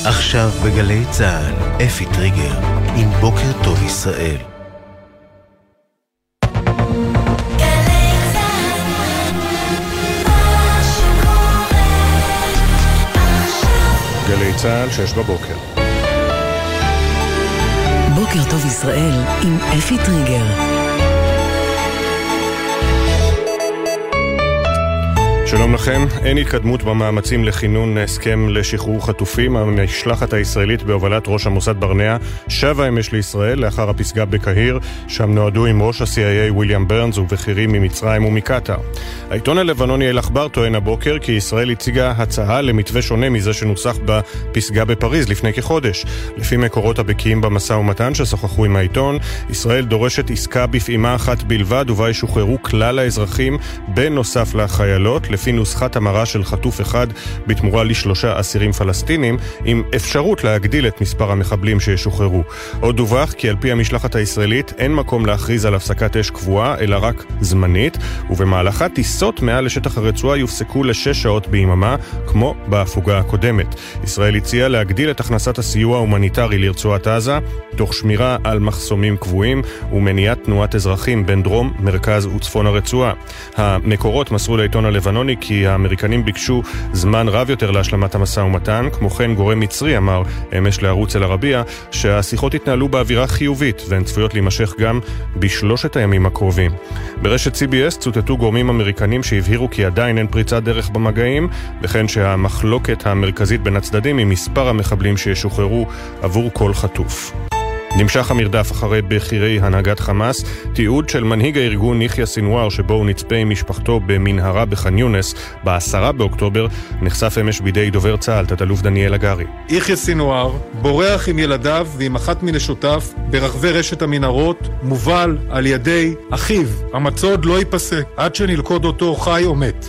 עכשיו בגלי צהל, אפי טריגר, עם בוקר טוב ישראל. גלי צהל, 6 בבוקר. בוקר טוב ישראל עם אפי טריגר. שלום לכם, אין התקדמות במאמצים לכינון הסכם לשחרור חטופים. המשלחת הישראלית בהובלת ראש המוסד ברנע שבה אמש לישראל לאחר הפסגה בקהיר, שם נועדו עם ראש ה-CIA וויליאם ברנס ובכירים ממצרים ומקטר. העיתון הלבנוני אל-אחבר טוען הבוקר כי ישראל הציגה הצעה למתווה שונה מזה שנוסח בפסגה בפריז לפני כחודש. לפי מקורות הבקיאים במשא ומתן ששוחחו עם העיתון, ישראל דורשת עסקה בפעימה אחת בלבד ובה ישוחררו כלל האזרחים בנוסף לחיילות, לפי נוסחת המרה של חטוף אחד בתמורה ל3 אסירים פלסטינים, עם אפשרות להגדיל את מספר המחבלים שישוחררו. עוד דווח כי על פי המשלחת הישראלית אין מקום להכריז על הפסקת אש קבועה, אלא רק זמנית, ובמהלכה טיסות מעל לשטח הרצועה יופסקו ל6 שעות ביממה, כמו בהפוגה הקודמת. ישראל הציעה להגדיל את הכנסת הסיוע ההומניטרי לרצועת עזה, תוך שמירה על מחסומים קבועים ומניעת תנועת אזרחים בין דרום, מרכז וצפון הרצועה. המקורות מסרו לעיתון הלבנוני כי האמריקנים ביקשו זמן רב יותר להשלמת המשא ומתן. כמו כן, גורם מצרי אמר אמש לערוץ אל-ערבייה שהשיחות התנהלו באווירה חיובית והן צפויות להימשך גם בשלושת הימים הקרובים. ברשת CBS צוטטו גורמים אמריקנים שהבהירו כי עדיין אין פריצת דרך במגעים, וכן שהמחלוקת המרכזית בין הצדדים היא מספר המחבלים שישוחררו עבור כל חטוף. נמשך המרדף אחרי בכירי הנהגת חמאס. תיעוד של מנהיג הארגון יחיא סינואר שבו הוא נצפה עם משפחתו במנהרה בח'אן יונס ב10 באוקטובר נחשף אמש בידי דובר צה"ל תת-אלוף דניאל הגרי. יחיא סינואר בורח עם ילדיו ועם אחת מנשותיו ברחבי רשת המנהרות, מובל על ידי אחיו. המצוד לא ייפסק עד שנלכוד אותו חי או מת.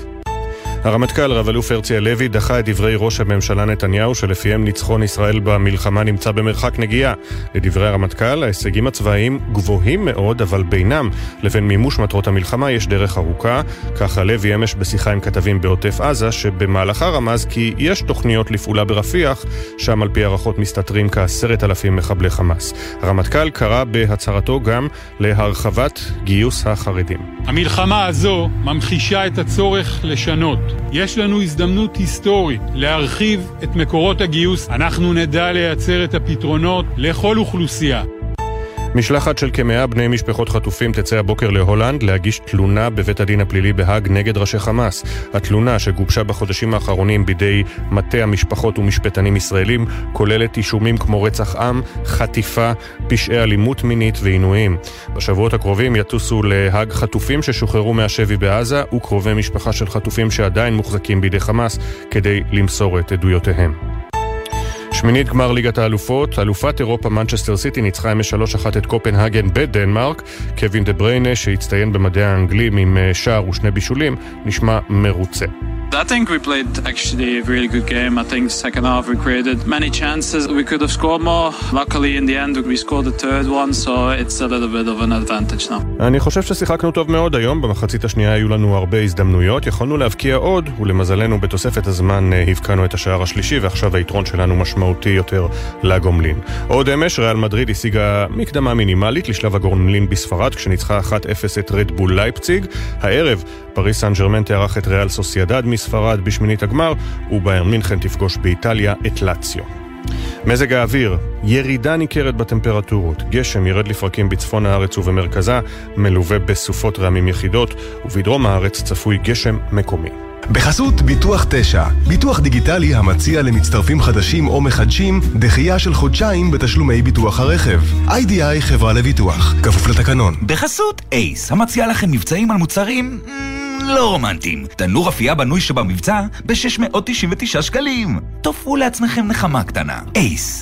הרמטכ"ל רב-אלוף הרצי הלוי דחה את דברי ראש הממשלה נתניהו שלפיהם ניצחון ישראל במלחמה נמצא במרחק נגיעה. לדברי הרמטכ"ל, ההישגים הצבאיים גבוהים מאוד, אבל בינם לבין מימוש מטרות המלחמה יש דרך ארוכה. כך הלוי אמש בשיחה עם כתבים בעוטף עזה, שבמהלכה רמז כי יש תוכניות לפעולה ברפיח, שם על פי הערכות מסתתרים כ10,000 מחבלי חמאס. הרמטכ"ל קרא בהצהרתו גם להרחבת גיוס החרדים. המלחמה הזו ממחישה את הצורך לשנות. יש לנו הזדמנות היסטורית להרחיב את מקורות הגיוס. אנחנו נדע לייצר את הפתרונות לכל אוכלוסייה. משלחת של כ100 בני משפחות חטופים תצא הבוקר להולנד להגיש תלונה בבית הדין הפלילי בהאג נגד ראשי חמאס. התלונה שגובשה בחודשים האחרונים בידי מטה המשפחות ומשפטנים ישראלים כוללת אישומים כמו רצח עם, חטיפה, פשעי אלימות מינית ועינויים. בשבועות הקרובים יטוסו להאג חטופים ששוחררו מהשבי בעזה וקרובי משפחה של חטופים שעדיין מוחזקים בידי חמאס כדי למסור את עדויותיהם. שמינית גמר ליגת האלופות, אלופת אירופה מנצ'סטר סיטי ניצחה אמש 3-1 את קופנהגן בדנמרק. קווין דה בריינה שהצטיין במדעי האנגלים עם שער ושני בישולים נשמע מרוצה. I think we played actually a really good game. I think second half we created many chances. We could have scored more. Luckily in the end we scored the third one, so it's a little bit of an advantage now. אני חושב ששיחקנו טוב מאוד היום. במחצית השנייה היו לנו הרבה הזדמנויות. יכולנו להבקיע עוד, ולמזלנו בתוספת הזמן הבקענו את השער השלישי, ועכשיו היתרון שלנו משמעותי יותר לגומלין. עוד אמש ריאל מדריד השיגה מקדמה מינימלית לשלב הגומלין בספרד, כשניצחה 1-0 את רדבול לייפציג. הערב פריס סן ז'רמן תארח את ריאל סוסיידד מספרד בשמינית הגמר, וביירן מינכן תפגוש באיטליה את לאציו. מזג האוויר, ירידה ניכרת בטמפרטורות, גשם ירד לפרקים בצפון הארץ ובמרכזה, מלווה בסופות רעמים יחידות, ובדרום הארץ צפוי גשם מקומי. בחסות ביטוח 9, ביטוח דיגיטלי המציע למצטרפים חדשים או מחדשים דחייה של חודשיים בתשלומי ביטוח הרכב. IDI חברה לביטוח, כפוף לתקנון. בחסות אייס, המציע לכם מבצעים על מוצרים לא רומנטיים. תנור אפייה בנוי שבמבצע ב-699 שקלים. תופרו לעצמכם נחמה קטנה. אייס.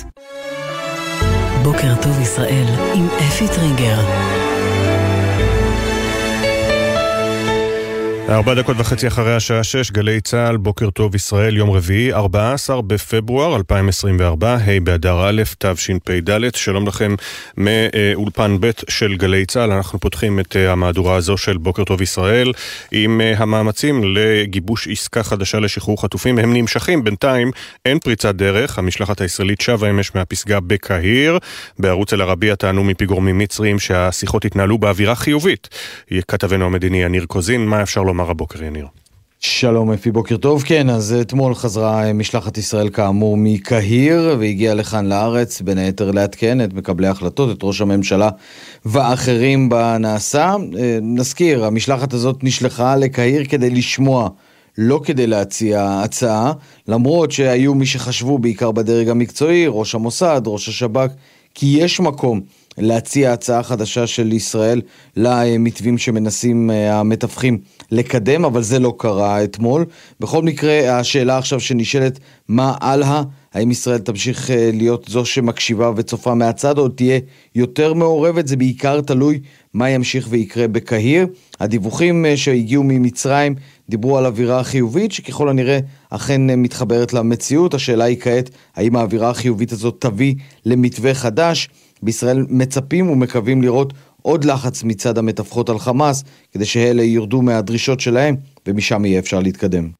בוקר טוב ישראל עם אפי טריגר. 4:30 אחרי השעה 6, גלי צהל, בוקר טוב ישראל, יום רביעי, 14 בפברואר 2024, ה' באדר א', תשפ"ד. שלום לכם מאולפן ב' של גלי צהל. אנחנו פותחים את המהדורה הזו של בוקר טוב ישראל עם המאמצים לגיבוש עסקה חדשה לשחרור חטופים. הם נמשכים, בינתיים אין פריצת דרך. המשלחת הישראלית שבה אמש מהפסגה בקהיר. בערוץ אל-ערבייה טענו מפי גורמים מצריים שהשיחות התנהלו באווירה חיובית. כתבנו המדיני יניר קוזין, מה אפשר לומר הבוקר, יניר? שלום אפי, בוקר טוב. כן, אז אתמול חזרה משלחת ישראל כאמור מקהיר והגיעה לכאן לארץ, בין היתר לעדכן את מקבלי ההחלטות, את ראש הממשלה ואחרים בנעשה. נזכיר, המשלחת הזאת נשלחה לקהיר כדי לשמוע, לא כדי להציע הצעה, למרות שהיו מי שחשבו בעיקר בדרג המקצועי, ראש המוסד, ראש השב"כ, כי יש מקום להציע הצעה חדשה של ישראל למתווים שמנסים המתווכים לקדם, אבל זה לא קרה אתמול. בכל מקרה, השאלה עכשיו שנשאלת, מה הלאה? האם ישראל תמשיך להיות זו שמקשיבה וצופה מהצד, או תהיה יותר מעורבת? זה בעיקר תלוי מה ימשיך ויקרה בקהיר. הדיווחים שהגיעו ממצרים דיברו על אווירה חיובית, שככל הנראה אכן מתחברת למציאות. השאלה היא כעת, האם האווירה החיובית הזאת תביא למתווה חדש? בישראל מצפים ומקווים לראות עוד לחץ מצד המתווכות על חמאס, כדי שאלה ירדו מהדרישות שלהם, ומשם יהיה אפשר להתקדם.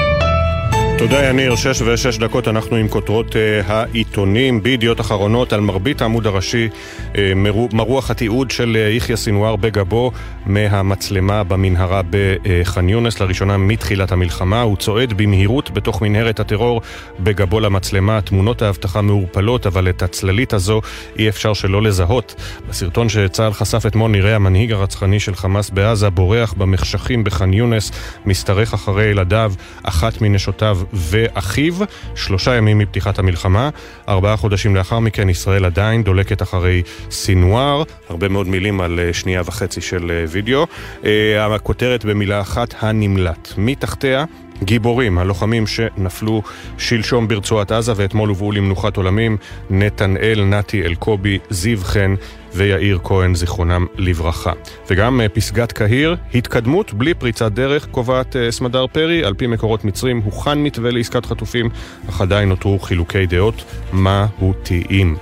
תודה יניר, 6:06, אנחנו עם כותרות העיתונים. בידיעות אחרונות על מרבית העמוד הראשי מרוח התיעוד של יחיא סינואר בגבו מהמצלמה במנהרה בח'אן יונס. לראשונה מתחילת המלחמה הוא צועד במהירות בתוך מנהרת הטרור בגבו למצלמה. תמונות ההבטחה מעורפלות, אבל את הצללית הזו אי אפשר שלא לזהות. בסרטון שצה"ל חשף אתמול נראה המנהיג הרצחני של חמאס בעזה בורח במחשכים בח'אן יונס, מסתרך אחרי ילדיו, אחת מנשותיו ואחיו, 3 ימים מפתיחת המלחמה. 4 חודשים לאחר מכן ישראל עדיין דולקת אחרי סינואר. הרבה מאוד מילים על 1.5 של וידאו. הכותרת במילה אחת, הנמלט. מתחתיה גיבורים, הלוחמים שנפלו שלשום ברצועת עזה ואתמול הובאו למנוחת עולמים, נתנאל, נתי אלקובי, זיו חן ויאיר כהן, זיכרונם לברכה. וגם פסגת קהיר, התקדמות בלי פריצת דרך, קובעת סמדר פרי. על פי מקורות מצרים הוכן מתווה לעסקת חטופים, אך עדיין נותרו חילוקי דעות מהותיים.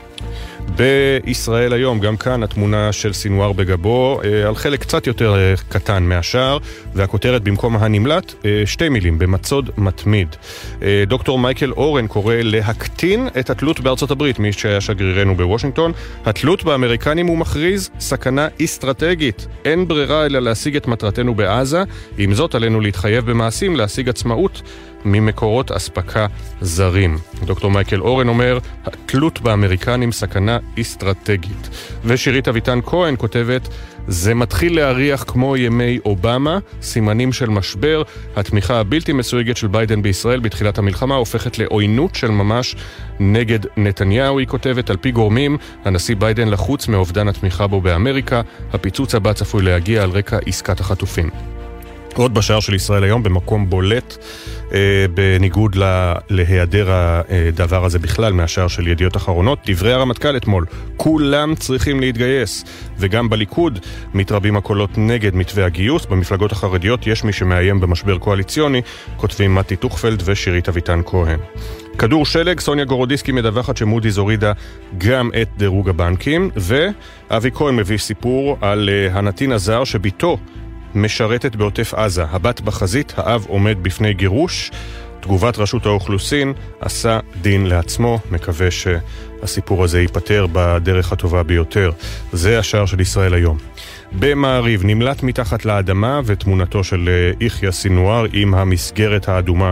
בישראל היום, גם כאן התמונה של סינואר בגבו, על חלק קצת יותר קטן מהשאר, והכותרת במקום הנמלט, 2 מילים, במצוד מתמיד. דוקטור מייקל אורן קורא להקטין את התלות בארצות הברית, מי שהיה שגרירנו בוושינגטון. התלות באמריקנים הוא מכריז סכנה אסטרטגית. אין ברירה אלא להשיג את מטרתנו בעזה, עם זאת עלינו להתחייב במעשים להשיג עצמאות ממקורות אספקה זרים. דוקטור מייקל אורן אומר, התלות באמריקנים סכנה אסטרטגית. ושירית אביטן כהן כותבת, זה מתחיל להריח כמו ימי אובמה, סימנים של משבר. התמיכה הבלתי מסויגת של ביידן בישראל בתחילת המלחמה הופכת לעוינות של ממש נגד נתניהו. היא כותבת, על פי גורמים, הנשיא ביידן לחוץ מאובדן התמיכה בו באמריקה. הפיצוץ הבא צפוי להגיע על רקע עסקת החטופים. עוד בשער של ישראל היום, במקום בולט, בניגוד להיעדר הדבר הזה בכלל מהשער של ידיעות אחרונות, דברי הרמטכ"ל אתמול, כולם צריכים להתגייס, וגם בליכוד מתרבים הקולות נגד מתווה הגיוס. במפלגות החרדיות יש מי שמאיים במשבר קואליציוני, כותבים מתי טוכפלד ושירית אביטן כהן. כדור שלג, סוניה גורודיסקי מדווחת שמודי'ס הורידה גם את דירוג הבנקים, ואבי כהן מביא סיפור על הנתין הזר שביתו משרתת בעוטף עזה. הבת בחזית, האב עומד בפני גירוש. תגובת רשות האוכלוסין, עשה דין לעצמו. מקווה שהסיפור הזה ייפטר בדרך הטובה ביותר. זה השער של ישראל היום. במעריב, נמלט מתחת לאדמה, ותמונתו של יחיא סינואר עם המסגרת האדומה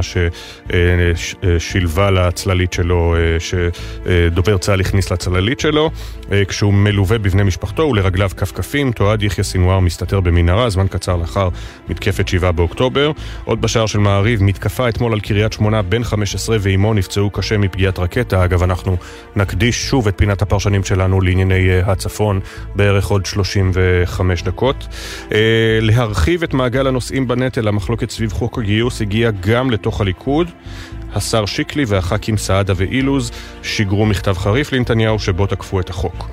ששילבה לצללית שלו, שדובר צה"ל הכניס לצללית שלו. כשהוא מלווה בבני משפחתו ולרגליו כפכפים, תועד יחיא סינואר מסתתר במנהרה, זמן קצר לאחר מתקפת 7 באוקטובר. עוד בשער של מעריב, מתקפה אתמול על קריית שמונה, בן 15 ואימו נפצעו קשה מפגיעת רקטה. אגב, אנחנו נקדיש שוב את פינת הפרשנים שלנו לענייני הצפון בערך עוד 35 דקות. להרחיב את מעגל הנושאים בנטל, המחלוקת סביב חוק הגיוס הגיעה גם לתוך הליכוד. השר שיקלי והח"כים סעדה ואילוז שיגרו מכתב חריף לנתניהו שבו תקפו את החוק.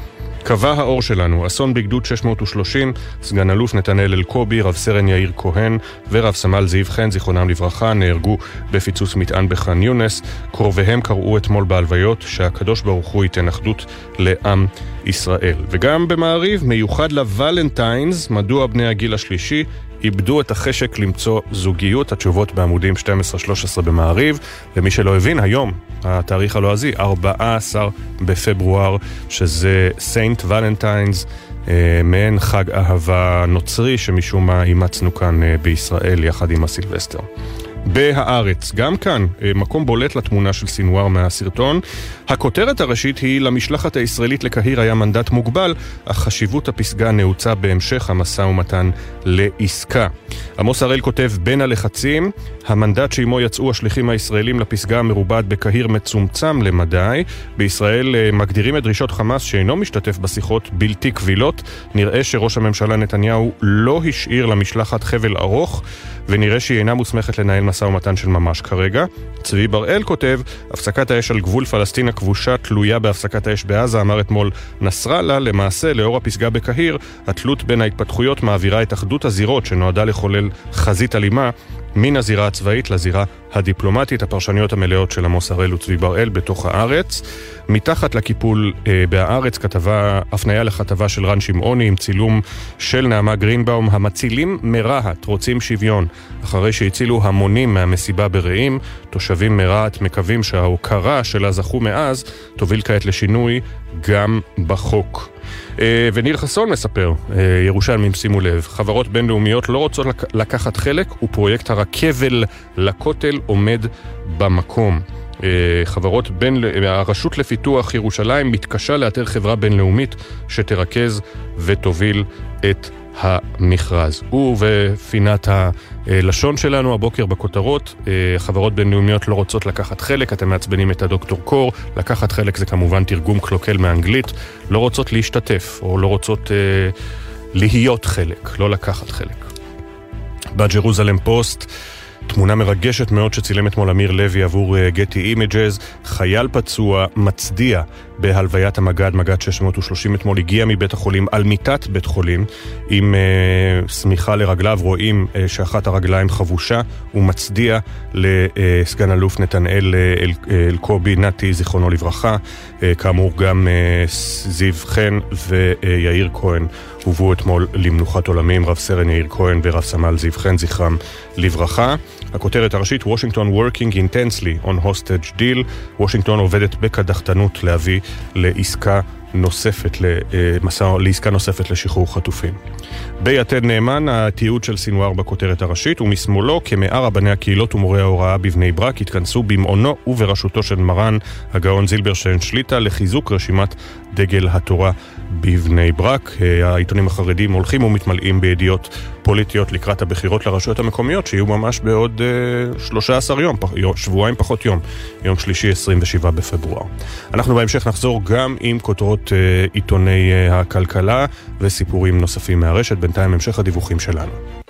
קבע האור שלנו, אסון בגדוד 630, סגן אלוף נתנאל אלקובי, רב סרן יאיר כהן ורב סמל זיו חן, זיכרונם לברכה, נהרגו בפיצוץ מטען בח'אן יונס. קרוביהם קראו אתמול בהלוויות שהקדוש ברוך הוא ייתן אחדות לעם ישראל. וגם במעריב, מיוחד לוולנטיינס, מדוע בני הגיל השלישי איבדו את החשק למצוא זוגיות. התשובות בעמודים 12-13 במעריב. למי שלא הבין, היום, התאריך הלועזי, 14 בפברואר, שזה סיינט ולנטיינס, מעין חג אהבה נוצרי שמשום מה אימצנו כאן בישראל יחד עם הסילבסטר. בהארץ, גם כאן, מקום בולט לתמונה של סינואר מהסרטון. הכותרת הראשית היא למשלחת הישראלית לקהיר היה מנדט מוגבל, אך חשיבות הפסגה נעוצה בהמשך המשא ומתן לעסקה. עמוס הראל כותב, בין הלחצים, המנדט שעמו יצאו השליחים הישראלים לפסגה המרובעת בקהיר מצומצם למדי. בישראל מגדירים את דרישות חמאס שאינו משתתף בשיחות בלתי קבילות. נראה שראש הממשלה נתניהו לא השאיר למשלחת חבל ארוך, ונראה שהיא אינה מוסמכת לנהל משא ומתן של ממש כרגע. צבי בראל כותב, הפסקת האש על גבול פלסטין הכבושה תלויה בהפסקת האש בעזה, אמר אתמול נסראללה. למעשה, לאור הפסגה בקהיר, התלות בין ההתפתחויות מעבירה את אחדות הזירות שנועדה לחולל חזית אלימה מן הזירה הצבאית לזירה הדיפלומטית. הפרשניות המלאות של עמוס הראל וצבי בראל בתוך הארץ. מתחת לקיפול בהארץ, כתבה, הפניה לכתבה של רן שמעוני עם צילום של נעמה גרינבאום, המצילים מרהט רוצים שוויון. אחרי שהצילו המונים מהמסיבה ברעים, תושבים מרהט מקווים שההוקרה שלה זכו מאז תוביל כעת לשינוי גם בחוק. וניר חסון מספר, ירושלמים שימו לב, חברות בינלאומיות לא רוצות לקחת חלק, ופרויקט הרכבל לכותל עומד במקום. הרשות לפיתוח ירושלים מתקשה לאתר חברה בינלאומית שתרכז ותוביל את המכרז. ובפינת הלשון שלנו הבוקר בכותרות, חברות בינלאומיות לא רוצות לקחת חלק. אתם מעצבנים את הדוקטור קור. לקחת חלק זה כמובן תרגום קלוקל מאנגלית. לא רוצות להשתתף או לא רוצות להיות חלק, לא לקחת חלק. בג'רוזלם פוסט תמונה מרגשת מאוד שצילם אתמול אמיר לוי עבור גטי אימג'ז. חייל פצוע מצדיע בהלוויית המג"ד, מג"ד 630 אתמול, הגיע מבית החולים על מיטת בית חולים עם סמיכה לרגליו. רואים שאחת הרגליים חבושה. הוא מצדיע לסגן אלוף נתנאל אלקובי נתי, זיכרונו לברכה. כאמור גם זיו חן ויאיר כהן הובאו אתמול למנוחת עולמים, רב סרן יאיר כהן ורב סמל זיו חן, זכרם לברכה. הכותרת הראשית, וושינגטון working intensely on hostage deal. וושינגטון עובדת בקדחתנות להביא לעסקה נוספת, לעסקה נוספת לשחרור חטופים. ביתד נאמן, התיעוד של סינואר בכותרת הראשית, ומשמאלו כ100 רבני הקהילות ומורי ההוראה בבני ברק התכנסו במעונו ובראשותו של מרן הגאון זילברשטיין שליטה לחיזוק רשימת דגל התורה בבני ברק. העיתונים החרדים הולכים ומתמלאים בידיעות פוליטיות לקראת הבחירות לרשויות המקומיות שיהיו ממש בעוד 13 יום, שבועיים פחות יום, יום שלישי 27 בפברואר. אנחנו בהמשך נחזור גם עם כותרות עיתוני הכלכלה וסיפורים נוספים מהרשת. בינתיים המשך הדיווחים שלנו.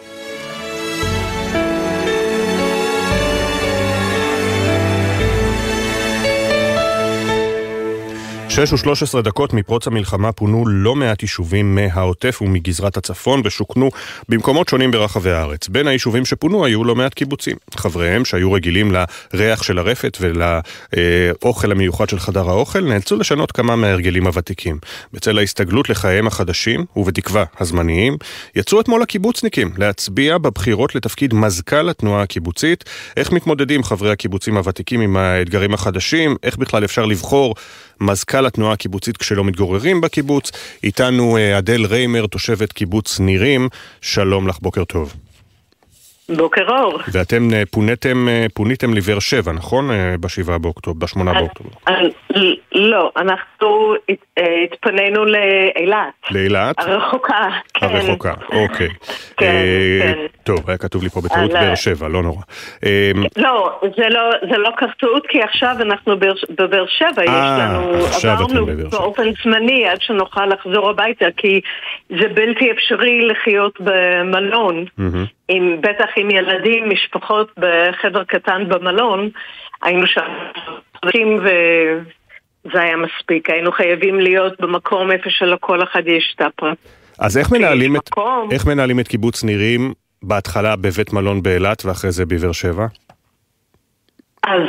6:13 מפרוץ המלחמה פונו לא מעט יישובים מהעוטף ומגזרת הצפון ושוכנו במקומות שונים ברחבי הארץ. בין היישובים שפונו היו לא מעט קיבוצים. חבריהם שהיו רגילים לריח של הרפת ולאוכל המיוחד של חדר האוכל נאלצו לשנות כמה מההרגלים הוותיקים. בצל ההסתגלות לחייהם החדשים ובתקווה הזמניים יצאו אתמול הקיבוצניקים להצביע בבחירות לתפקיד מזכ"ל התנועה הקיבוצית. איך מתמודדים חברי הקיבוצים הוותיקים עם האתגרים החדשים? איך בכלל אפשר לבחור מזכ"ל התנועה הקיבוצית כשלא מתגוררים בקיבוץ? איתנו אדל ריימר, תושבת קיבוץ נירים. שלום לך, בוקר טוב. בוקר אור. ואתם פוניתם לבאר שבע, נכון? ב7 באוקטובר, ב8 באוקטובר. לא, אנחנו התפנינו לאילת. לאילת? הרחוקה, כן. הרחוקה, אוקיי. כן. טוב, היה כתוב לי פה בטעות באר שבע, לא נורא. לא, זה לא כתוב, כי עכשיו אנחנו בבאר שבע, יש לנו, עברנו באופן זמני עד שנוכל לחזור הביתה, כי זה בלתי אפשרי לחיות במלון. בטח עם ילדים, משפחות בחדר קטן במלון, היינו שם זה היה מספיק, היינו חייבים להיות במקום איפה שלכל אחד יש טאפה. אז איך מנהלים את קיבוץ נירים בהתחלה בבית מלון באילת ואחרי זה בבאר שבע? אז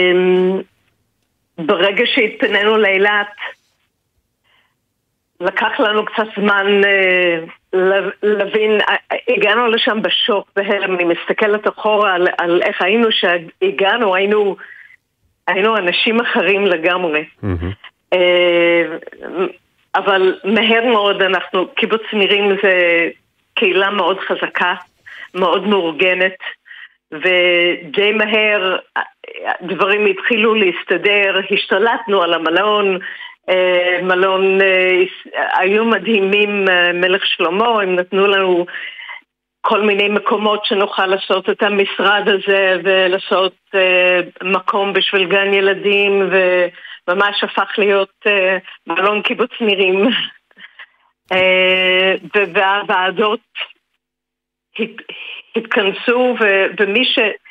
ברגע שהתפנינו לאילת, לקח לנו קצת זמן להבין, הגענו לשם בשוק, בהלם, אני מסתכלת אחורה על איך היינו שהגענו, היינו אנשים אחרים לגמרי. אבל מהר מאוד קיבוץ נירים זה קהילה מאוד חזקה, מאוד מאורגנת, ודי מהר דברים התחילו להסתדר, השתלטנו על המלון, מלון היו מדהימים, מלך שלמה, הם נתנו לנו כל מיני מקומות שנוכל לעשות את המשרד הזה ולעשות מקום בשביל גן ילדים, וממש הפך להיות מלון קיבוץ נירים. והוועדות התכנסו, ומי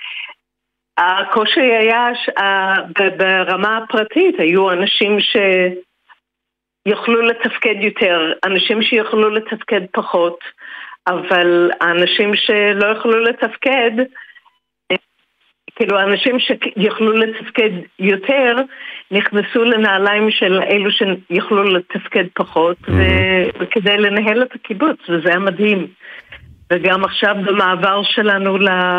הקושי היה ברמה הפרטית, היו אנשים שיכלו לתפקד יותר, אנשים שיכלו לתפקד פחות, אבל האנשים שלא יכלו לתפקד, כאילו האנשים שיכלו לתפקד יותר, נכנסו לנעליים של אלו שיכלו לתפקד פחות, וכדי לנהל את הקיבוץ, וזה היה מדהים. וגם עכשיו במעבר שלנו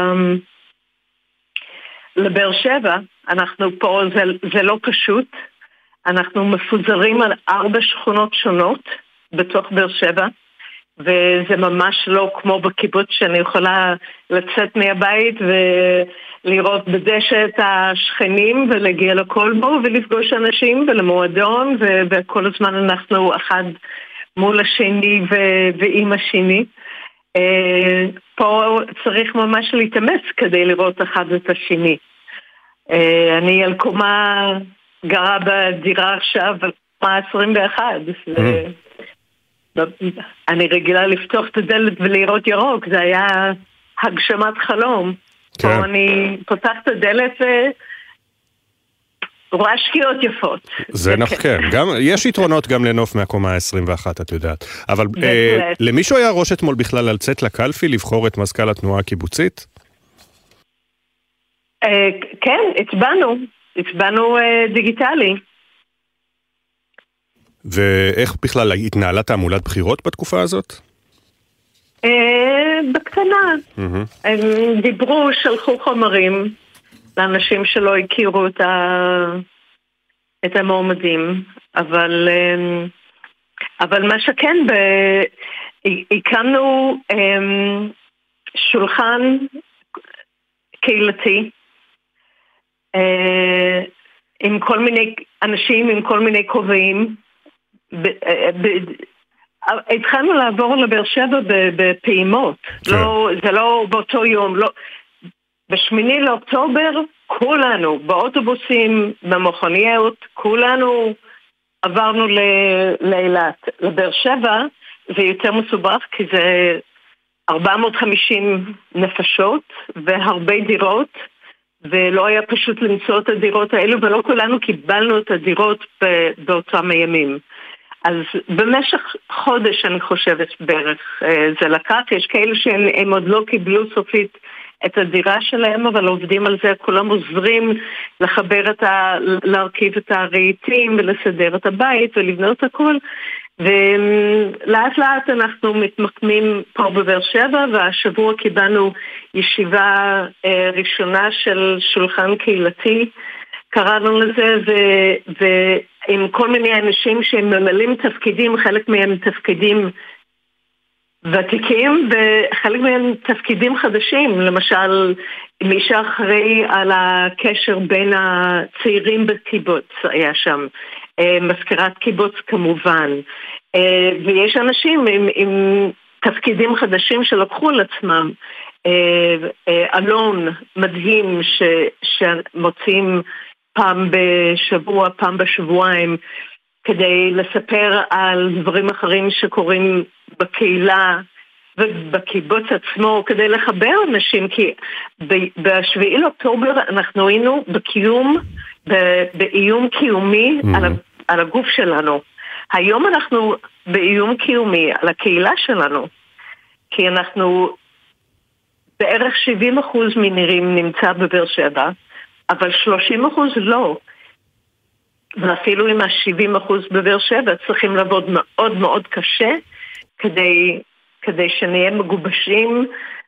לבאר שבע, אנחנו פה, זה לא פשוט, אנחנו מפוזרים על 4 שכונות שונות בתוך באר שבע, וזה ממש לא כמו בקיבוץ שאני יכולה לצאת מהבית ולראות בדשא את השכנים ולהגיע לכלבו ולפגוש אנשים ולמועדון, וכל הזמן אנחנו אחד מול השני ועם השני. פה צריך ממש להתאמץ כדי לראות אחד את השני. אני על קומה גרה בדירה עכשיו על קומה 21. אני רגילה לפתוח את הדלת ולראות ירוק, זה היה הגשמת חלום. פה אני פותחת את הדלת ורואה שקיעות יפות. זה נכון, יש יתרונות גם לנוף מהקומה ה-21, את יודעת. אבל למישהו היה ראש אתמול בכלל על צאת לקלפי לבחור את מזכ"ל התנועה הקיבוצית? כן, הצבענו דיגיטלי. ואיך בכלל התנהלה תעמולת בחירות בתקופה הזאת? בקטנה. הם דיברו, שלחו חומרים לאנשים שלא הכירו את המועמדים, אבל מה שכן, הקמנו שולחן קהילתי עם כל מיני אנשים, עם כל מיני כובעים. התחלנו לעבור לבאר שבע בפעימות, זה לא באותו יום, ב8 לאוקטובר כולנו באוטובוסים, במכוניות, כולנו עברנו לאילת. לבאר שבע זה יותר מסובך כי זה 450 נפשות והרבה דירות, ולא היה פשוט למצוא את הדירות האלו, ולא כולנו קיבלנו את הדירות באותם הימים. אז במשך חודש אני חושבת בערך זה לקח, יש כאלה שהם עוד לא קיבלו סופית את הדירה שלהם, אבל עובדים על זה, כולם עוזרים להרכיב את הרהיטים ולסדר את הבית ולבנות הכל, ולאט לאט אנחנו מתמקמים פה בבאר שבע, והשבוע קיבלנו ישיבה ראשונה של שולחן קהילתי, קראנו לזה, ועם כל מיני אנשים שהם ממלאים תפקידים, חלק מהם תפקידים ותיקים וחלק מהם תפקידים חדשים, למשל מי שאחראי על הקשר בין הצעירים בקיבוץ היה שם, מזכירת קיבוץ כמובן, ויש אנשים עם תפקידים חדשים שלקחו על עצמם, אלון מדהים שמוצאים פעם בשבוע, פעם בשבועיים, כדי לספר על דברים אחרים שקורים בקהילה ובקיבוץ עצמו, כדי לחבר אנשים, כי ב7 לאוקטובר אנחנו היינו בקיום באיום קיומי על הגוף שלנו. היום אנחנו באיום קיומי על הקהילה שלנו, כי אנחנו בערך 70% מנירים נמצא בבאר שבע, אבל 30% לא. ואפילו עם ה-70% בבאר שבע צריכים לעבוד מאוד מאוד קשה כדי שנהיה מגובשים,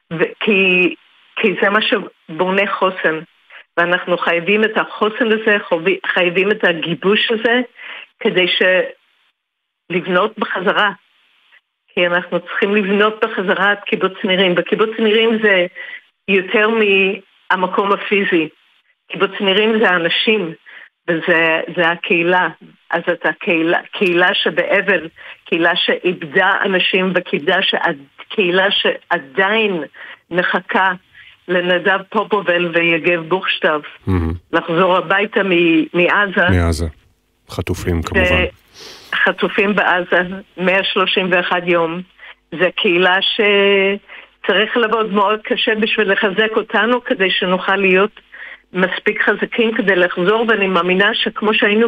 כי זה מה שבונה חוסן. ואנחנו חייבים את החוסן הזה, חייבים את הגיבוש הזה, כדי לבנות בחזרה. כי אנחנו צריכים לבנות בחזרה את קיבוץ נירים. בקיבוץ נירים זה יותר מהמקום הפיזי. קיבוץ נירים זה האנשים, וזה הקהילה. אז את הקהילה שבאבל, קהילה שאיבדה אנשים, וקהילה שעדיין מחכה לנדב פופובל ויגב בוכשטב, לחזור הביתה מעזה. חטופים כמובן. חטופים בעזה, 131 יום. זה קהילה שצריך לעבוד מאוד קשה בשביל לחזק אותנו, כדי שנוכל להיות מספיק חזקים כדי לחזור, ואני מאמינה שכמו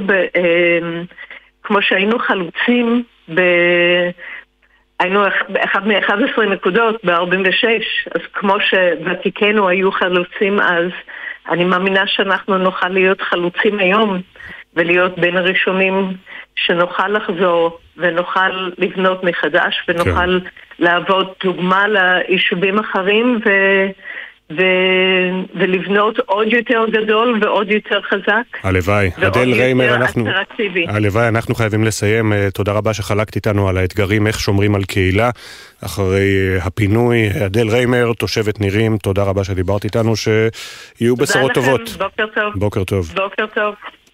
שהיינו חלוצים היינו אחד מ-11 נקודות ב-46, אז כמו שוותיקנו היו חלוצים אז, אני מאמינה שאנחנו נוכל להיות חלוצים היום, ולהיות בין הראשונים שנוכל לחזור, ונוכל לבנות מחדש, ונוכל לעבוד דוגמה ליישובים אחרים, ולבנות עוד יותר גדול ועוד יותר חזק. הלוואי. אדל ריימר, אנחנו חייבים לסיים. תודה רבה שחלקת איתנו על האתגרים, איך שומרים על קהילה אחרי הפינוי. אדל ריימר, תושבת נירים, תודה רבה שדיברת איתנו, שיהיו בשורות טובות. בוקר טוב. בוקר טוב. בוקר טוב.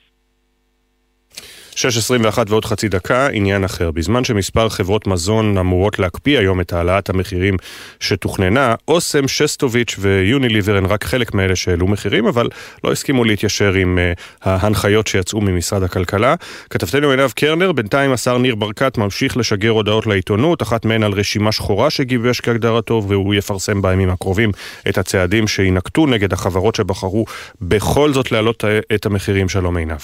6:21 ועוד חצי דקה, עניין אחר. בזמן שמספר חברות מזון אמורות להקפיא היום את העלאת המחירים שתוכננה, אוסם, שסטוביץ' ויוניליבר הן רק חלק מאלה שהעלו מחירים, אבל לא הסכימו להתיישר עם ההנחיות שיצאו ממשרד הכלכלה. כתבתנו עינב קרנר, בינתיים השר ניר ברקת ממשיך לשגר הודעות לעיתונות, אחת מהן על רשימה שחורה שגיבש כהגדרתו, והוא יפרסם בימים הקרובים את הצעדים שינקטו נגד החברות שבחרו בכל זאת להעלות את המחירים. שלום עינב.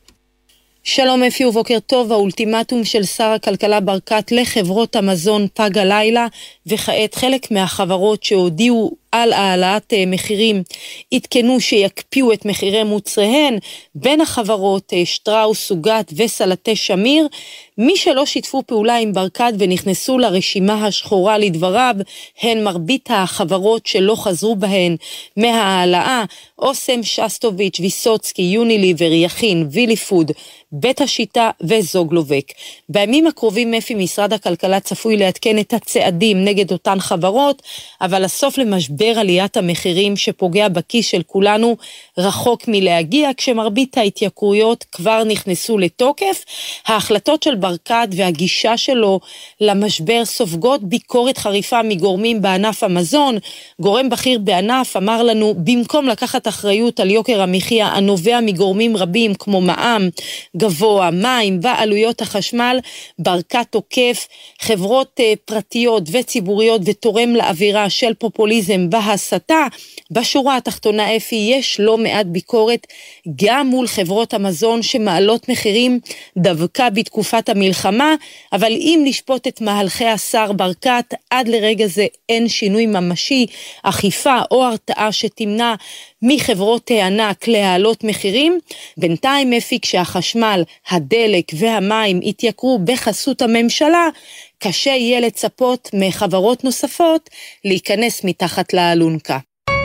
שלום אפי ובוקר טוב. האולטימטום של שר הכלכלה ברקת לחברות המזון פג הלילה, וכעת חלק מהחברות שהודיעו על העלאת מחירים התקנו שיקפיאו את מחירי מוצריהן. בין החברות שטראוס, סוגת וסלטי שמיר. מי שלא שיתפו פעולה עם ברקת ונכנסו לרשימה השחורה לדבריו הן מרבית החברות שלא חזרו בהן מההעלאה: אוסם, שסטוביץ', ויסוצקי, יוניליבר, יכין, וילי פוד, בית השיטה וזוגלובק. בימים הקרובים אפי משרד הכלכלה צפוי לעדכן את הצעדים נגד אותן חברות, אבל הסוף למשבר עליית המחירים שפוגע בכיס של כולנו רחוק מלהגיע, כשמרבית ההתייקרויות כבר נכנסו לתוקף. ההחלטות של ברקת והגישה שלו למשבר סופגות ביקורת חריפה מגורמים בענף המזון. גורם בכיר בענף אמר לנו, במקום לקחת אחריות על יוקר המחיה הנובע מגורמים רבים כמו מע"מ גבוה, מים ועלויות החשמל, ברקת תוקף חברות פרטיות וציבוריות ותורם לאווירה של פופוליזם והסתה. בשורה התחתונה אפי יש לא מעט ביקורת גם מול חברות המזון שמעלות מחירים דווקא בתקופת המלחמה, אבל אם נשפוט את מהלכי השר ברקת, עד לרגע זה אין שינוי ממשי, אכיפה או הרתעה שתמנע מחברות הענק להעלות מחירים. בינתיים אפי, כשהחשמל, הדלק והמים התייקרו בחסות הממשלה, קשה יהיה לצפות מחברות נוספות להיכנס מתחת לאלונקה.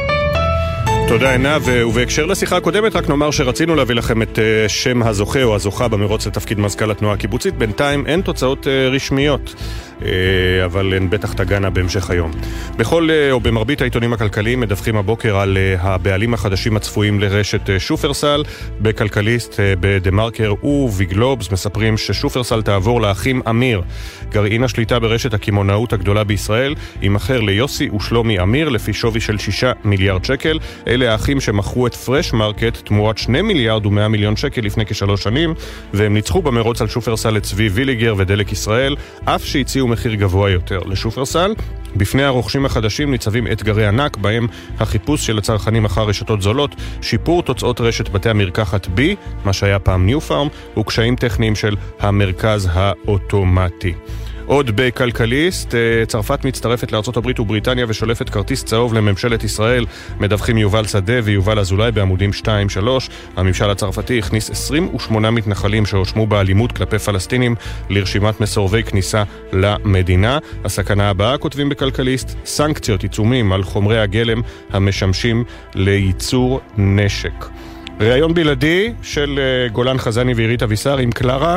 תודה עינב, ובהקשר לשיחה הקודמת רק נאמר שרצינו להביא לכם את שם הזוכה או הזוכה במרוץ לתפקיד מזכ"ל התנועה הקיבוצית. בינתיים אין תוצאות רשמיות, אבל הן בטח תגענה בהמשך היום. בכל או במרבית העיתונים הכלכליים מדווחים הבוקר על הבעלים החדשים הצפויים לרשת שופרסל. בכלכליסט, בדמרקר ובגלובס מספרים ששופרסל תעבור לאחים אמיר. גרעין השליטה ברשת הקמעונאות הגדולה בישראל יימכר ליוסי ושלומי אמיר לפי שווי של 6 מיליארד שקל. אלה האחים שמכרו את פרש מרקט תמורת 2 מיליארד ו100 מיליון שקל לפני כ3 שנים, והם ניצחו במרוץ על שופרסל את צבי ויליגר ודלק ישראל, אף שהציעו מחיר גבוה יותר לשופרסל. בפני הרוכשים החדשים ניצבים אתגרי ענק, בהם החיפוש של הצרכנים אחר רשתות זולות, שיפור תוצאות רשת בתי המרקחת B, מה שהיה פעם ניו פארם, וקשיים טכניים של המרכז האוטומטי. עוד בכלכליסט, צרפת מצטרפת לארצות הברית ובריטניה ושולפת כרטיס צהוב לממשלת ישראל, מדווחים יובל שדה ויובל אזולאי בעמודים 2-3. הממשל הצרפתי הכניס 28 מתנחלים שהושמו באלימות כלפי פלסטינים לרשימת מסורבי כניסה למדינה. הסכנה הבאה, כותבים בכלכליסט, סנקציות, עיצומים על חומרי הגלם המשמשים לייצור נשק. ראיון בלעדי של גולן חזני ועירית אבישר עם קלרה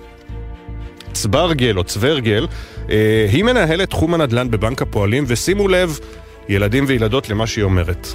צברגל או צברגל. היא מנהלת תחום הנדל"ן בבנק הפועלים, ושימו לב, ילדים וילדות, למה שהיא אומרת.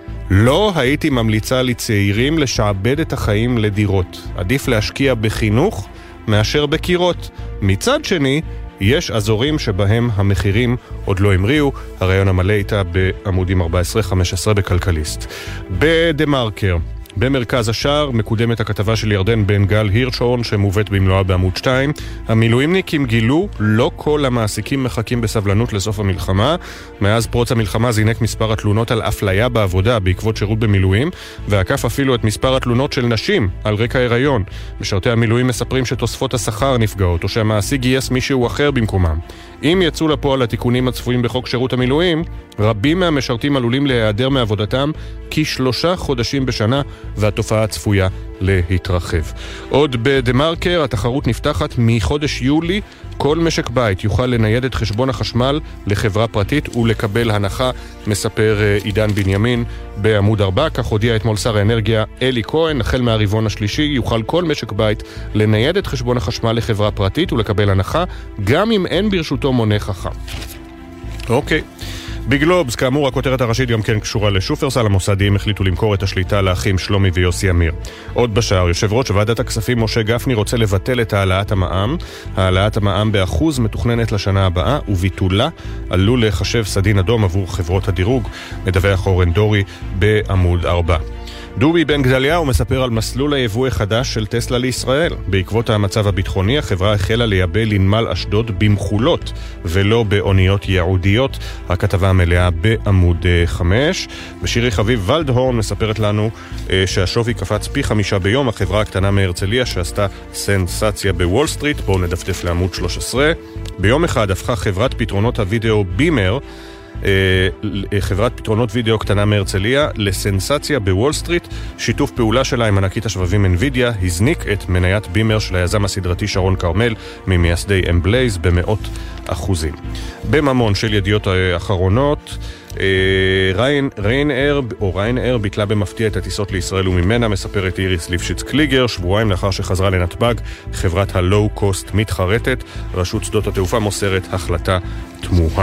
לא הייתי ממליצה לצעירים לשעבד את החיים לדירות. עדיף להשקיע בחינוך מאשר בקירות. מצד שני, יש אזורים שבהם המחירים עוד לא המריאו. הרעיון המלא איתה בעמודים 14-15 בכלכליסט. בדה-מרקר, במרכז השער, מקודמת הכתבה של ירדן בן גל הירשורן שמובאת במלואה בעמוד 2. המילואימניקים גילו, לא כל המעסיקים מחכים בסבלנות לסוף המלחמה. מאז פרוץ המלחמה זינק מספר התלונות על אפליה בעבודה בעקבות שירות במילואים, והקף אפילו את מספר התלונות של נשים על רקע הריון. משרתי המילואים מספרים שתוספות השכר נפגעות, או שהמעסיק גייס מישהו אחר במקומם. אם יצאו לפועל התיקונים הצפויים בחוק שירות המילואים, רבים מהמשרתים עלולים להיעדר מעבודתם כ3 חודשים בשנה, והתופעה צפויה להתרחב. עוד בדה-מרקר, התחרות נפתחת מחודש יולי. כל משק בית יוכל לנייד את חשבון החשמל לחברה פרטית ולקבל הנחה, מספר עידן בנימין בעמוד 4. כך הודיע אתמול שר האנרגיה אלי כהן. החל מהרבעון השלישי יוכל כל משק בית לנייד את חשבון החשמל לחברה פרטית ולקבל הנחה, גם אם אין ברשותו מונה חכם. אוקיי. בגלובס, כאמור, הכותרת הראשית גם כן קשורה לשופרסל. המוסדיים החליטו למכור את השליטה לאחים שלומי ויוסי אמיר. עוד בשער, יושב ראש ועדת הכספים משה גפני רוצה לבטל את העלאת המע"מ. העלאת המע"מ באחוז מתוכננת לשנה הבאה, וביטולה עלול לחשב סדין אדום עבור חברות הדירוג, מדווח אורן דורי בעמוד 4. דובי בן גדליהו מספר על מסלול היבוא החדש של טסלה לישראל. בעקבות המצב הביטחוני, החברה החלה לייבא לנמל אשדוד במחולות ולא באוניות ייעודיות. הכתבה המלאה בעמוד 5. ושירי חביב ולדהורן מספרת לנו שהשווי קפץ פי 5 ביום. החברה הקטנה מהרצליה שעשתה סנסציה בוול סטריט. בואו נדפדף לעמוד 13. ביום אחד הפכה חברת פתרונות הוידאו בימר, חברת פתרונות וידאו קטנה מהרצליה, לסנסציה בוול סטריט. שיתוף פעולה שלה עם ענקית השבבים אנווידיה הזניק את מניית בימר של היזם הסדרתי שרון קרמל, ממייסדי אמבלייז, ב100%. בממון של ידיעות האחרונות, ריין אייר ביטלה במפתיע את הטיסות לישראל וממנה, מספרת איריס ליפשיץ קליגר. שבועיים לאחר שחזרה לנתב"ג, חברת הלואו קוסט מתחרטת. רשות שדות התעופה מוסרת החלטה תמוהה.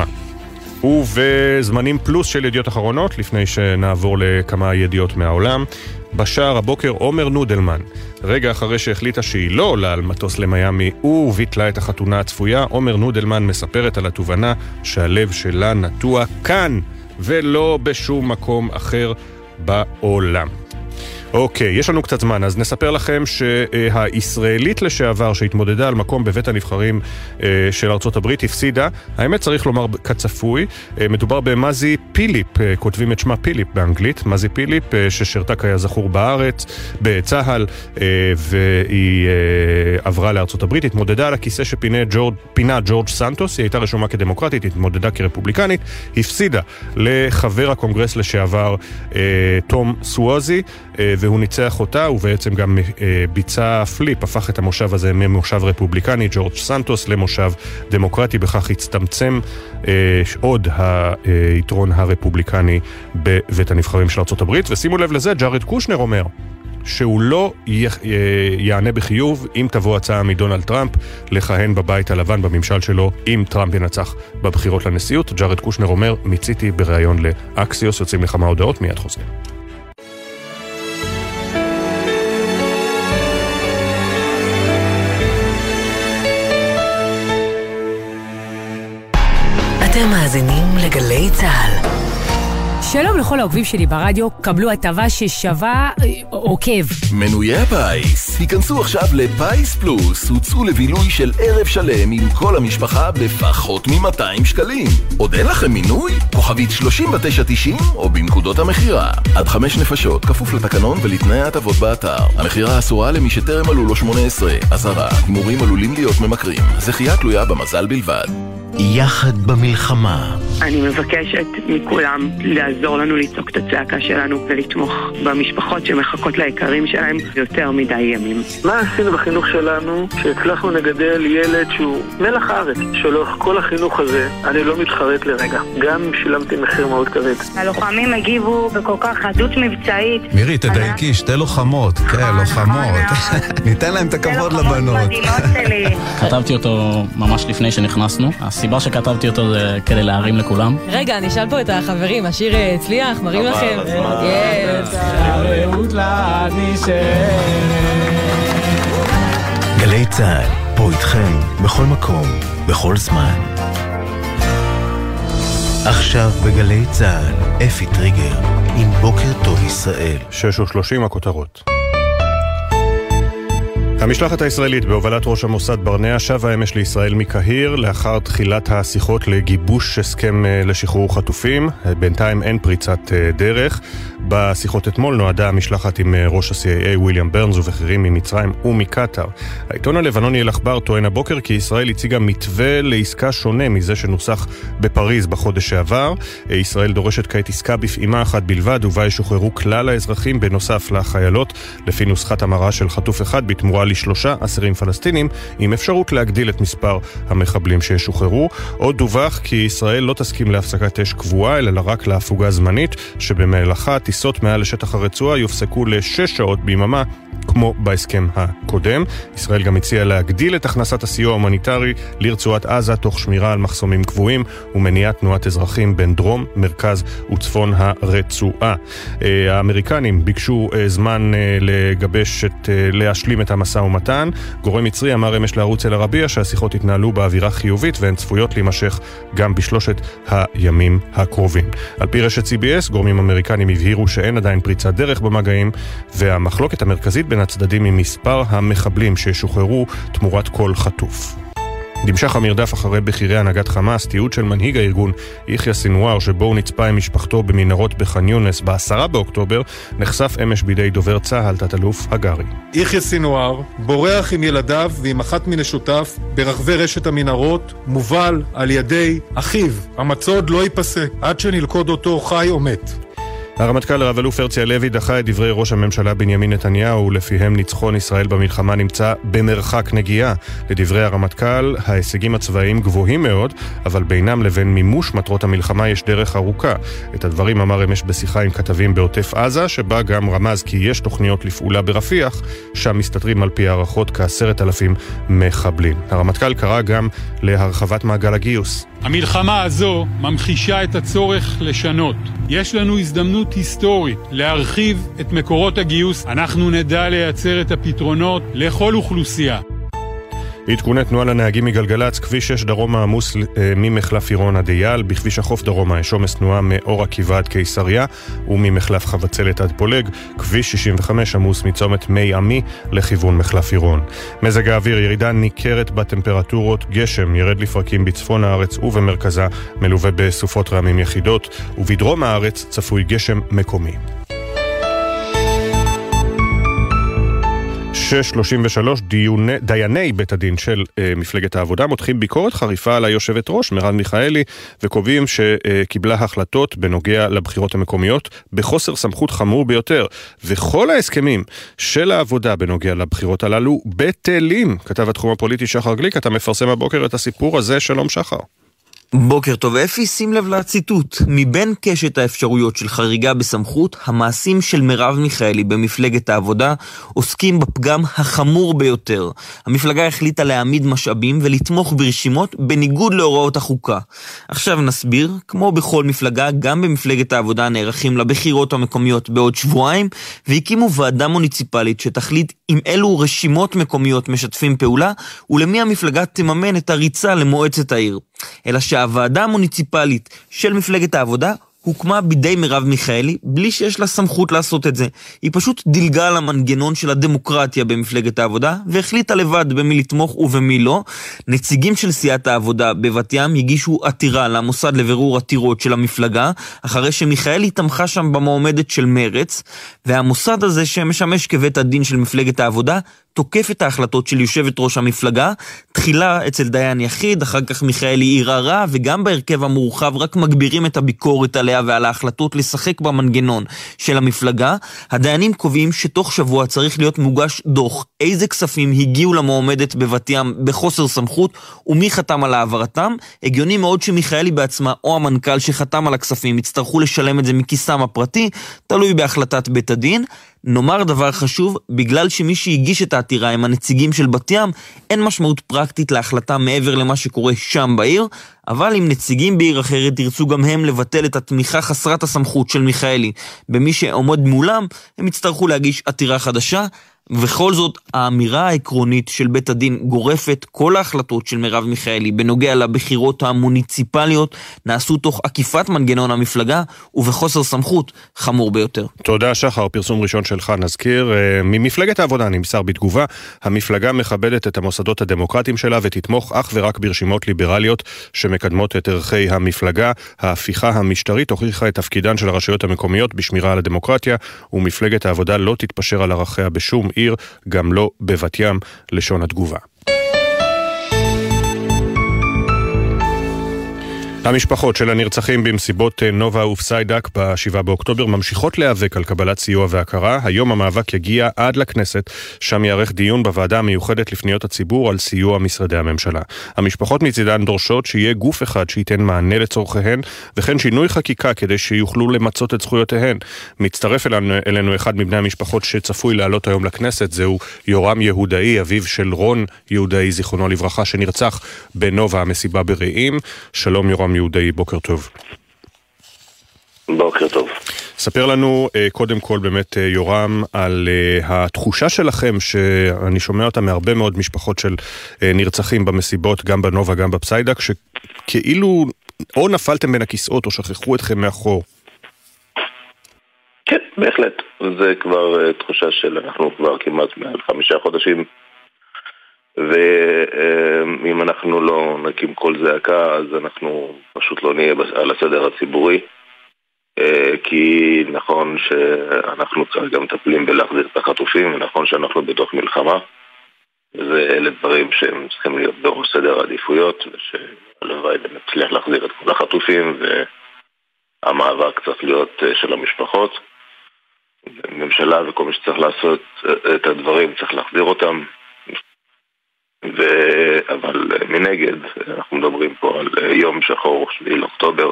ובזמנים פלוס של ידיעות אחרונות, לפני שנעבור לכמה ידיעות מהעולם. בשער הבוקר עומר נודלמן, רגע אחרי שהחליטה שהיא לא עולה על מטוס למיימי וביטלה את החתונה הצפויה, עומר נודלמן מספרת על התובנה שהלב שלה נטוע כאן ולא בשום מקום אחר בעולם. אוקיי, יש לנו קצת זמן, אז נספר לכם שהישראלית לשעבר שהתמודדה על מקום בבית הנבחרים של ארצות הברית הפסידה. האמת צריך לומר כצפוי, מדובר במזי פיליפ, כותבים את שמה פיליפ באנגלית, מזי פיליפ ששרתה כזכור בארץ, בצהל, והיא עברה לארצות הברית, התמודדה על הכיסא שפינה ג'ורג' סנטוס. היא הייתה רשומה כדמוקרטית, התמודדה כרפובליקנית, הפסידה לחבר הקונגרס לשעבר תום סווזי, והוא ניצח אותה, ובעצם גם ביצע פליפ, הפך את המושב הזה ממושב רפובליקני, ג'ורג' סנטוס, למושב דמוקרטי. בכך הצטמצם עוד היתרון הרפובליקני בבית הנבחרים של ארצות הברית. ושימו לב לזה, ג'ארד קושנר אומר שהוא לא יענה בחיוב אם תבוא הצעה מדונלד טראמפ לכהן בבית הלבן בממשל שלו אם טראמפ ינצח בבחירות לנשיאות. ג'ארד קושנר אומר, מיציתי בראיון לאקסיוס. יוצאים לכמה הודעות, מיד חוזרים. אתם מאזינים לגלי צהל. שלום לכל העוקבים שלי ברדיו, קבלו הטבה ששווה עוקב. מנויי הפיס, היכנסו עכשיו לפיס פלוס, הוצאו לבילוי של ערב שלם עם כל המשפחה בפחות מ-200 שקלים. עוד אין לכם מינוי? כוכבית 3990 או בנקודות המחירה. עד 5 נפשות, כפוף לתקנון ולתנאי ההטבות באתר. המחירה אסורה למי שטרם מלאו לו 18. אזהרה, הימורים עלולים להיות ממכרים. זכייה תלויה במזל בלבד. יחד במלחמה. אני מבקשת מכולם לעזור לנו לצעוק את הצעקה שלנו ולתמוך במשפחות שמחכות ליקרים שלהם יותר מדי ימים. מה עשינו בחינוך שלנו שהצלחנו לגדל ילד שהוא מלח הארץ? שלוח כל החינוך הזה, אני לא מתחרט לרגע. גם שילמתי מחיר מאוד כבד. הלוחמים הגיבו בכל כך חדות מבצעית. מירי, תדייקי, שתי לוחמות. כן, לוחמות. ניתן להם את הכבוד לבנות. כתבתי אותו ממש לפני שנכנסנו. הסיבה שכתבתי אותו זה כדי להרים לכולם. רגע, אני אשאל פה את החברים, השיר הצליח, מראים לכם. גלי צהל, פה איתכם, בכל מקום, בכל זמן. עכשיו בגלי צהל, אפי טריגר, עם בוקר טוב ישראל. 6:30 הכותרות. המשלחת הישראלית בהובלת ראש המוסד ברנע שבה אמש לישראל מקהיר לאחר תחילת השיחות לגיבוש הסכם לשחרור חטופים. בינתיים אין פריצת דרך. בשיחות אתמול נועדה המשלחת עם ראש ה-CIA וויליאם ברנס ובכירים ממצרים ומקטר. העיתון הלבנוני אל-אחבר טוען הבוקר כי ישראל הציגה מתווה לעסקה שונה מזה שנוסח בפריז בחודש שעבר. ישראל דורשת כעת עסקה בפעימה אחת בלבד ובה ישוחררו כלל האזרחים בנוסף לחיילות לפי נוסחת המרה של חטוף אחד בתמורה ל3 אסירים פלסטינים עם אפשרות להגדיל את מספר המחבלים שישוחררו. עוד דווח כי ישראל לא תסכים להפסקת אש קבועה אלא רק להפוגה זמנית שבמהלכה טיסות מעל לשטח הרצועה יופסקו ל6 שעות ביממה כמו בהסכם הקודם. ישראל גם הציעה להגדיל את הכנסת הסיוע ההומניטרי לרצועת עזה תוך שמירה על מחסומים קבועים ומניעת תנועת אזרחים בין דרום, מרכז וצפון הרצועה. האמריקנים ביקשו זמן להשלים את המשא ומתן. גורם מצרי אמר אמש לערוץ אל-ערבייה שהשיחות התנהלו באווירה חיובית והן צפויות להימשך גם בשלושת הימים הקרובים. על פי רשת CBS, גורמים אמריקנים הבהירו שאין עדיין פריצת דרך במגעים והמחלוקת המרכזית בין הצדדים עם מספר המחבלים שישוחררו תמורת כל חטוף. נמשך המרדף אחרי בכירי הנהגת חמאס, תיעוד של מנהיג הארגון יחיא סינואר שבו הוא נצפה עם משפחתו במנהרות בח'אן יונס ב10 באוקטובר נחשף אמש בידי דובר צה"ל תת-אלוף הגרי. יחיא סינואר בורח עם ילדיו ועם אחת מנשותיו ברחבי רשת המנהרות, מובל על ידי אחיו. המצוד לא ייפסק עד שנלכוד אותו חי או מת. הרמטכ"ל רב-אלוף הרצי הלוי דחה את דברי ראש הממשלה בנימין נתניהו לפיהם ניצחון ישראל במלחמה נמצא במרחק נגיעה. לדברי הרמטכ"ל ההישגים הצבאיים גבוהים מאוד, אבל בינם לבין מימוש מטרות המלחמה יש דרך ארוכה. את הדברים אמר אמש בשיחה עם כתבים בעוטף עזה, שבה גם רמז כי יש תוכניות לפעולה ברפיח, שם מסתתרים על פי הערכות כ10,000 מחבלים. הרמטכ"ל קרא גם להרחבת מעגל הגיוס. המלחמה הזו ממחישה את הצורך לשנות. יש לנו הזדמנות היסטורית להרחיב את מקורות הגיוס. אנחנו נדע לייצר את הפתרונות לכל אוכלוסייה. עדכוני תנועה לנהגים מגלגלץ, כביש 6 דרומה עמוס ממחלף עירון עד אייל, בכביש החוף דרומה יש עומס תנועה מאור עקיבא עד קיסריה וממחלף חבצלת עד פולג, כביש 65 עמוס מצומת מי עמי לכיוון מחלף עירון. מזג האוויר, ירידה ניכרת בטמפרטורות, גשם ירד לפרקים בצפון הארץ ובמרכזה, מלווה בסופות רעמים יחידות, ובדרום הארץ צפוי גשם מקומי. 6:33 דייני בית הדין של מפלגת העבודה מותחים ביקורת חריפה על היושבת ראש מרב מיכאלי וקובעים שקיבלה החלטות בנוגע לבחירות המקומיות בחוסר סמכות חמור ביותר, וכל ההסכמים של העבודה בנוגע לבחירות הללו בטלים. כתב התחום הפוליטי שחר גליק, אתה מפרסם הבוקר את הסיפור הזה. שלום שחר. בוקר טוב אפי, שים לב לציטוט. מבין קשת האפשרויות של חריגה בסמכות, המעשים של מרב מיכאלי במפלגת העבודה עוסקים בפגם החמור ביותר. המפלגה החליטה להעמיד משאבים ולתמוך ברשימות בניגוד להוראות החוקה. עכשיו נסביר, כמו בכל מפלגה, גם במפלגת העבודה נערכים לבחירות המקומיות בעוד שבועיים, והקימו ועדה מוניציפלית שתחליט עם אילו רשימות מקומיות משתפים פעולה, ולמי המפלגה תממן את הריצה למועצת העיר. אלא שהוועדה המוניציפלית של מפלגת העבודה הוקמה בידי מרב מיכאלי בלי שיש לה סמכות לעשות את זה. היא פשוט דילגה על המנגנון של הדמוקרטיה במפלגת העבודה והחליטה לבד במי לתמוך ובמי לא. נציגים של סיעת העבודה בבת ים הגישו עתירה למוסד לבירור עתירות של המפלגה אחרי שמיכאלי תמכה שם במועמדת של מרץ, והמוסד הזה שמשמש כבית הדין של מפלגת העבודה תוקף את ההחלטות של יושבת ראש המפלגה, תחילה אצל דיין יחיד, אחר כך מיכאלי ערערה, וגם בהרכב המורחב רק מגבירים את הביקורת עליה ועל ההחלטות לשחק במנגנון של המפלגה. הדיינים קובעים שתוך שבוע צריך להיות מוגש דוח איזה כספים הגיעו למועמדת בבת ים בחוסר סמכות ומי חתם על העברתם. הגיוני מאוד שמיכאלי בעצמה או המנכ"ל שחתם על הכספים יצטרכו לשלם את זה מכיסם הפרטי, תלוי בהחלטת בית הדין. נאמר דבר חשוב, בגלל שמי שהגיש את העתירה עם הנציגים של בת ים, אין משמעות פרקטית להחלטה מעבר למה שקורה שם בעיר, אבל אם נציגים בעיר אחרת ירצו גם הם לבטל את התמיכה חסרת הסמכות של מיכאלי במי שעומד מולם, הם יצטרכו להגיש עתירה חדשה. ובכל זאת, האמירה העקרונית של בית הדין גורפת, כל ההחלטות של מרב מיכאלי בנוגע לבחירות המוניציפליות נעשו תוך עקיפת מנגנון המפלגה ובחוסר סמכות חמור ביותר. תודה שחר, פרסום ראשון שלך נזכיר. ממפלגת העבודה נמסר בתגובה, המפלגה מכבדת את המוסדות הדמוקרטיים שלה ותתמוך אך ורק ברשימות ליברליות שמקדמות את ערכי המפלגה. ההפיכה המשטרית הוכיחה את תפקידן של הרשויות המקומיות בשמירה על הדמוקרטיה, ומפלגת העבודה לא תתפשר על ערכיה בשום עיר, גם לא בבת ים, לשון התגובה. המשפחות של הנרצחים במסיבות נובה ופסיידק ב-7 באוקטובר ממשיכות להיאבק על קבלת סיוע והכרה. היום המאבק יגיע עד לכנסת, שם יערך דיון בוועדה המיוחדת לפניות הציבור על סיוע משרדי הממשלה. המשפחות מצידן דורשות שיהיה גוף אחד שייתן מענה לצורכיהן, וכן שינוי חקיקה כדי שיוכלו למצות את זכויותיהן. מצטרף אלינו אחד מבני המשפחות שצפוי לעלות היום לכנסת, זהו יורם יהודאי, אביו של רון יהודאי, זיכרונו לברכה, שנרצח בנובה המסיבה ברעים. שלום יורם יהודאי, בוקר טוב. בוקר טוב. ספר לנו קודם כל באמת יורם על התחושה שלכם, שאני שומע אותה מהרבה מאוד משפחות של נרצחים במסיבות, גם בנובה גם בפסיידק, שכאילו או נפלתם בין הכיסאות או שכחו אתכם מאחור. כן, בהחלט. זה כבר תחושה של אנחנו כבר כמעט מעל 5 חודשים, ואם אנחנו לא נקים כל זעקה, אז אנחנו פשוט לא נהיה על הסדר הציבורי, כי נכון שאנחנו כרגע מטפלים בלהחזיר את החטופים, ונכון שאנחנו בתוך מלחמה, ואלה דברים שהם צריכים להיות בראש סדר העדיפויות, ושהלוואי ונצליח להחזיר את כל החטופים, והמאבק צריך להיות של המשפחות. ממשלה וכל מי שצריך לעשות את הדברים צריך להחזיר אותם, אבל מנגד אנחנו מדברים פה על יום שחור 7 לאוקטובר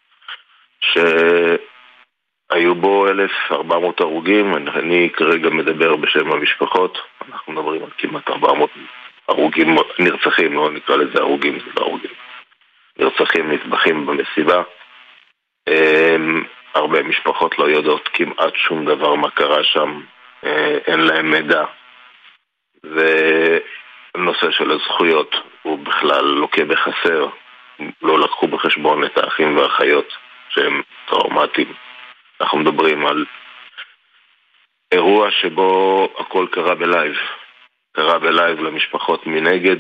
שהיו בו 1,400 הרוגים. אני כרגע מדבר בשם המשפחות, אנחנו מדברים על כמעט 400 הרוגים נרצחים, לא נקרא לזה הרוגים, זה לא הרוגים, נרצחים נטבחים במסיבה. הרבה משפחות לא יודעות כמעט שום דבר מה קרה שם, אין להם מידע, והנושא של הזכויות הוא בכלל לוקה בחסר. לא לקחו בחשבון את האחים והאחיות שהם טראומטיים. אנחנו מדברים על אירוע שבו הכל קרה בלייב, קרה בלייב למשפחות מנגד,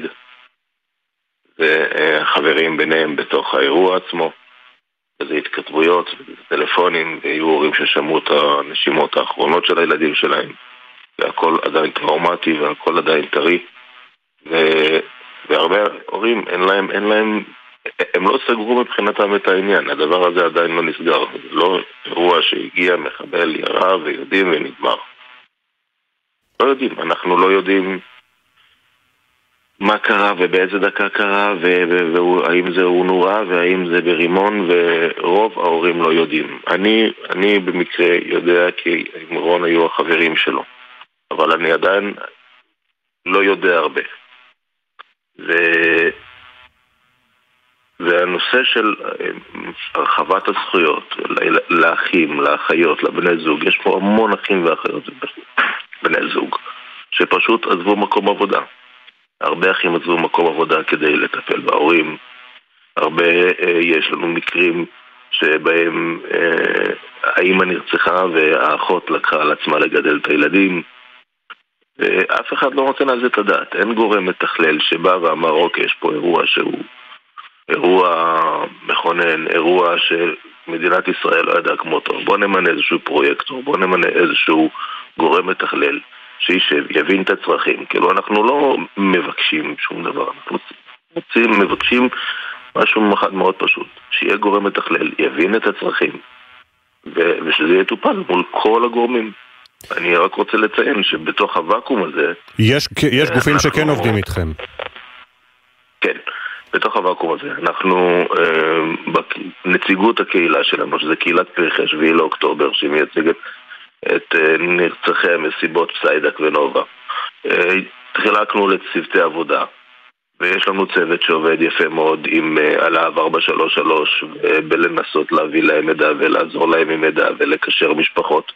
וחברים ביניהם בתוך האירוע עצמו, וזה התכתבויות וטלפונים, והיו הורים ששמעו את הנשימות האחרונות של הילדים שלהם, והכל עדיין טראומטי והכל עדיין טרי, והרבה הורים אין להם, הם לא סגרו מבחינתם את העניין, הדבר הזה עדיין לא נסגר, זה לא אירוע שהגיע, מחבל, ירה ויודעים ונגמר. לא יודעים, אנחנו לא יודעים מה קרה ובאיזה דקה קרה, והאם זה הוא נורא והאם זה ברימון, ורוב ההורים לא יודעים. אני במקרה יודע כי עם רון היו החברים שלו, אבל אני עדיין לא יודע הרבה. והנושא של הרחבת הזכויות לאחים, לאחיות, לבני זוג, יש פה המון אחים ואחיות בני זוג שפשוט עזבו מקום עבודה. הרבה אחים עזבו מקום עבודה כדי לטפל בהורים. הרבה יש לנו מקרים שבהם האמא נרצחה והאחות לקחה על עצמה לגדל את הילדים. ואף אחד לא רוצה על זה את הדעת. אין גורם מתכלל שבא ואמר, אוקיי, יש פה אירוע שהוא אירוע מכונן, אירוע שמדינת ישראל לא ידעה כמותו. בוא נמנה איזשהו פרויקטור, בוא נמנה איזשהו גורם מתכלל שישב, יבין את הצרכים. כאילו אנחנו לא מבקשים שום דבר, אנחנו מבקשים משהו אחד מאוד פשוט, שיהיה גורם מתכלל, יבין את הצרכים ושזה יטופל מול כל הגורמים. אני רק רוצה לציין שבתוך הוואקום הזה יש גופים שכן עובדים איתכם. כן, בתוך הוואקום הזה אנחנו בנציגות הקהילה שלנו, שזה קהילת פרחי 7 לאוקטובר, שהיא מייצגת את נרצחי המסיבות פסיידק ונובה. חילקנו לצוותי עבודה, ויש לנו צוות שעובד יפה מאוד עם הלהב 433 בלנסות להביא להם מידע ולעזור להם עם מידע ולקשר משפחות,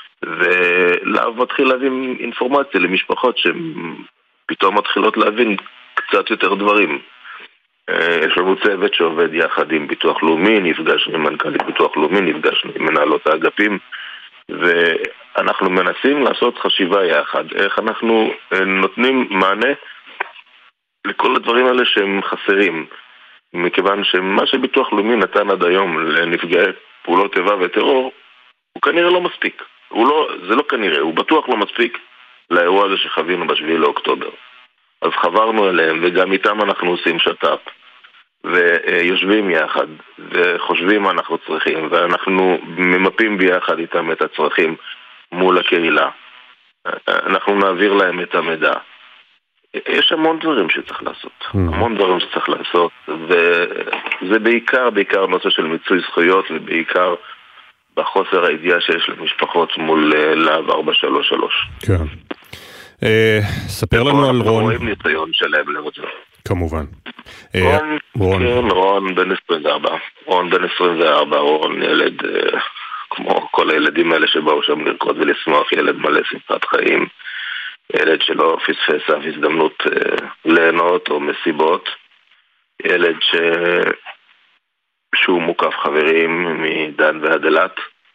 ולהב מתחיל להביא אינפורמציה למשפחות שפתאום מתחילות להבין קצת יותר דברים. יש לנו צוות שעובד יחד עם ביטוח לאומי, נפגשנו עם מנכ"לית ביטוח לאומי, נפגשנו עם מנהלות האגפים, ואנחנו מנסים לעשות חשיבה יחד, איך אנחנו נותנים מענה לכל הדברים האלה שהם חסרים, מכיוון שמה שביטוח לאומי נתן עד היום לנפגעי פעולות איבה וטרור, הוא כנראה לא מספיק. זה לא כנראה, הוא בטוח לא מספיק לאירוע הזה שחווינו ב7 לאוקטובר. אז חברנו אליהם, וגם איתם אנחנו עושים שטאפ, ויושבים יחד, וחושבים מה אנחנו צריכים, ואנחנו ממפים ביחד איתם את הצרכים מול הקהילה. אנחנו נעביר להם את המידע. יש המון דברים שצריך לעשות, המון דברים שצריך לעשות, וזה בעיקר נושא של מיצוי זכויות, ובעיקר בחוסר הידיעה שיש למשפחות מול להב 433. כן. ספר לנו על רון. רואים ניסיון שלהם לבצע. כמובן. רון בן 24. רון ילד כמו כל הילדים האלה שבאו שם לרקוד ולשמוח, ילד מלא שמחת חיים. ילד שלא פספס אף הזדמנות ליהנות או מסיבות. ילד שהוא מוקף חברים מדן ועד אילת.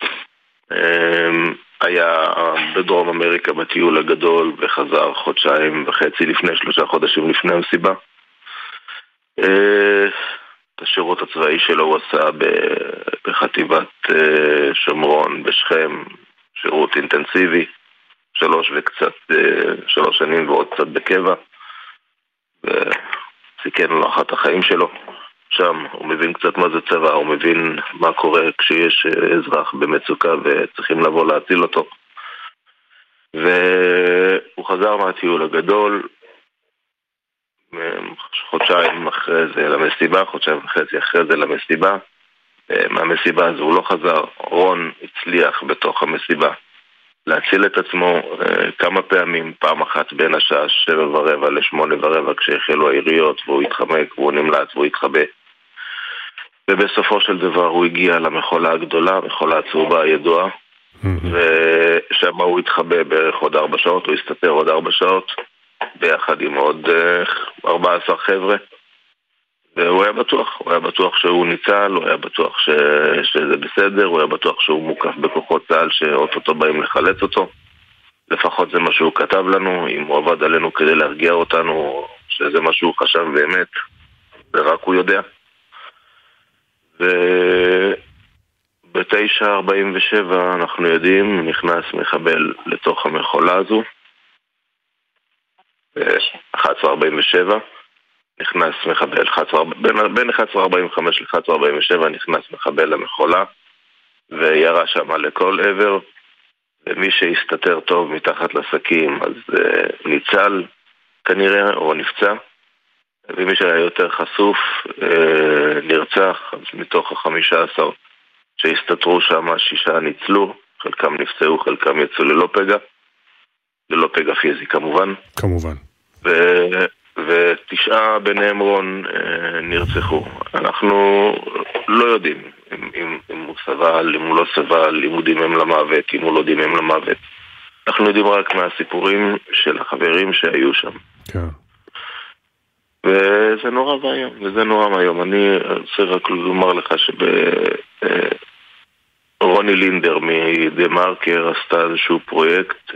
היה בדרום אמריקה בטיול הגדול וחזר 1.5 לפני 3 חודשים לפני המסיבה. את השירות הצבאי שלו הוא עשה בחטיבת שומרון בשכם, שירות אינטנסיבי, 3 שנים ועוד קצת בקבע, וסיכן לו אחת החיים שלו. שם הוא מבין קצת מה זה צבא, הוא מבין מה קורה כשיש אזרח במצוקה וצריכים לבוא להציל אותו. והוא חזר מהטיול הגדול 1.5 אחרי זה למסיבה, 1.5 אחרי זה למסיבה. מהמסיבה הזו הוא לא חזר. רון הצליח בתוך המסיבה להציל את עצמו כמה פעמים, פעם אחת בין השעה 7:15 ל8:15 כשהחלו העיריות, והוא התחמק והוא נמלץ והוא התחבא, ובסופו של דבר הוא הגיע למחולה הגדולה, מחולה הצהובה הידועה, ושם הוא התחבא בערך עוד 4 שעות, הוא הסתתר עוד 4 שעות ביחד עם עוד 14 חבר'ה, והוא היה בטוח שהוא ניצל, הוא היה בטוח שזה בסדר, הוא היה בטוח שהוא מוקף בכוחות צה"ל שאוטוטו באים לחלץ אותו. לפחות זה מה שהוא כתב לנו, אם הוא עבד עלינו כדי להרגיע אותנו, שזה מה שהוא חשב באמת, ורק הוא יודע. וב-9:47 אנחנו יודעים, נכנס מחבל לתוך המחולה הזו. ב-11:47 נכנס מחבל, בין 11:45 ל-11:47 נכנס מחבל למחולה, וירה שם לכל עבר, ומי שהסתתר טוב מתחת לסכים אז ניצל כנראה או נפצע, ומי שהיה יותר חשוף נרצח. אז מתוך 15 שהסתתרו שם 6 ניצלו, חלקם נפצעו, חלקם יצאו ללא פגע פיזי כמובן. ו9 ביניהם רון נרצחו. אנחנו לא יודעים אם הוא סבל, אם הוא לא סבל, אם הוא דימם למוות, אם הוא לא דימם למוות. אנחנו יודעים רק מהסיפורים של החברים שהיו שם. כן. וזה נורא ואיום, וזה נורא ואיום. אני רוצה רק לומר לך רוני לינדר מדה מרקר עשתה איזשהו פרויקט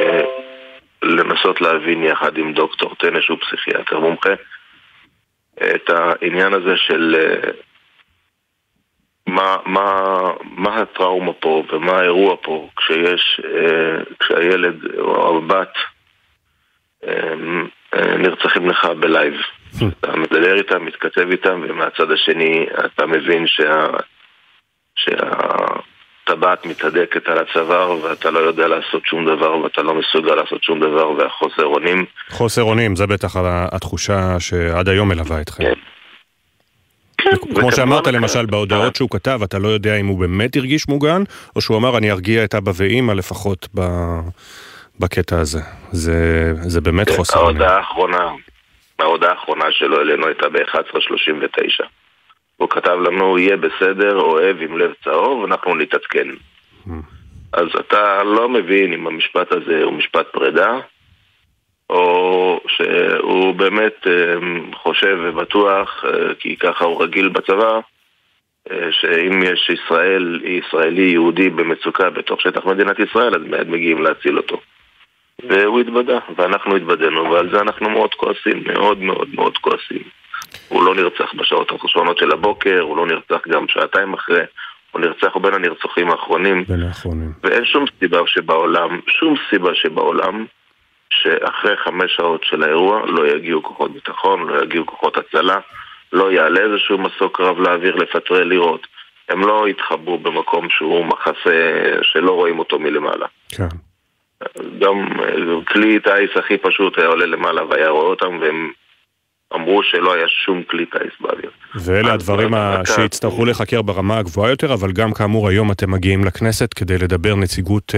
לנסות להבין יחד עם דוקטור טנא שהוא פסיכיאטר מומחה את העניין הזה של מה הטראומה פה ומה האירוע פה כשהילד או הבת נרצחים לך בלייב. אתה מדבר איתם, מתכתב איתם, ומהצד השני אתה מבין שהטבעת מתהדקת על הצוואר ואתה לא יודע לעשות שום דבר ואתה לא מסוגל לעשות שום דבר, והחוסר אונים. חוסר אונים, זה בטח התחושה שעד היום מלווה אתכם. כמו שאמרת למשל בהודעות שהוא כתב, אתה לא יודע אם הוא באמת הרגיש מוגן, או שהוא אמר אני ארגיע את אבא ואמא לפחות בקטע הזה. זה באמת חוסר אונים. ההודעה האחרונה שלו אלינו הייתה ב-11:39. הוא כתב לנו, יהיה בסדר, אוהב עם לב צהוב, אנחנו נתעדכן. אז אתה לא מבין אם המשפט הזה הוא משפט פרידה, או שהוא באמת חושב ובטוח, כי ככה הוא רגיל בצבא, שאם יש ישראלי יהודי במצוקה בתוך שטח מדינת ישראל, אז מיד מגיעים להציל אותו. והוא התבדה, ואנחנו התבדנו, ועל זה אנחנו מאוד כועסים, מאוד מאוד מאוד כועסים. הוא לא נרצח בשעות הראשונות של הבוקר, הוא לא נרצח גם שעתיים אחרי, הוא נרצח בין הנרצחים האחרונים. ואין שום סיבה שבעולם, שאחרי 5 שעות של האירוע לא יגיעו כוחות ביטחון, לא יגיעו כוחות הצלה, לא יעלה איזשהו מסוק קרב לאוויר לפטרי לירות. הם לא יתחבאו במקום שהוא מחסה שלא רואים אותו מלמעלה. כן. גם כלי טייס הכי פשוט היה עולה למעלה והיה רואה אותם, והם אמרו שלא היה שום כלי טייס באוויר. ואלה הדברים שהצטרכו לחקר ברמה הגבוהה יותר, אבל גם כאמור היום אתם מגיעים לכנסת כדי לדבר נציגות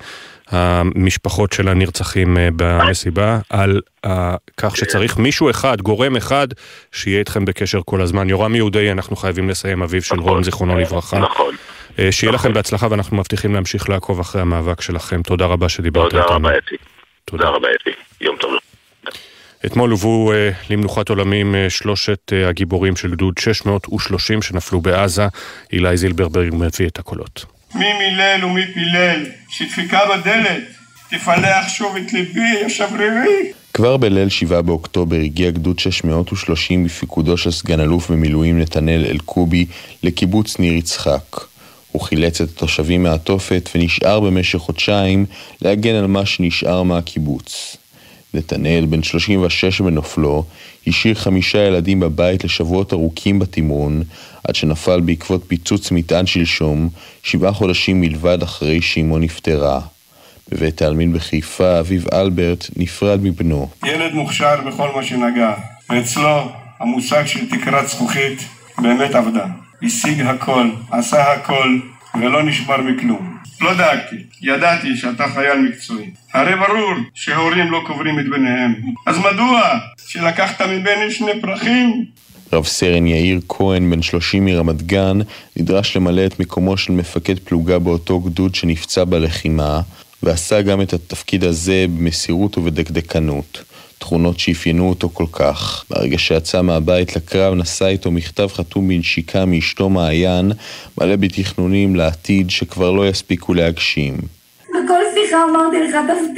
המשפחות של הנרצחים במסיבה, על כך שצריך מישהו אחד, גורם אחד, שיהיה איתכם בקשר כל הזמן. יורם יהודי, אנחנו חייבים לסיים, אביו של רון, זיכרונו לברכה. נכון. שיהיה לכם בהצלחה, ואנחנו מבטיחים להמשיך לעקוב אחרי המאבק שלכם. תודה רבה שדיברת איתנו. תודה רבה אתי. תודה רבה אתי. יום טוב. אתמול הובאו למנוחת עולמים 3 הגיבורים של גדוד 630 שנפלו בעזה. אילי זילברברג מביא את הקולות. מי מילל ומי פילל, שדפיקה בדלת, תפלח שוב את ליבי, השברירי. כבר בליל 7 באוקטובר הגיע גדוד 630 בפיקודו של סגן אלוף במילואים נתנאל אלקובי לקיבוץ ניר יצחק. הוא חילץ את התושבים מהתופת ונשאר במשך חודשיים להגן על מה שנשאר מהקיבוץ. נתנאל, בן 36 בנופלו, השאיר 5 ילדים בבית לשבועות ארוכים בתמרון, עד שנפל בעקבות פיצוץ מטען שלשום, 7 חודשים מלבד אחרי שאמו נפטרה. בבית העלמין בחיפה, אביו אלברט נפרד מבנו. ילד מוכשר בכל מה שנגע, ואצלו המושג של תקרת זכוכית באמת עבדה. השיג הכל, עשה הכל, ולא נשבר מכלום. לא דאגתי, ידעתי שאתה חייל מקצועי. הרי ברור שהורים לא קוברים את בניהם. אז מדוע שלקחת מבני 2 פרחים? רב סרן יאיר כהן, בן 30 מרמת גן, נדרש למלא את מקומו של מפקד פלוגה באותו גדוד שנפצע בלחימה, ועשה גם את התפקיד הזה במסירות ובדקדקנות. תכונות שאפיינו אותו כל כך. ברגע שיצא מהבית לקרב נשא איתו מכתב חתום בנשיקה מאשתו מעיין, מלא בתכנונים לעתיד שכבר לא יספיקו להגשים. בכל שיחה אמרתי לך,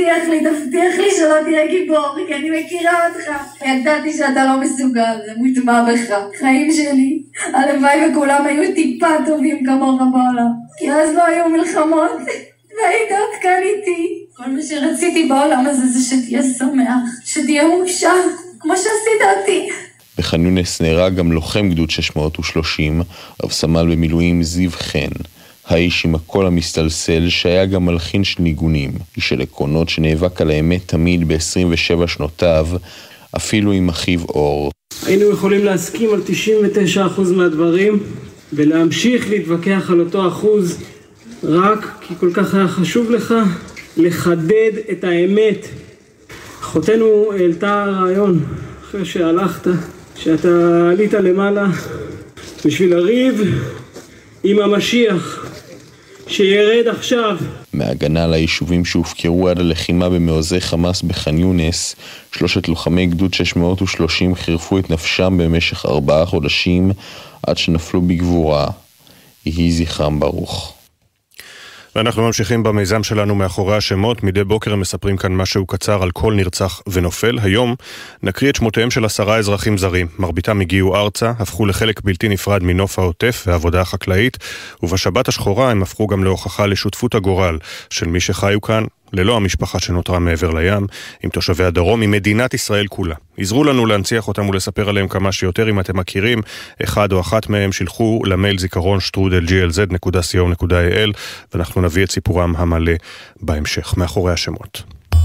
תבטיח לי שלא תהיה גיבור, כי אני מכירה אותך. ידעתי שאתה לא מסוגל, זה מוטמע בך. חיים שלי, הלוואי וכולם היו טיפה טובים כמוך בעולם. כי אז לא היו מלחמות, והיית עוד כאן איתי. כל מה שרציתי בעולם הזה זה שתהיה שמח, שתהיה מאושר, כמו שעשית אותי. בח'אן יונס נהרג גם לוחם גדוד 630, רב סמל במילואים זיו חן. האיש עם הקול המסתלסל שהיה גם מלחין של ניגונים, איש של עקרונות שנאבק על האמת תמיד ב-27 שנותיו, אפילו עם אחיו אור. היינו יכולים להסכים על 99% מהדברים, ולהמשיך להתווכח על אותו אחוז, רק כי כל כך היה חשוב לך לחדד את האמת. אחותנו העלתה רעיון, אחרי שהלכת, שאתה עלית למעלה בשביל לריב עם המשיח שירד עכשיו. מהגנה על היישובים שהופקרו עד הלחימה במעוזי חמאס בח'אן יונס, 3 לוחמי גדוד 630 חירפו את נפשם במשך 4 חודשים עד שנפלו בגבורה. יהי זכרם ברוך. ואנחנו ממשיכים במיזם שלנו מאחורי השמות. מדי בוקר הם מספרים כאן משהו קצר על כל נרצח ונופל. היום נקריא את שמותיהם של 10 אזרחים זרים. מרביתם הגיעו ארצה, הפכו לחלק בלתי נפרד מנוף העוטף והעבודה החקלאית, ובשבת השחורה הם הפכו גם להוכחה לשותפות הגורל של מי שחיו כאן, ללא המשפחה שנותרה מעבר לים, עם תושבי הדרום, עם מדינת ישראל כולה. עזרו לנו להנציח אותם ולספר עליהם כמה שיותר. אם אתם מכירים אחד או אחת מהם, שילחו למייל זיכרון @glz.co.il ואנחנו נביא את סיפורם המלא בהמשך. מאחורי השמות.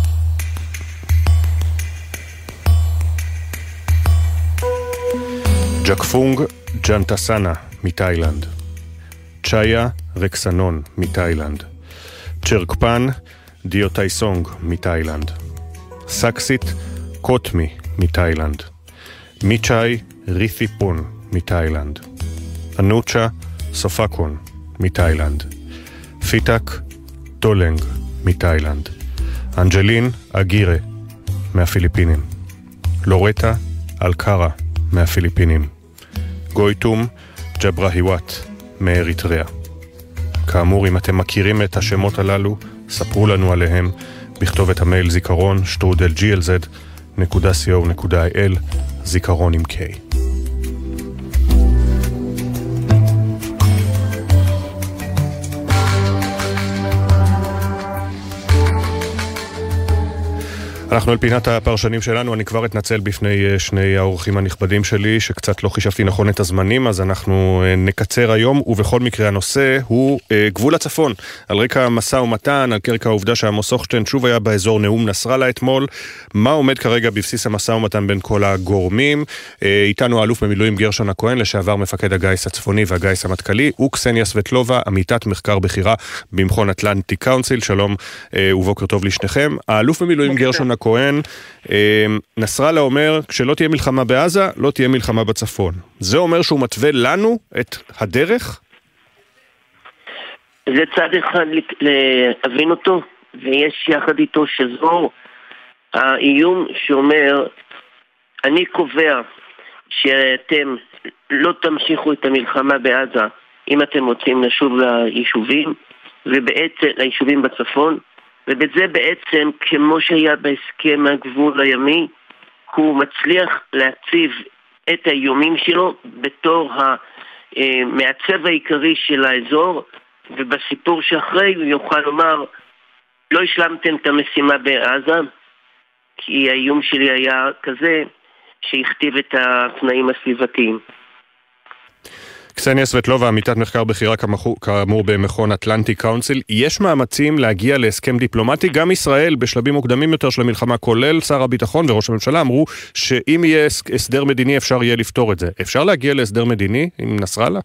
ג'קפונג ג'נטסנה מתאילנד, צ'איה רקסנון מתאילנד, צ'רקפן דיוטייסונג מתאילנד, סקסית קוטמי מתאילנד, מיצ'אי רית'יפון מתאילנד, אנוצ'ה סופקון מתאילנד, פיטק טולנג מתאילנד, אנג'לין אגירה מהפיליפינים, לורטה אלקרה מהפיליפינים, גויטום ג'בראהיוואט מאריתריאה. כאמור, אם אתם מכירים את השמות הללו, ספרו לנו עליהם בכתובת המייל זיכרון @glz.co.il, זיכרון עם K. אנחנו על פינת הפרשנים שלנו. אני כבר אתנצל בפני שני האורחים הנכבדים שלי שקצת לא חישבתי נכון את הזמנים, אז אנחנו נקצר היום. ובכל מקרה הנושא הוא גבול הצפון, על רקע משא ומתן, על קרקע העובדה שעמוס הוכשטיין שוב היה באזור נאום נסראללה אתמול. מה עומד כרגע בבסיס המשא ומתן בין כל הגורמים? איתנו האלוף במילואים גרשון הכהן, לשעבר מפקד הגיס הצפוני והגיס המטכ"לי, וקסניה סבטלובה, עמיתת מחקר בכירה במכון אטלנטיק קאונסיל. שלום ובוקר טוב לשניכם. האלוף במילואים גרשון הכהן, נסראללה אומר, כשלא תהיה מלחמה בעזה, לא תהיה מלחמה בצפון. זה אומר שהוא מתווה לנו את הדרך? זה צד אחד להבין אותו, ויש יחד איתו שזור האיום שאומר, אני קובע שאתם לא תמשיכו את המלחמה בעזה אם אתם רוצים לשוב ליישובים, ובעצם ליישובים בצפון, ובזה בעצם, כמו שהיה בהסכם הגבול הימי, הוא מצליח להציב את האיומים שלו בתור המעצב העיקרי של האזור, ובסיפור שאחרי הוא יוכל לומר, לא השלמתם את המשימה בעזה, כי האיום שלי היה כזה שהכתיב את התנאים הסביבתיים. קסניה סבטלובה, עמיתת מחקר בכירה כאמור במכון אטלנטיק קאונסיל. יש מאמצים להגיע להסכם דיפלומטי. גם ישראל בשלבים מוקדמים יותר של המלחמה, כולל שר הביטחון וראש הממשלה, אמרו שאם יהיה הסדר מדיני אפשר יהיה לפתור את זה. אפשר להגיע להסדר מדיני עם נסראללה?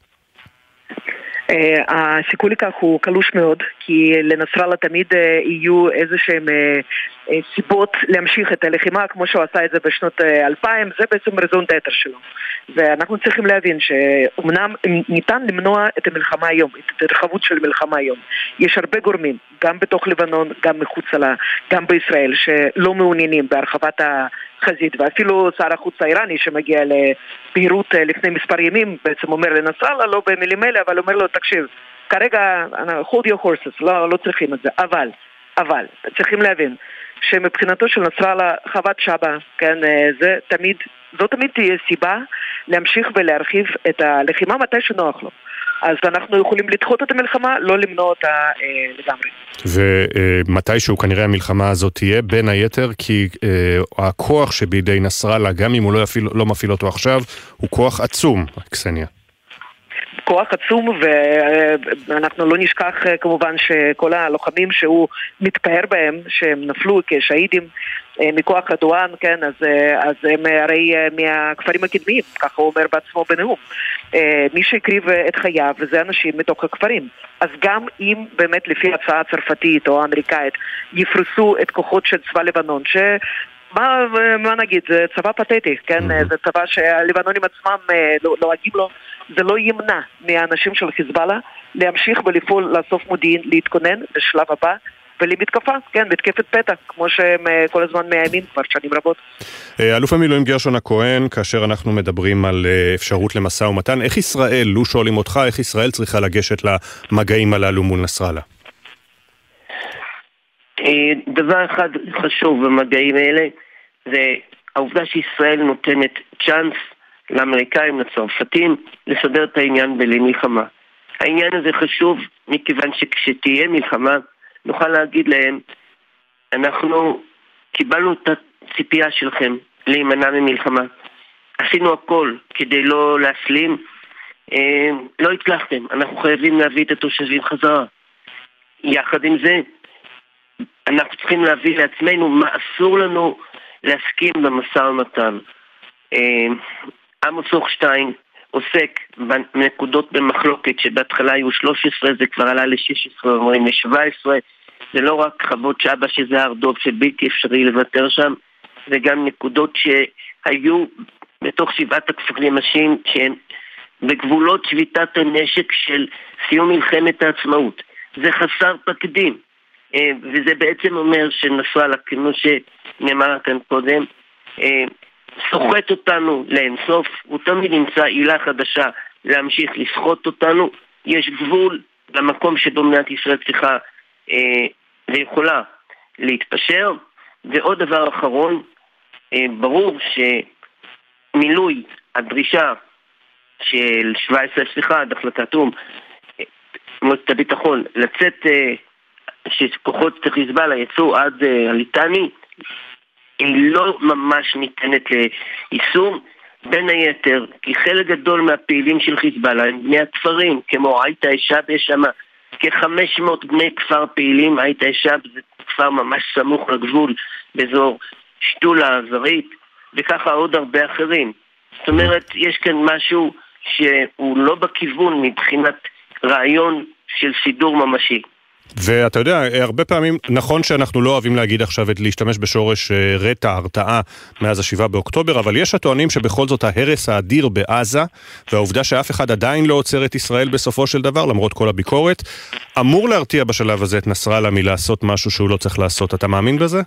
הסיכוי לכך הוא קלוש מאוד, כי לנסראללה תמיד יהיו איזשהם סיבות להמשיך את הלחימה כמו שהוא עשה את זה בשנות 2000, זה בעצם רזון דאטר שלו. ואנחנו צריכים להבין שאומנם ניתן למנוע את המלחמה היום, את הרחבות של מלחמה היום. יש הרבה גורמים, גם בתוך לבנון, גם מחוץ לה, גם בישראל, שלא מעוניינים בהרחבת החזית, ואפילו שר החוץ האיראני שמגיע לביירות לפני מספר ימים, בעצם אומר לנסראללה, לא במילים אלה, אבל אומר לו, תקשיב, כרגע, hold your horses, לא צריכים את זה, אבל, צריכים להבין, שמבחינתו של נסראללה חוות שבה, כן, זו תמיד תהיה סיבה להמשיך ולהרחיב את הלחימה מתי שנוח לו. אז אנחנו יכולים לדחות את המלחמה, לא למנוע אותה לגמרי. ומתישהו כנראה המלחמה הזאת תהיה, בין היתר, כי הכוח שבידי נסראללה, גם אם הוא לא מפעיל אותו עכשיו, הוא כוח עצום, קסניה. כוח עצום, ואנחנו לא נשכח כמובן שכל הלוחמים שהוא מתפאר בהם, שהם נפלו כשהידים מכוח הדואן, כן, אז הם הרי מהכפרים הקדמיים, ככה הוא אומר בעצמו בנאום. מי שהקריב את חייו, זה אנשים מתוך הכפרים. אז גם אם באמת לפי הצעה הצרפתית או האמריקאית יפרסו את כוחות של צבא לבנון, מה נגיד, זה צבא פתטי, כן? זה צבא שהלבנונים עצמם לועגים לו. זה לא ימנע מהאנשים של חיזבאללה להמשיך ולפעול, לאסוף מודיעין, להתכונן לשלב הבא ולמתקפה, כן, מתקפת פתע, כמו שהם כל הזמן מאיימים כבר שנים רבות. אלוף המילואים גרשון הכהן, כאשר אנחנו מדברים על אפשרות למשא ומתן, איך ישראל, לו שואלים אותך, איך ישראל צריכה לגשת למגעים הללו מול נסראללה? דבר אחד חשוב במגעים האלה, זה העובדה שישראל נותנת צ'אנס לאמריקאים, לצרפתים, לסדר את העניין בלי מלחמה. העניין הזה חשוב מכיוון שכשתהיה מלחמה, נוכל להגיד להם, אנחנו קיבלנו את הציפייה שלכם להימנע ממלחמה. עשינו הכל כדי לא להסלים, לא הצלחתם, אנחנו חייבים להביא את התושבים חזרה. יחד עם זה, אנחנו צריכים להביא לעצמנו מה אסור לנו להסכים במשא ומתן. עמוס הוכשטיין עוסק בנקודות במחלוקת שבהתחלה היו 13, זה כבר עלה ל-16, אומרים ל-17, זה לא רק חוות שבא שזה הרדוב שבלתי אפשרי לוותר שם, זה גם נקודות שהיו בתוך 7 הכפרים השיעים שהן בגבולות שביתת הנשק של סיום מלחמת העצמאות. זה חסר תקדים, וזה בעצם אומר שנסראללה, כמו שנאמר כאן קודם, סוחט אותנו לאינסוף, הוא תמיד נמצא עילה חדשה להמשיך לסחוט אותנו. יש גבול למקום שבו מדינת ישראל צריכה ויכולה להתפשר. ועוד דבר אחרון, ברור שמילוי הדרישה של 17, עד החלטת או"ם, מועצת הביטחון, לצאת, שכוחות חיזבאללה יצאו עד הליטני, היא לא ממש ניתנת ליישום, בין היתר, כי חלק גדול מהפעילים של חיזבאללה הם בני הכפרים, כמו הייתה אשב, יש שם כ-500 בני כפר פעילים. הייתה אשב זה כפר ממש סמוך לגבול, באזור שתולה, זרית, וככה עוד הרבה אחרים. זאת אומרת, יש כאן משהו שהוא לא בכיוון מבחינת רעיון של סידור ממשי. ואתה יודע, הרבה פעמים, נכון שאנחנו לא אוהבים להגיד עכשיו להשתמש בשורש רטע, הרתעה מאז 7 באוקטובר, אבל יש הטוענים שבכל זאת ההרס האדיר בעזה, והעובדה שאף אחד עדיין לא עוצר את ישראל בסופו של דבר, למרות כל הביקורת, אמור להרתיע בשלב הזה את נסראללה מלעשות משהו שהוא לא צריך לעשות. אתה מאמין בזה?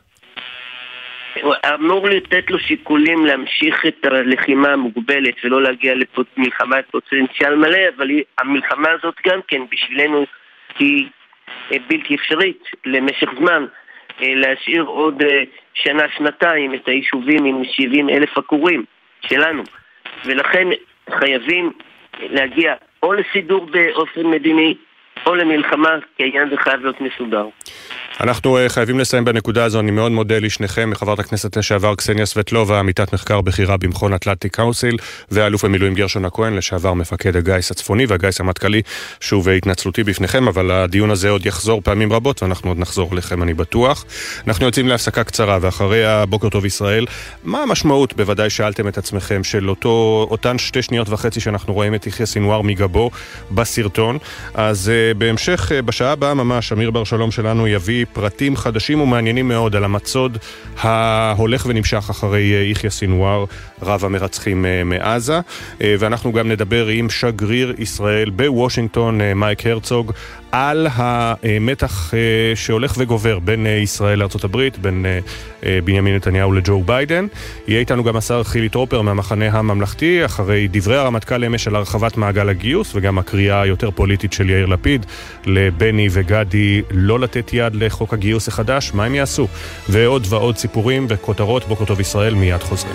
אמור לתת לו שיקולים להמשיך את הלחימה המוגבלת ולא להגיע למלחמה פוטנציאל מלא, אבל המלחמה הזאת גם כן בשבילנו היא בלתי אפשרית למשך זמן, להשאיר עוד שנה, שנתיים את היישובים עם 70,000 עקורים שלנו, ולכן חייבים להגיע או לסידור באופן מדיני או למלחמה, כי העניין זה חייב להיות מסודר. אנחנו חייבים לסיים בנקודה הזו. אני מאוד מודה לשניכם, חברת הכנסת לשעבר קסניה סבטלובה, עמיתת מחקר בכירה במכון אטלנטיק קאוסיל, ואלוף המילואים גרשון הכהן, לשעבר מפקד הגיס הצפוני והגיס המטכ"לי. שוב התנצלותי בפניכם, אבל הדיון הזה עוד יחזור פעמים רבות, ואנחנו עוד נחזור לכם, אני בטוח. אנחנו יוצאים להפסקה קצרה, ואחרי הבוקר טוב ישראל, מה המשמעות, בוודאי שאלתם את עצמכם, של אותן 2.5 שניות שאנחנו רואים את יחיא סינואר מגבו בסרטון. אז בהמשך, בשעה הבאה ממש, אמיר בר שלום שלנו יביא פרטים חדשים ומעניינים מאוד על המצוד ההולך ונמשך אחרי יחיא סינואר, רב המרצחים מעזה, ואנחנו גם נדבר עם שגריר ישראל בוושינגטון, מייק הרצוג, על המתח שהולך וגובר בין ישראל לארצות הברית, בין בנימין נתניהו לג'ו ביידן. יהיה איתנו גם השר חילי טרופר מהמחנה הממלכתי, אחרי דברי הרמטכ"ל אמש על הרחבת מעגל הגיוס, וגם הקריאה היותר פוליטית של יאיר לפיד לבני וגדי לא לתת יד לחוק הגיוס החדש. מה הם יעשו? ועוד ועוד סיפורים וכותרות. בוקר טוב ישראל, מיד חוזרים.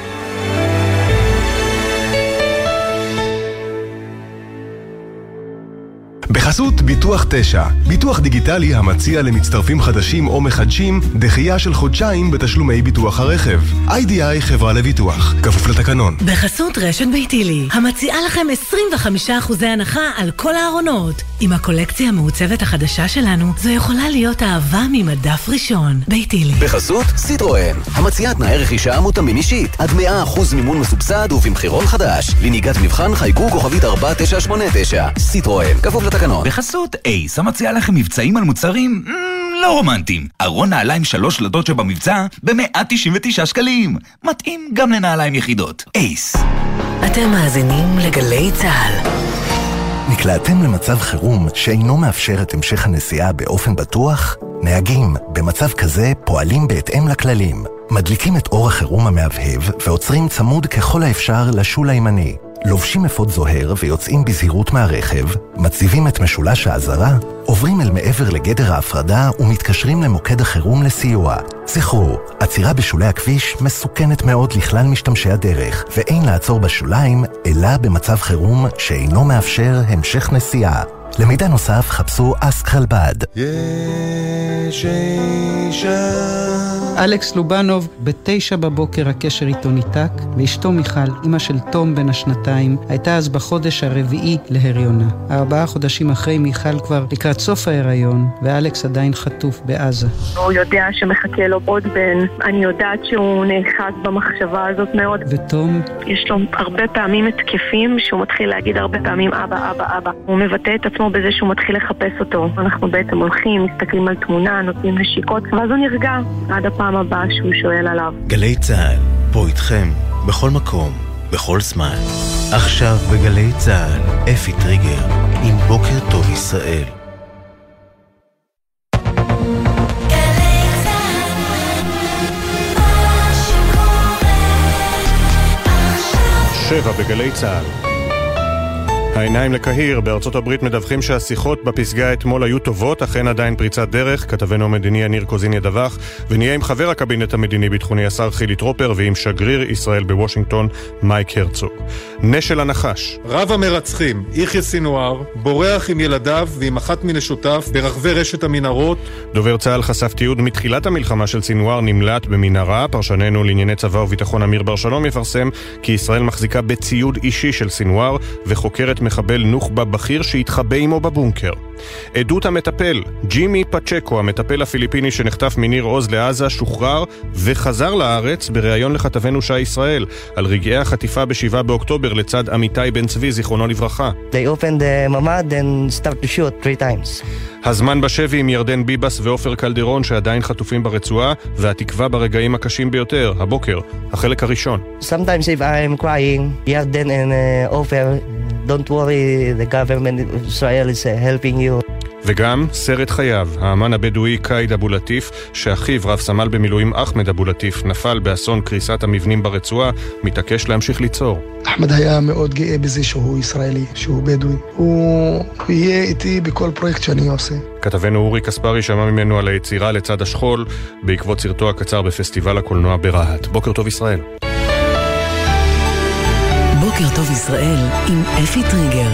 בחסות ביטוח 9, ביטוח דיגיטלי המציע למצטרפים חדשים או מחדשים דחייה של חודשיים בתשלומי ביטוח הרכב. איי-די-איי חברה לביטוח, כפוף לתקנון. בחסות רשת ביתילי, המציעה לכם 25% הנחה על כל הארונות. עם הקולקציה המעוצבת החדשה שלנו, זו יכולה להיות אהבה ממדף ראשון. ביתילי. בחסות סיטרואן, המציעה תנאי רכישה מותאמים אישית, עד 100% מימון מסובסד ובמחירון חדש. לנהיגת מבחן חייגו כוכבית 4989. סיטרואן, כפוף לתקנון. בחסות אייס, המציעה לכם מבצעים על מוצרים לא רומנטיים. ארון נעליים 3 שלדות שבמבצע ב-199 שקלים. מתאים גם לנעליים יחידות. אייס. אתם מאזינים לגלי צהל. נקלעתם למצב חירום שאינו מאפשר את המשך הנסיעה באופן בטוח? נהגים במצב כזה פועלים בהתאם לכללים. מדליקים את אור החירום המהבהב ועוצרים צמוד ככל האפשר לשול הימני. לובשים אפוד זוהר ויוצאים בזהירות מהרכב, מציבים את משולש האזהרה, עוברים אל מעבר לגדר ההפרדה ומתקשרים למוקד החירום לסיוע. זכרו, עצירה בשולי הכביש מסוכנת מאוד לכלל משתמשי הדרך, ואין לעצור בשוליים אלא במצב חירום שאינו מאפשר המשך נסיעה. למידע נוסף חפשו אסק חלבד. יש אישה. אלכס לובנוב, ב9 בבוקר הקשר איתו ניתק, ואשתו מיכל, אמא של תום בן השנתיים, הייתה אז בחודש הרביעי להריונה. 4 חודשים אחרי מיכל כבר לקראת סוף ההיריון, ואלכס עדיין חטוף בעזה. הוא יודע שמחכה לו עוד בן, אני יודעת שהוא נאחז במחשבה הזאת מאוד. ותום? יש לו הרבה פעמים התקפים שהוא מתחיל להגיד הרבה פעמים אבא, אבא, אבא. הוא מבטא את עצמו בזה שהוא מתחיל לחפש אותו. אנחנו בעצם הולכים, מסתכלים על תמונה, נותנים נשיקות, ואז הוא נרגע עד הפעם הבאה שהוא שואל עליו. גלי צהל, פה איתכם, בכל מקום, בכל זמן. עכשיו בגלי צהל, אפי טריגר, עם בוקר טוב ישראל. שבע בגלי צהל. העיניים לקהיר, בארצות הברית מדווחים שהשיחות בפסגה אתמול היו טובות, אכן עדיין פריצת דרך. כתבנו המדיני יניר קוזין ידווח, ונהיה עם חבר הקבינט המדיני-ביטחוני השר חילי טרופר, ועם שגריר ישראל בוושינגטון מייק הרצוג. נשל הנחש. רב המרצחים, יחיא סינואר, בורח עם ילדיו ועם אחת מנשותיו ברחבי רשת המנהרות. דובר צה"ל חשף תיעוד מתחילת המלחמה של סינואר נמלט במנהרה. פרשננו לענייני צבא וביטחון אמיר בר שלום יפרסם כי ישראל מחזיקה בציוד אישי של סינואר וחוקרת מחבל נוח'בה בכיר שהתחבא עמו בבונקר. עדות המטפל, ג'ימי פצ'קו, המטפל הפיליפיני שנחטף מניר עוז לעזה, שוחרר וחזר לארץ בריאיון לכתבנו שי ישראל על רגעי החטיפה ב7 באוקטובר לצד עמיתי בן צבי, זיכרונו לברכה. They opened the mamad and start to shoot 3 times. הזמן בשבי עם ירדן ביבס ואופר קלדרון שעדיין חטופים ברצועה, והתקווה ברגעים הקשים ביותר, הבוקר, החלק הראשון. Sometimes if I'm crying, ירדן and Ofer, don't worry, the government of Israel is helping you. וגם סרט חייו, האמן הבדואי קאיד אבו לטיף, שאחיו רב סמל במילואים אחמד אבו לטיף נפל באסון קריסת המבנים ברצועה, מתעקש להמשיך ליצור. אחמד היה מאוד גאה בזה שהוא ישראלי, שהוא בדואי. הוא יהיה איתי בכל פרויקט שאני עושה. כתבנו אורי קספרי שמע ממנו על היצירה לצד השכול, בעקבות סרטו הקצר בפסטיבל הקולנוע ברהט. בוקר טוב ישראל. בוקר טוב ישראל עם אפי טריגר.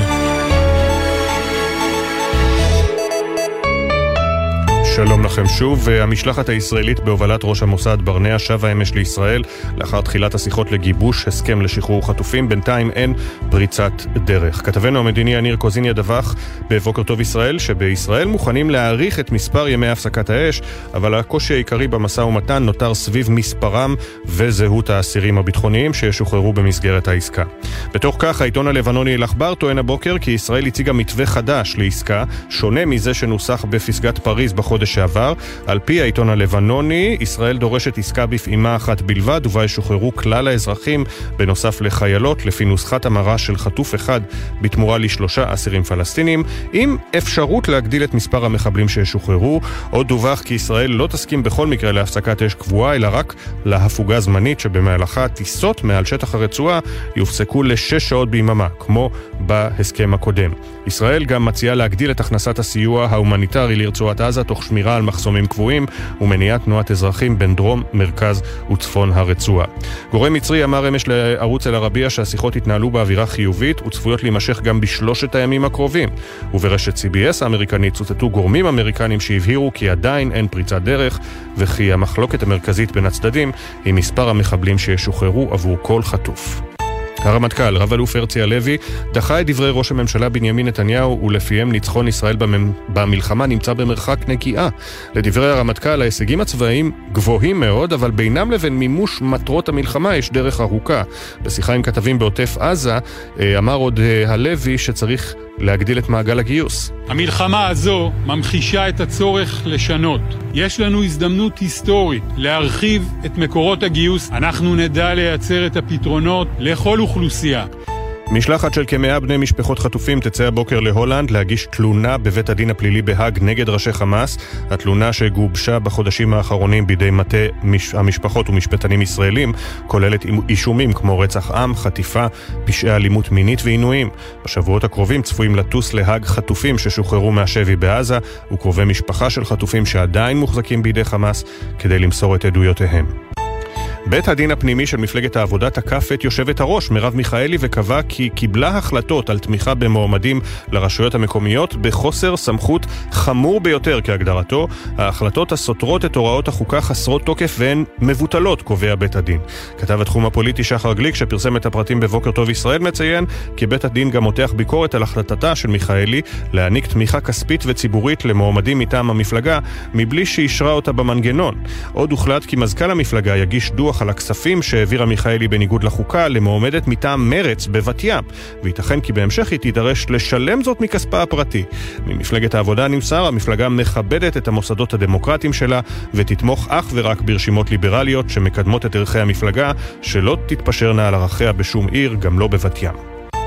שלום לכם שוב. המשלחת הישראלית בהובלת ראש המוסד ברנע שבה אמש לישראל לאחר תחילת השיחות לגיבוש הסכם לשחרור חטופים. בינתיים אין פריצת דרך. כתבנו המדיני יניר קוזין ידווח בבוקר טוב ישראל שבישראל מוכנים להאריך את מספר ימי הפסקת האש, אבל הקושי העיקרי במשא ומתן נותר סביב מספרם וזהות האסירים הביטחוניים שישוחררו במסגרת העסקה. בתוך כך העיתון הלבנוני אל-אחבר טוען הבוקר כי ישראל הציגה מתווה חדש לעסקה שונה מזה שנוסח בפסגת פריז בחודש שעבר. על פי העיתון הלבנוני, ישראל דורשת עסקה בפעימה אחת בלבד, ובה ישוחררו כלל האזרחים בנוסף לחיילות, לפי נוסחת המרה של חטוף אחד בתמורה ל3 אסירים פלסטינים, עם אפשרות להגדיל את מספר המחבלים שישוחררו. עוד דווח כי ישראל לא תסכים בכל מקרה להפסקת אש קבועה, אלא רק להפוגה זמנית שבמהלכה טיסות מעל שטח הרצועה יופסקו ל6 שעות ביממה, כמו בהסכם הקודם. ישראל גם מציעה להגדיל את הכנסת הסיוע ההומניטרי לרצועת עזה תוך שמירה על מחסומים קבועים ומניעת תנועת אזרחים בין דרום, מרכז וצפון הרצועה. גורם מצרי אמר אמש לערוץ אל-ערבייה שהשיחות התנהלו באווירה חיובית וצפויות להימשך גם בשלושת הימים הקרובים. וברשת CBS האמריקנית צוטטו גורמים אמריקנים שהבהירו כי עדיין אין פריצת דרך וכי המחלוקת המרכזית בין הצדדים היא מספר המחבלים שישוחררו עבור כל חטוף. הרמטכ"ל, רב אלוף הרצי הלוי, דחה את דברי ראש הממשלה בנימין נתניהו ולפיהם ניצחון ישראל במלחמה נמצא במרחק נגיעה. לדברי הרמטכ"ל, ההישגים הצבאיים גבוהים מאוד, אבל בינם לבין מימוש מטרות המלחמה יש דרך ארוכה. בשיחה עם כתבים בעוטף עזה, אמר עוד הלוי שצריך להגדיל את מעגל הגיוס. המלחמה הזו ממחישה את הצורך לשנות. יש לנו הזדמנות היסטורית להרחיב את מקורות הגיוס. אנחנו נדע לייצר את הפתרונות לכל אוכלוסייה. משלחת של כ100 בני משפחות חטופים תצא הבוקר להולנד להגיש תלונה בבית הדין הפלילי בהאג נגד ראשי חמאס. התלונה שגובשה בחודשים האחרונים בידי מטה המשפחות ומשפטנים ישראלים כוללת אישומים כמו רצח עם, חטיפה, פשעי אלימות מינית ועינויים. בשבועות הקרובים צפויים לטוס להאג חטופים ששוחררו מהשבי בעזה וקרובי משפחה של חטופים שעדיין מוחזקים בידי חמאס כדי למסור את עדויותיהם. בית הדין הפנימי של מפלגת העבודה תקף את יושבת הראש מרב מיכאלי וקבע כי קיבלה החלטות על תמיכה במועמדים לרשויות המקומיות בחוסר סמכות חמור ביותר כהגדרתו. ההחלטות הסותרות את הוראות החוקה חסרות תוקף והן מבוטלות, קובע בית הדין. כתב התחום הפוליטי שחר גליק שפרסם את הפרטים בבוקר טוב ישראל מציין כי בית הדין גם מותח ביקורת על החלטתה של מיכאלי להעניק תמיכה כספית וציבורית למועמדים מטעם המפלגה מבלי שאישרה אותה במנגנון. עוד הוחלט כי מזכ"ל המפלגה יגיש דוח על הכספים שהעבירה מיכאלי בניגוד לחוקה למועמדת מטעם מרץ בבת ים, וייתכן כי בהמשך היא תידרש לשלם זאת מכספה הפרטי. ממפלגת העבודה נמסר, המפלגה מכבדת את המוסדות הדמוקרטיים שלה ותתמוך אך ורק ברשימות ליברליות שמקדמות את ערכי המפלגה שלא תתפשרנה על ערכיה בשום עיר, גם לא בבת ים.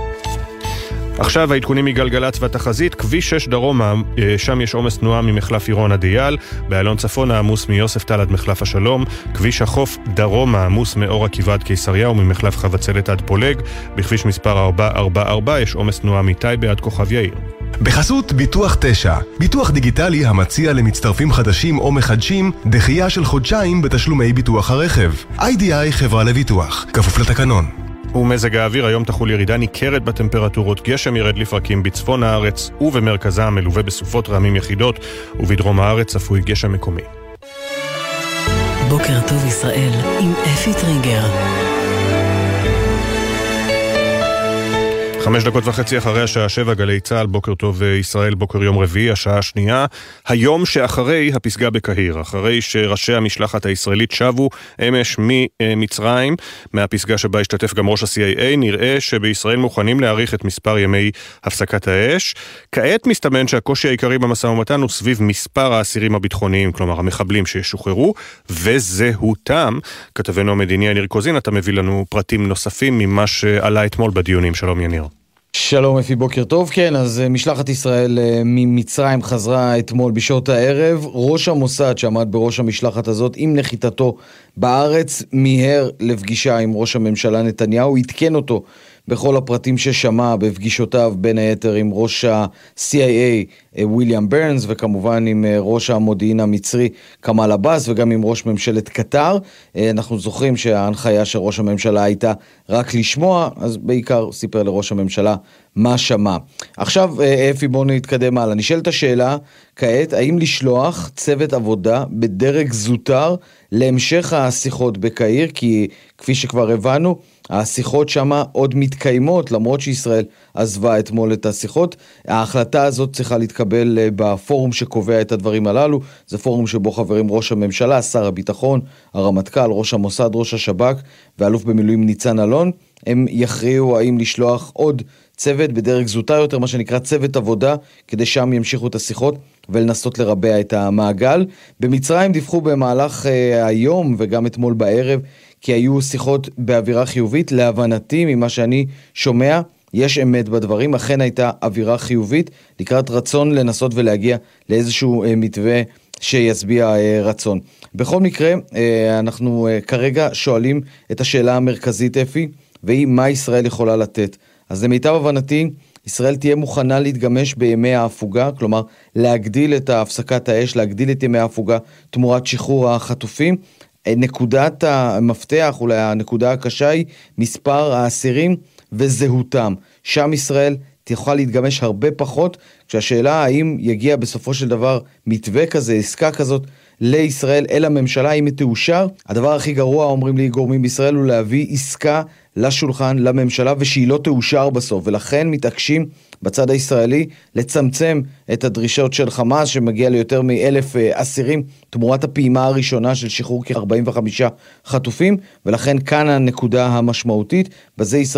עכשיו העדכונים מגלגלץ והתחזית. כביש 6 דרומה, שם יש עומס תנועה ממחלף עירון עד אייל, באלון צפון העמוס מיוסף טל עד מחלף השלום, כביש החוף דרומה עמוס מאור עקיבא עד קיסריה וממחלף חבצלת עד פולג, בכביש מספר 444 יש עומס תנועה מטייבה עד כוכב יאיר. בחסות ביטוח 9, ביטוח דיגיטלי המציע למצטרפים חדשים או מחדשים דחייה של חודשיים בתשלומי ביטוח הרכב. IDI חברה לביטוח, כפוף לתקנון. ומזג האוויר, היום תחול ירידה ניכרת בטמפרטורות, גשם ירד לפרקים בצפון הארץ ובמרכזה מלווה בסופות רעמים יחידות, ובדרום הארץ צפוי גשם מקומי. בוקר טוב ישראל עם אפי טריגר. 5:30 אחרי השעה 7, גלי צהל, בוקר טוב ישראל, בוקר יום רביעי, השעה השנייה, היום שאחרי הפסגה בקהיר, אחרי שראשי המשלחת הישראלית שבו אמש ממצרים, מהפסגה שבה השתתף גם ראש ה-CIA, נראה שבישראל מוכנים להאריך את מספר ימי הפסקת האש. כעת מסתמן שהקושי העיקרי במשא ומתן הוא סביב מספר האסירים הביטחוניים, כלומר המחבלים שישוחררו, וזהותם. כתבנו המדיני יניר קוזין, אתה מביא לנו פרטים נוספים ממה שעלה אתמול בדיונים. שלום יניר. שלום אפי, בוקר טוב. כן, אז משלחת ישראל ממצרים חזרה אתמול בשעות הערב. ראש המוסד שעמד בראש המשלחת הזאת עם נחיתתו בארץ מיהר לפגישה עם ראש הממשלה נתניהו, התקן אותו בכל הפרטים ששמע בפגישותיו בין היתר עם ראש ה-CIA וויליאם ברנס וכמובן עם ראש המודיעין המצרי כמאל עבאס וגם עם ראש ממשלת קטר. אנחנו זוכרים שההנחיה של ראש הממשלה הייתה רק לשמוע, אז בעיקר סיפר לראש הממשלה מה שמע. עכשיו אפי, בואו נתקדם הלאה. נשאלת השאלה כעת, האם לשלוח צוות עבודה בדרג זוטר להמשך השיחות בקהיר, כי כפי שכבר הבנו, השיחות שמה עוד מתקיימות, למרות שישראל עזבה אתמול את השיחות. ההחלטה הזאת צריכה להתקבל בפורום שקובע את הדברים הללו. זה פורום שבו חברים ראש הממשלה, שר הביטחון, הרמטכ"ל, ראש המוסד, ראש השב"כ ואלוף במילואים ניצן אלון. הם יכריעו האם לשלוח עוד צוות בדרג זוטר יותר, מה שנקרא צוות עבודה, כדי שם ימשיכו את השיחות ולנסות לרבע את המעגל. במצרים דיווחו במהלך היום וגם אתמול בערב כי היו שיחות באווירה חיובית. להבנתי, ממה שאני שומע, יש אמת בדברים, אכן הייתה אווירה חיובית לקראת רצון לנסות ולהגיע לאיזשהו מתווה שיסביע רצון. בכל מקרה, אנחנו כרגע שואלים את השאלה המרכזית אפי, והיא מה ישראל יכולה לתת. אז למיטב הבנתי, ישראל תהיה מוכנה להתגמש בימי ההפוגה, כלומר להגדיל את הפסקת האש, להגדיל את ימי ההפוגה תמורת שחרור החטופים. נקודת המפתח, אולי הנקודה הקשה היא מספר האסירים וזהותם. שם ישראל תוכל להתגמש הרבה פחות, כשהשאלה האם יגיע בסופו של דבר מתווה כזה, עסקה כזאת לישראל, אל הממשלה, אם היא תאושר. הדבר הכי גרוע, אומרים לי גורמים בישראל, הוא להביא עסקה לשולחן, לממשלה, ושהיא לא תאושר בסוף, ולכן מתעקשים בצד הישראלי לצמצם את הדרישות של חמאס, שמגיע ליותר מ1,000 אסירים, תמורת הפעימה הראשונה של שחרור כ-45 חטופים, ולכן כאן הנקודה המשמעותית, בזה ישראל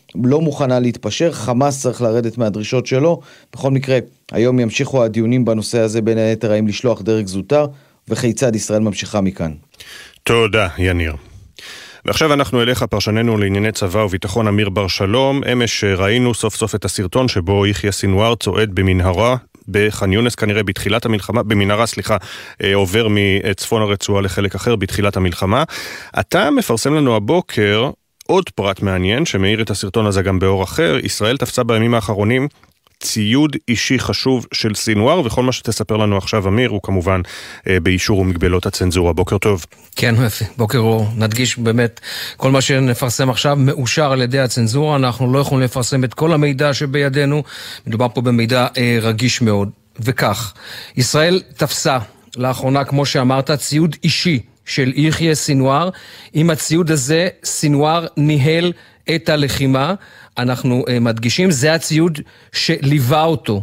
לא מוכנה להתפשר, חמאס צריך לרדת מהדרישות שלו. בכל מקרה, היום ימשיכו הדיונים בנושא הזה, בין היתר האם לשלוח דרג זוטר, וכיצד ישראל ממשיכה מכאן. תודה, יניר. ועכשיו אנחנו אליך, פרשננו לענייני צבא וביטחון אמיר בר שלום. אמש ראינו סוף סוף את הסרטון שבו יחיא סינואר צועד במנהרה בח'אן יונס, כנראה בתחילת המלחמה, במנהרה, עובר מצפון הרצועה לחלק אחר בתחילת המלחמה. אתה מפרסם לנו הבוקר עוד פרט מעניין שמאיר את הסרטון הזה גם באור אחר. ישראל תפסה בימים האחרונים ציוד אישי חשוב של סינואר, וכל מה שתספר לנו עכשיו אמיר הוא כמובן באישור ומגבלות הצנזורה. בוקר טוב. כן, בוקר אור. נדגיש באמת, כל מה שנפרסם עכשיו מאושר על ידי הצנזורה, אנחנו לא יכולים לפרסם את כל המידע שבידינו, מדובר פה במידע רגיש מאוד. וכך, ישראל תפסה לאחרונה, כמו שאמרת, ציוד אישי של יחיא סינואר. עם הציוד הזה סינואר ניהל את הלחימה. אנחנו מדגישים, זה הציוד שליווה אותו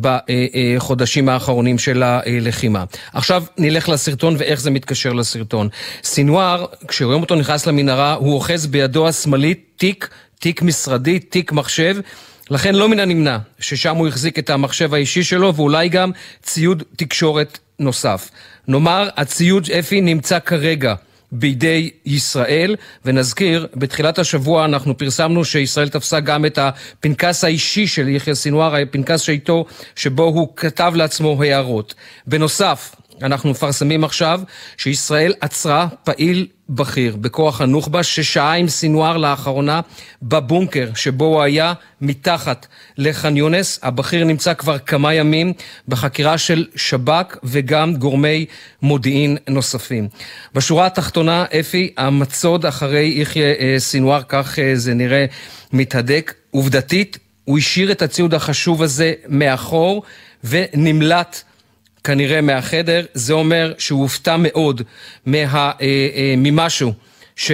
בחודשים האחרונים של הלחימה. עכשיו נלך לסרטון ואיך זה מתקשר לסרטון. סינואר, כשרואים אותו נכנס למנהרה, הוא אוחז בידו השמאלית תיק משרדי, תיק מחשב, לכן לא מן הנמנע ששם הוא החזיק את המחשב האישי שלו, ואולי גם ציוד תקשורת נוסף. נאמר, הציוד אפי נמצא כרגע בידי ישראל, ונזכיר, בתחילת השבוע אנחנו פרסמנו שישראל תפסה גם את הפנקס האישי של יחיא סינואר, הפנקס שאיתו, שבו הוא כתב לעצמו הערות. בנוסף, אנחנו מפרסמים עכשיו שישראל עצרה פעיל בכיר בכוח הנוח'בה ששעה עם סינואר לאחרונה בבונקר שבו הוא היה מתחת לח'אן יונס. הבכיר נמצא כבר כמה ימים בחקירה של שב"כ וגם גורמי מודיעין נוספים. בשורה התחתונה, אפי, המצוד אחרי יחיא סינואר, כך זה נראה, מתהדק. עובדתית, הוא השאיר את הציוד החשוב הזה מאחור ונמלט כנראה מהחדר. זה אומר שהוא הופתע מאוד ממשהו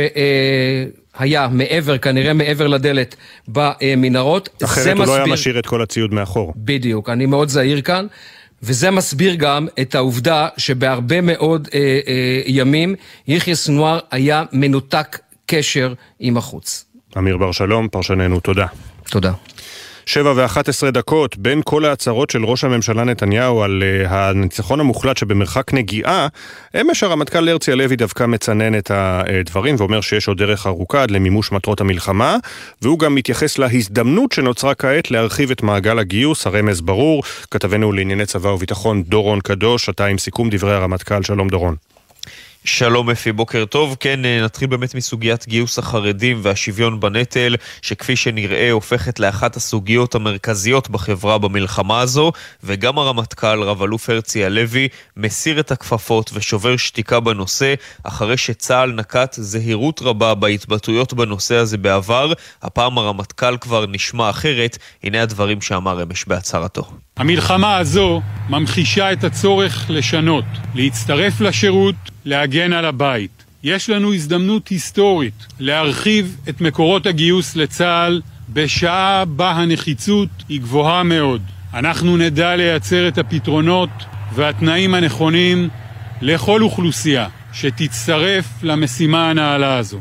שהיה מעבר, כנראה מעבר לדלת במנהרות. אחרת הוא לא היה משאיר את כל הציוד מאחור. בדיוק, אני מאוד זהיר כאן, וזה מסביר גם את העובדה שבהרבה מאוד ימים יחיא סינואר היה מנותק קשר עם החוץ. אמיר בר שלום, פרשננו, תודה. תודה. 7:11, בין כל ההצהרות של ראש הממשלה נתניהו על הניצחון המוחלט שבמרחק נגיעה, אמש הרמטכ"ל הרצי הלוי דווקא מצנן את הדברים ואומר שיש עוד דרך ארוכה עד למימוש מטרות המלחמה, והוא גם מתייחס להזדמנות שנוצרה כעת להרחיב את מעגל הגיוס. הרמז ברור. כתבנו לענייני צבא וביטחון דורון קדוש, אתה עם סיכום דברי הרמטכ"ל. שלום דורון. שלום אפי, בוקר טוב. כן, נתחיל באמת מסוגיית גיוס החרדים והשוויון בנטל, שכפי שנראה הופכת לאחת הסוגיות המרכזיות בחברה במלחמה הזו, וגם הרמטכ"ל רב אלוף הרצי הלוי מסיר את הכפפות ושובר שתיקה בנושא, אחרי שצה"ל נקט זהירות רבה בהתבטאויות בנושא הזה בעבר. הפעם הרמטכ"ל כבר נשמע אחרת. הנה הדברים שאמר אמש בהצהרתו. המלחמה הזו ממחישה את הצורך לשנות, להצטרף לשירות, להגן על הבית. יש לנו הזדמנות היסטורית להרחיב את מקורות הגיוס לצה"ל בשעה בה הנחיצות היא גבוהה מאוד. אנחנו נדע לייצר את הפתרונות והתנאים הנכונים לכל אוכלוסייה שתצטרף למשימה הנעלה הזו.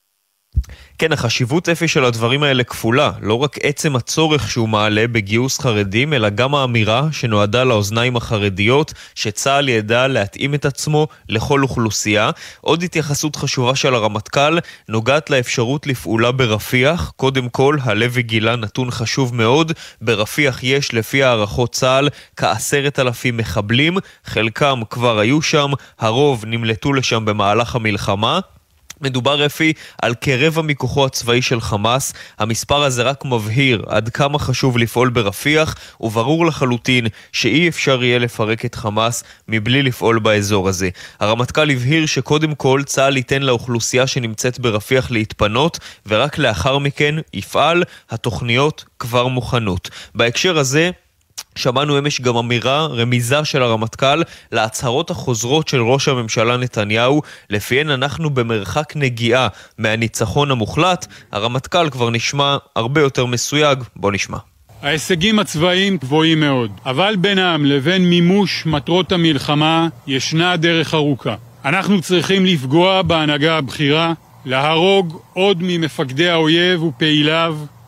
כן, החשיבות אפי של הדברים האלה כפולה, לא רק עצם הצורך שהוא מעלה בגיוס חרדים, אלא גם האמירה שנועדה לאוזניים החרדיות, שצה"ל ידע להתאים את עצמו לכל אוכלוסייה. עוד התייחסות חשובה של הרמטכ"ל נוגעת לאפשרות לפעולה ברפיח. קודם כל, הלוי גילה נתון חשוב מאוד, ברפיח יש לפי הערכות צה"ל כ10,000 מחבלים, חלקם כבר היו שם, הרוב נמלטו לשם במהלך המלחמה. מדובר אפי על כרבע מכוחו הצבאי של חמאס. המספר הזה רק מבהיר עד כמה חשוב לפעול ברפיח, וברור לחלוטין שאי אפשר יהיה לפרק את חמאס מבלי לפעול באזור הזה. הרמטכ"ל הבהיר שקודם כל צה"ל ייתן לאוכלוסייה שנמצאת ברפיח להתפנות, ורק לאחר מכן יפעל. התוכניות כבר מוכנות. בהקשר הזה שמענו אמש גם אמירה, רמיזה של הרמטכ"ל להצהרות החוזרות של ראש הממשלה נתניהו, לפיהן אנחנו במרחק נגיעה מהניצחון המוחלט. הרמטכ"ל כבר נשמע הרבה יותר מסויג. בוא נשמע. ההישגים הצבאיים גבוהים מאוד, אבל בינם לבין מימוש מטרות המלחמה ישנה דרך ארוכה. אנחנו צריכים לפגוע בהנהגה הבכירה, להרוג עוד ממפקדי האויב ופעיליו,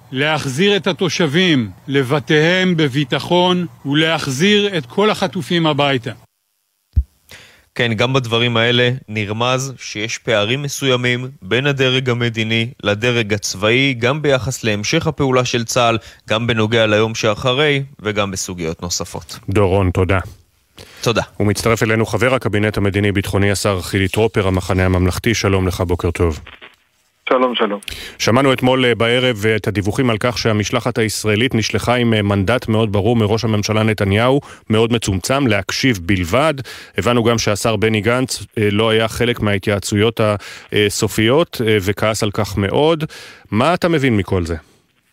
להחזיר את התושבים לבתיהם בביטחון ולהחזיר את כל החטופים הביתה. כן, גם בדברים האלה נרמז שיש פערים מסוימים בין הדרג המדיני לדרג הצבאי, גם ביחס להמשך הפעולה של צה"ל, גם בנוגע ליום שאחרי וגם בסוגיות נוספות. דורון, תודה. תודה. הוא מצטרף אלינו חבר הקבינט המדיני-ביטחוני, השר חילי טרופר, המחנה הממלכתי. שלום לך, בוקר טוב. שלום, שלום. שמענו אתמול בערב את הדיווחים על כך שהמשלחת הישראלית נשלחה עם מנדט מאוד ברור מראש הממשלה נתניהו, מאוד מצומצם, להקשיב בלבד. הבנו גם שהשר בני גנץ לא היה חלק מההתייעצויות הסופיות, וכעס על כך מאוד. מה אתה מבין מכל זה?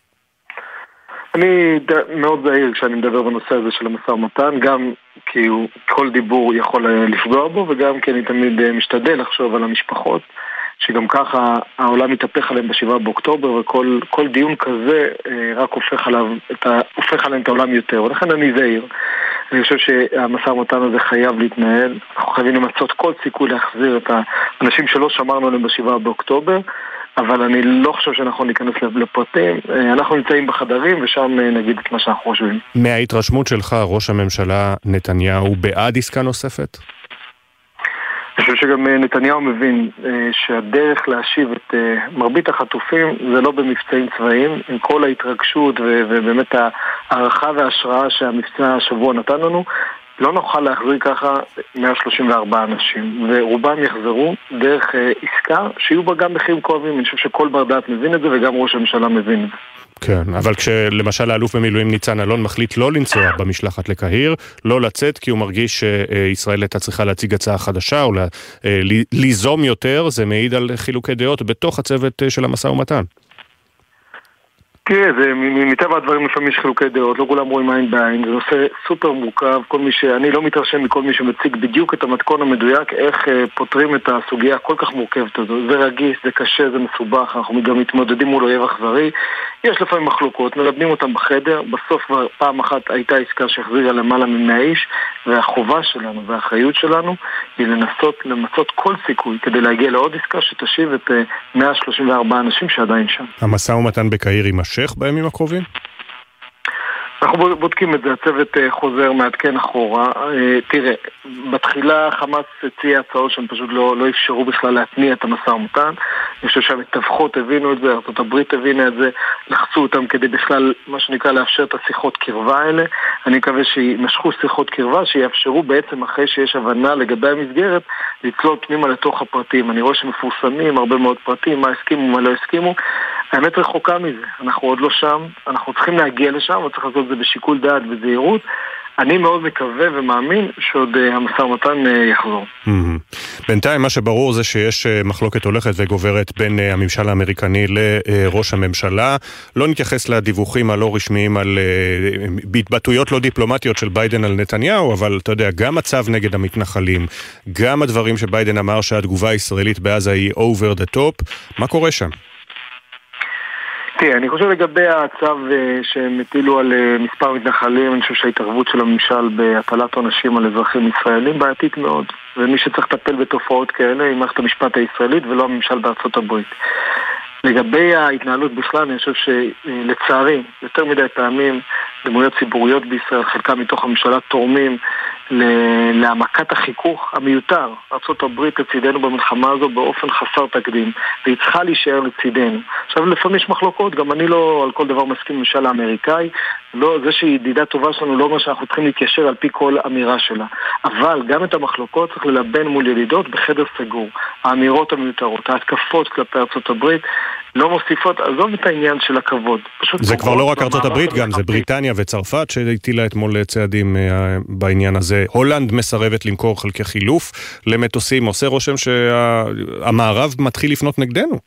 אני מאוד זהיר כשאני מדבר בנושא הזה של המשא ומתן, גם כי כל דיבור יכול לפגוע בו, וגם כי אני תמיד משתדל לחשוב על המשפחות, שגם ככה העולם מתהפך עליהם ב7 באוקטובר, וכל דיון כזה רק הופך עליהם את העולם יותר. ולכן אני זהיר. אני חושב שהמשא ומתן הזה חייב להתנהל. אנחנו חייבים למצות כל סיכוי להחזיר את האנשים שלא שמרנו עליהם ב7 באוקטובר, אבל אני לא חושב שאנחנו ניכנס לפרטים. אנחנו נמצאים בחדרים ושם נגיד את מה שאנחנו חושבים. מההתרשמות שלך, ראש הממשלה נתניהו בעד עסקה נוספת? אני חושב שגם נתניהו מבין שהדרך להשיב את מרבית החטופים זה לא במבצעים צבאיים, עם כל ההתרגשות ובאמת הערכה וההשראה שהמבצע השבוע נתן לנו, לא נוכל להחזיר ככה 134 אנשים, ורובם יחזרו דרך עסקה שיהיו בה גם מחירים כואבים. אני חושב שכל בר דעת מבין את זה וגם ראש הממשלה מבין את זה. כן, אבל כשלמשל האלוף במילואים ניצן אלון מחליט לא לנסוע במשלחת לקהיר, לא לצאת כי הוא מרגיש שישראל הייתה צריכה להציג הצעה חדשה או ליזום יותר, זה מעיד על חילוקי דעות בתוך הצוות של המשא ומתן. תראה, זה מטבע הדברים לפעמים יש חילוקי דעות, לא כולם רואים עין בעין, זה נושא סופר מורכב, אני לא מתרשם מכל מי שמציג בדיוק את המתכון המדויק, איך פותרים את הסוגיה הכל כך מורכבת הזו. זה רגיש, זה קשה, זה מסובך, אנחנו גם מתמודדים מול אויב אכזרי, יש לפעמים מחלוקות, מלבנים אותם בחדר, בסוף כבר פעם אחת הייתה עסקה שהחזירה למעלה מ100 איש, והחובה שלנו והאחריות שלנו היא לנסות למצות כל סיכוי כדי להגיע לעוד עסקה שתשיב את 134 אנשים שעדיין שם. המשא ומתן בקהיר יימשך בימים הקרובים? אנחנו בודקים את זה, הצוות חוזר מעדכן אחורה. תראה, בתחילה חמאס הציע הצעות שהם פשוט לא אפשרו בכלל להתניע את המשא ומתן. אני חושב שהמתווכות הבינו את זה, ארצות הברית הבינה את זה, לחצו אותם כדי בכלל, מה שנקרא, לאפשר את השיחות קרבה האלה. אני מקווה שימשכו שיחות קרבה, שיאפשרו בעצם אחרי שיש הבנה לגבי המסגרת, לצלול פנימה לתוך הפרטים. אני רואה שמפורסמים הרבה מאוד פרטים, מה הסכימו, מה לא הסכימו. האמת רחוקה מזה, אנחנו עוד לא שם, אנחנו צריכים להגיע לשם, וצריך לעשות את זה בשיקול דעת וזהירות. אני מאוד מקווה ומאמין שעוד המשא ומתן יחזור. בינתיים מה שברור זה שיש מחלוקת הולכת וגוברת בין הממשל האמריקני לראש הממשלה. לא נתייחס לדיווחים הלא רשמיים על בהתבטאויות לא דיפלומטיות של ביידן על נתניהו, אבל אתה יודע, גם הצו נגד המתנחלים, גם הדברים שביידן אמר שהתגובה הישראלית בעזה היא over the top, מה קורה שם? תראה, אני חושב לגבי הצו שהם הטילו על מספר מתנחלים, אני חושב שההתערבות של הממשל בהטלת עונשים על אזרחים ישראלים בעייתית מאוד, ומי שצריך לטפל בתופעות כאלה היא מערכת המשפט הישראלית ולא הממשל בארצות הברית. לגבי ההתנהלות בכלל, אני חושב שלצערי, יותר מדי פעמים דמויות ציבוריות בישראל, חלקם מתוך הממשלה תורמים להעמקת החיכוך המיותר. ארצות הברית לצידנו במלחמה הזו באופן חסר תקדים, והיא צריכה להישאר לצידנו. עכשיו לפעמים יש מחלוקות, גם אני לא על כל דבר מסכים עם הממשל האמריקאי, לא, זה שהיא ידידה טובה שלנו לא אומר שאנחנו צריכים להתיישר על פי כל אמירה שלה. אבל גם את המחלוקות צריך ללבן מול ידידות בחדר סגור. האמירות המיותרות, ההתקפות כלפי ארצות הברית לא מוסיפות, עזוב את העניין של הכבוד. זה כבר לא רק ארצות הברית, גם זה בריטניה וצרפת שהטילה אתמול צעדים בעניין הזה. הולנד מסרבת למכור חלקי חילוף למטוסים, עושה רושם שהמערב מתחיל לפנות נגדנו.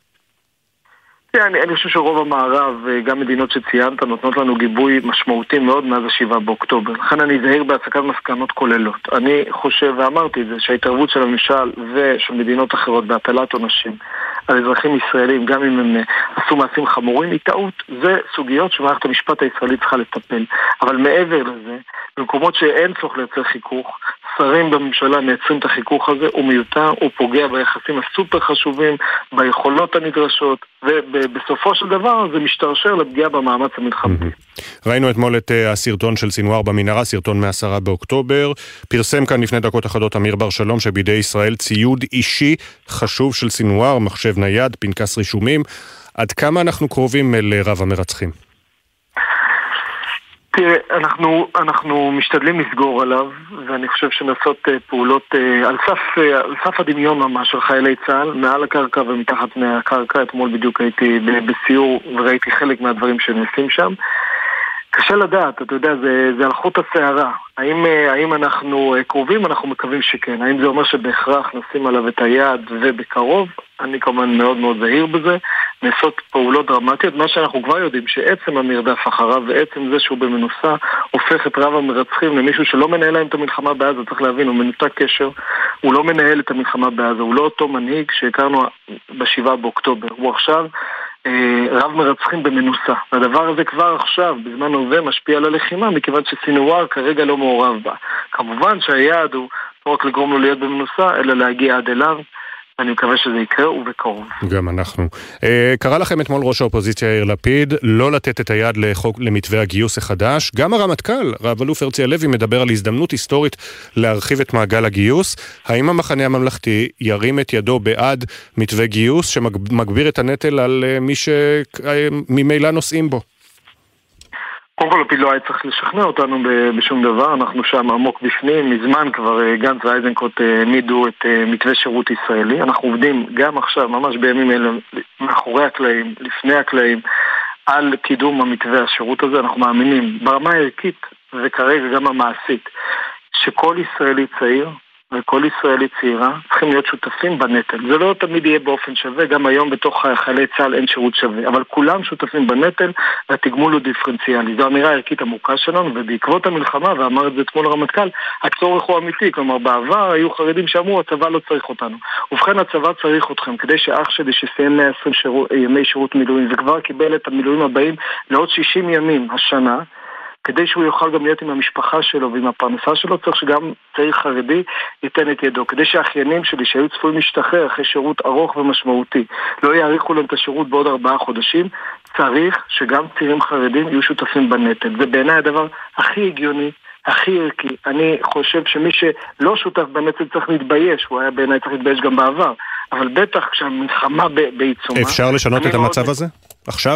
אני חושב שרוב המערב, גם מדינות שציינת, נותנות לנו גיבוי משמעותי מאוד מאז 7 באוקטובר. לכן אני זהיר בהצקת מסקנות כוללות. אני חושב, ואמרתי את זה, שההתערבות של הממשל ושל מדינות אחרות בהטלת עונשים על אזרחים ישראלים, גם אם הם עשו מעשים חמורים, היא טעות. זה סוגיות שמערכת המשפט הישראלית צריכה לטפל. אבל מעבר לזה, במקומות שאין צורך לייצר חיכוך, שרים בממשלה נעצרים את החיכוך הזה, הוא מיותר, הוא פוגע ביחסים הסופר חשובים, ביכולות הנדרשות, ובסופו של דבר זה משתרשר לפגיעה במאמץ המלחמתי. ראינו אתמול את הסרטון של סינואר במנהרה, סרטון מ10 באוקטובר. פרסם כאן לפני דקות אחדות אמיר בר שלום שבידי ישראל ציוד אישי חשוב של סינואר, מחשב נייד, פנקס רישומים. עד כמה אנחנו קרובים לרב המרצחים? תראה, אנחנו משתדלים לסגור עליו, ואני חושב שנעשות פעולות על סף הדמיון ממש של חיילי צה"ל, מעל הקרקע ומתחת מהקרקע. אתמול בדיוק הייתי בסיור וראיתי חלק מהדברים שנעשים שם. קשה לדעת, אתה יודע, זה על חוט השערה. האם אנחנו קרובים? אנחנו מקווים שכן. האם זה אומר שבהכרח נשים עליו את היד ובקרוב? אני כמובן מאוד מאוד זהיר בזה. נעשות פעולות דרמטיות. מה שאנחנו כבר יודעים, שעצם המרדף אחריו ועצם זה שהוא במנוסה הופך את רב המרצחים למישהו שלא מנהל להם את המלחמה בעזה. צריך להבין, הוא מנותק קשר, הוא לא מנהל את המלחמה בעזה, הוא לא אותו מנהיג שהכרנו ב7 באוקטובר. הוא עכשיו רב מרצחים במנוסה. והדבר הזה כבר עכשיו, בזמן הווה, משפיע על הלחימה, מכיוון שסינואר כרגע לא מעורב בה. כמובן שהיעד הוא לא רק לגרום לו להיות במנוסה, אלא להגיע עד אליו. אני מקווה שזה יקרה ובקרוב. גם אנחנו. קרא לכם אתמול ראש האופוזיציה יאיר לפיד לא לתת את היד למתווה הגיוס החדש. גם הרמטכ"ל, רב אלוף הרצי הלוי, מדבר על הזדמנות היסטורית להרחיב את מעגל הגיוס. האם המחנה הממלכתי ירים את ידו בעד מתווה גיוס שמגביר את הנטל על מי שממילא נוסעים בו? קודם כל, לפיד לא היה צריך לשכנע אותנו בשום דבר, אנחנו שם עמוק בפנים, מזמן כבר גנץ ואיזנקוט העמידו את מתווה שירות ישראלי, אנחנו עובדים גם עכשיו, ממש בימים אלה, מאחורי הקלעים, לפני הקלעים, על קידום המתווה השירות הזה. אנחנו מאמינים ברמה הערכית וכרגע גם המעשית, שכל ישראלי צעיר וכל ישראלי צעירה צריכים להיות שותפים בנטל. זה לא תמיד יהיה באופן שווה, גם היום בתוך חיילי צה"ל אין שירות שווה, אבל כולם שותפים בנטל והתגמול הוא דיפרנציאלי. זו אמירה ערכית עמוקה שלנו, ובעקבות המלחמה, ואמר את זה אתמול הרמטכ"ל, הצורך הוא אמיתי. כלומר, בעבר היו חרדים שאמרו, הצבא לא צריך אותנו. ובכן, הצבא צריך אתכם, כדי שאח שלי שסיים 120 ימי שירות מילואים, וכבר קיבל את המילואים הבאים לעוד 60 ימים השנה, כדי שהוא יוכל גם להיות עם המשפחה שלו ועם הפרנסה שלו, צריך שגם צעיר חרדי ייתן את ידו. כדי שהאחיינים שלי שהיו צפויים להשתחרר אחרי שירות ארוך ומשמעותי, לא יאריכו להם את השירות בעוד 4 חודשים, צריך שגם צעירים חרדים יהיו שותפים בנטל. זה בעיניי הדבר הכי הגיוני, הכי ערכי. אני חושב שמי שלא שותף בנטל צריך להתבייש, הוא היה בעיניי צריך להתבייש גם בעבר, אבל בטח כשהמלחמה בעיצומה... אפשר לשנות את המצב הזה? עכשיו?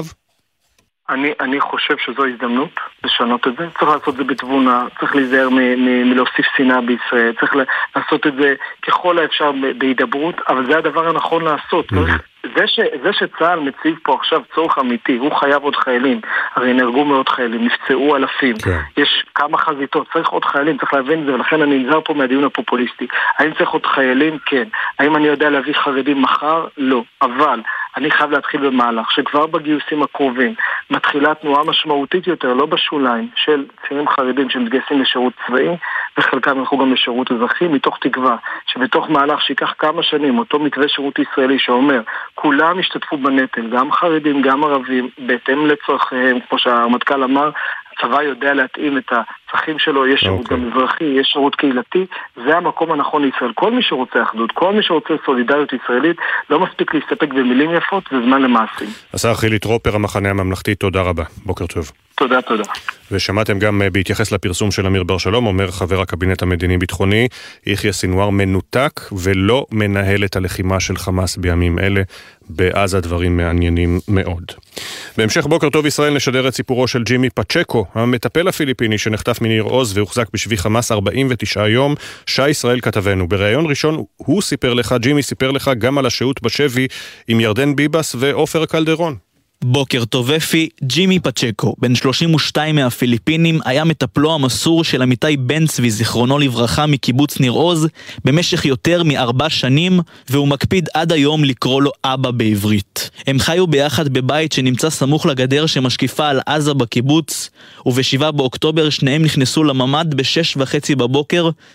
אני חושב שזו הזדמנות לשנות את זה. צריך לעשות את זה בתבונה, צריך להיזהר מלהוסיף שנאה בישראל, צריך לעשות את זה ככל האפשר בהידברות, אבל זה הדבר הנכון לעשות. זה שצה"ל מציב פה עכשיו צורך אמיתי, הוא חייב עוד חיילים, הרי נהרגו מאוד חיילים, נפצעו אלפים, יש כמה חזיתות, צריך עוד חיילים, צריך להבין את זה, ולכן אני נזהר פה מהדיון הפופוליסטי. האם צריך עוד חיילים? כן. האם אני יודע להביא חרדים מחר? לא. אבל אני חייב להתחיל במהלך שכבר בגיוסים הקרובים מתחילה תנועה משמעותית יותר, לא בשוליים, של צעירים חרדים שמתגייסים לשירות צבאי, וחלקם ילכו גם לשירות אזרחי, מתוך תקווה שבתוך מהלך שיקח כמה שנים, אותו מתווה שירות ישראלי שאומר כולם ישתתפו בנטל, גם חרדים, גם ערבים, בהתאם לצרכיהם, כמו שהרמטכ"ל אמר, הצבא יודע להתאים את הצרכים שלו, יש שירות גם אזרחי, יש שירות קהילתי, זה המקום הנכון לישראל. כל מי שרוצה אחדות, כל מי שרוצה סולידריות ישראלית, לא מספיק להסתפק במילים יפות, זה זמן למעשים. השר חילי טרופר, המחנה הממלכתי, תודה רבה. בוקר טוב. תודה. ושמעתם גם בהתייחס לפרסום של אמיר בר שלום, אומר חבר הקבינט המדיני-ביטחוני, יחיא סינואר מנותק ולא מנהל את הלחימה של חמאס בימים אלה. בעזה דברים מעניינים מאוד. בהמשך בוקר טוב ישראל נשדר את סיפורו של ג'ימי פצ'קו, המטפל הפיליפיני שנחטף מניר עוז והוחזק בשבי חמאס 49 יום. שי ישראל כתבנו. בראיון ראשון ג'ימי סיפר לך גם על השהות בשבי עם ירדן ביבס ואופר קלדרון. בוקר טוב אפי, ג'ימי פצ'קו, בן 32 מהפיליפינים, היה מטפלו המסור של עמיתי בן צבי, זיכרונו לברכה, מקיבוץ ניר עוז, במשך יותר מ4 שנים, והוא מקפיד עד היום לקרוא לו אבא בעברית. הם חיו ביחד בבית שנמצא סמוך לגדר שמשקיפה על עזה בקיבוץ, וב7 באוקטובר שניהם נכנסו לממד ב6:30 בבוקר,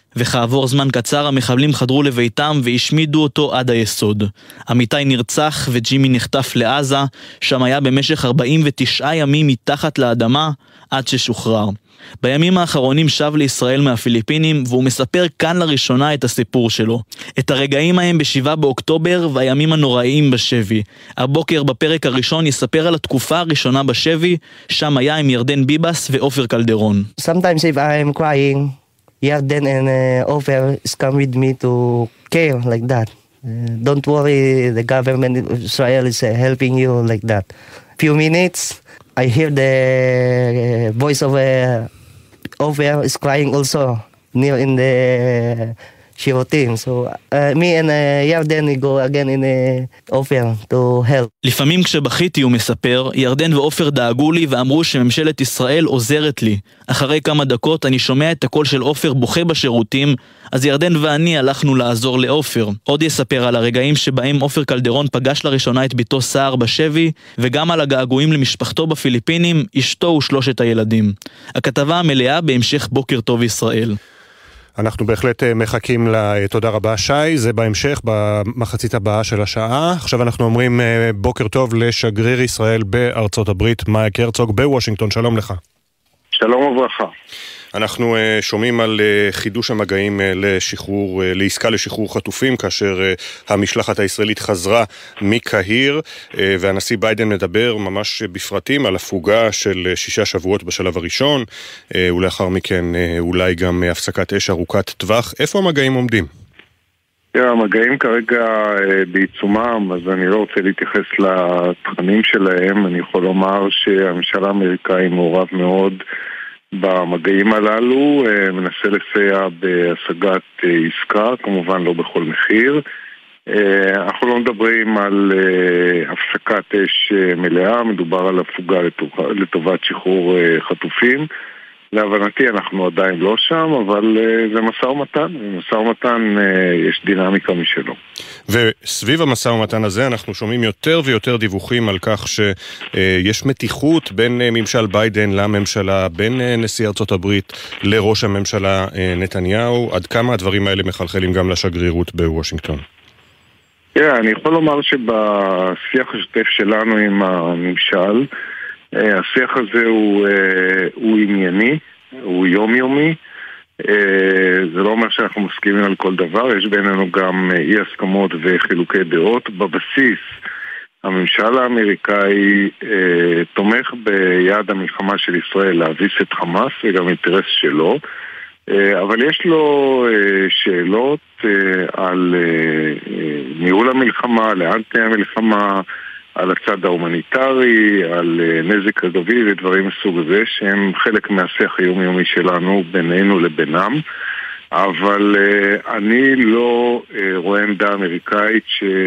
וכעבור זמן קצר המחבלים חדרו לביתם והשמידו אותו עד היסוד. אמיתי נרצח וג'ימי נחטף לעזה, שם היה במשך 49 ימים מתחת לאדמה עד ששוחרר. בימים האחרונים שב לישראל מהפיליפינים, והוא מספר כאן לראשונה את הסיפור שלו. את הרגעים ההם ב7 באוקטובר והימים הנוראיים בשבי. הבוקר בפרק הראשון יספר על התקופה הראשונה בשבי, שם היה עם ירדן ביבס ואופר קלדרון. Sometimes if I'm crying, Yarden and Ofer come with me to care like that. Don't worry, the government of Israel is helping you like that. Few minutes, I hear the voice of Ofer is crying also near in the שירותים. So me and ירדן we go again in Ofer to help. לפעמים כשבכיתי, הוא מספר, ירדן ואופר דאגו לי ואמרו שממשלת ישראל עוזרת לי. אחרי כמה דקות אני שומע את הקול של אופר בוכה בשירותים, אז ירדן ואני הלכנו לעזור לאופר. עוד יספר על הרגעים שבהם אופר קלדרון פגש לראשונה את ביתו סער בשבי, וגם על הגעגועים למשפחתו בפיליפינים, אשתו ושלושת הילדים. הכתבה המלאה בהמשך בוקר טוב ישראל. אנחנו בהחלט מחכים לתודה רבה שי, זה בהמשך, במחצית הבאה של השעה. עכשיו אנחנו אומרים בוקר טוב לשגריר ישראל בארצות הברית, מייק הרצוג בוושינגטון, שלום לך. שלום וברכה. אנחנו שומעים על חידוש המגעים לעסקה לשחרור חטופים, כאשר המשלחת הישראלית חזרה מקהיר, והנשיא ביידן מדבר ממש בפרטים על הפוגה של 6 שבועות בשלב הראשון, ולאחר מכן אולי גם הפסקת אש ארוכת טווח. איפה המגעים עומדים? המגעים כרגע בעיצומם, אז אני לא רוצה להתייחס לתכנים שלהם. אני יכול לומר שהממשל האמריקאי מעורב מאוד במגעים הללו, מנסה לסייע בהשגת עסקה, כמובן לא בכל מחיר. אנחנו לא מדברים על הפסקת אש מלאה, מדובר על הפוגה לטובת שחרור חטופים. להבנתי אנחנו עדיין לא שם, אבל זה משא ומתן, ומשא ומתן יש דינמיקה משלו. וסביב המשא ומתן הזה אנחנו שומעים יותר ויותר דיווחים על כך שיש מתיחות בין ממשל ביידן לממשלה, בין נשיא ארצות הברית לראש הממשלה נתניהו. עד כמה הדברים האלה מחלחלים גם לשגרירות בוושינגטון? אני יכול לומר שבשיח השותף שלנו עם הממשל, השיח הזה הוא ענייני, הוא יומיומי. זה לא אומר שאנחנו מסכימים על כל דבר, יש בינינו גם אי הסכמות וחילוקי דעות. בבסיס הממשל האמריקאי תומך ביעד המלחמה של ישראל להביס את חמאס, וגם אינטרס שלו, אבל יש לו שאלות על ניהול המלחמה, לאן תהיה המלחמה, על הצד ההומניטרי, על נזק אגבי ודברים מסוג הזה, שהם חלק מהשיח היומיומי שלנו בינינו לבינם. אבל אני לא רואה עמדה אמריקאית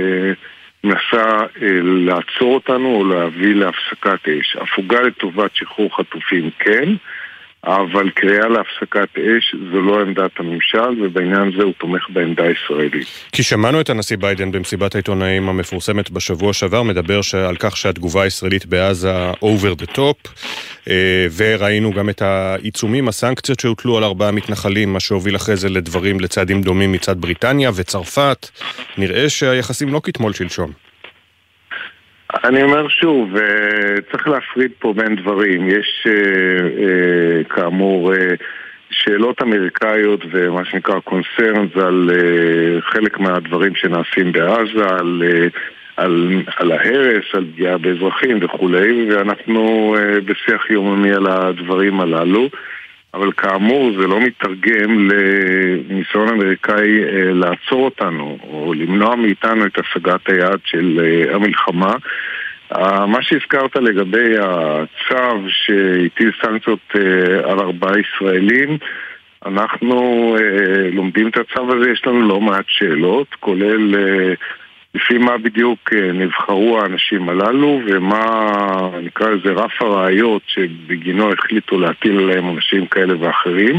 שמנסה לעצור אותנו או להביא להפסקת אש. הפוגה לטובת שחרור חטופים כן, אבל קריאה להפסקת אש זו לא עמדת הממשל, ובעניין זה הוא תומך בעמדה הישראלית. כי שמענו את הנשיא ביידן במסיבת העיתונאים המפורסמת בשבוע שעבר, מדבר על כך שהתגובה הישראלית בעזה over the top, וראינו גם את העיצומים, הסנקציות שהוטלו על 4 מתנחלים, מה שהוביל אחרי זה לצעדים דומים מצד בריטניה וצרפת. נראה שהיחסים לא כתמול שלשום. אני אומר שוב, צריך להפריד פה בין דברים. יש כאמור שאלות אמריקאיות ומה שנקרא קונצרנס על חלק מהדברים שנעשים בעזה, על ההרס, על פגיעה באזרחים וכולי, ואנחנו בשיח יוממי על הדברים הללו. אבל כאמור זה לא מתרגם לניסיון אמריקאי לעצור אותנו או למנוע מאיתנו את השגת היעד של המלחמה. מה שהזכרת לגבי הצו שהטיל סנקציות על 4 ישראלים, אנחנו לומדים את הצו הזה, יש לנו לא מעט שאלות, כולל לפי מה בדיוק נבחרו האנשים הללו ומה נקרא לזה רף הראיות שבגינו החליטו להטיל עליהם אנשים כאלה ואחרים.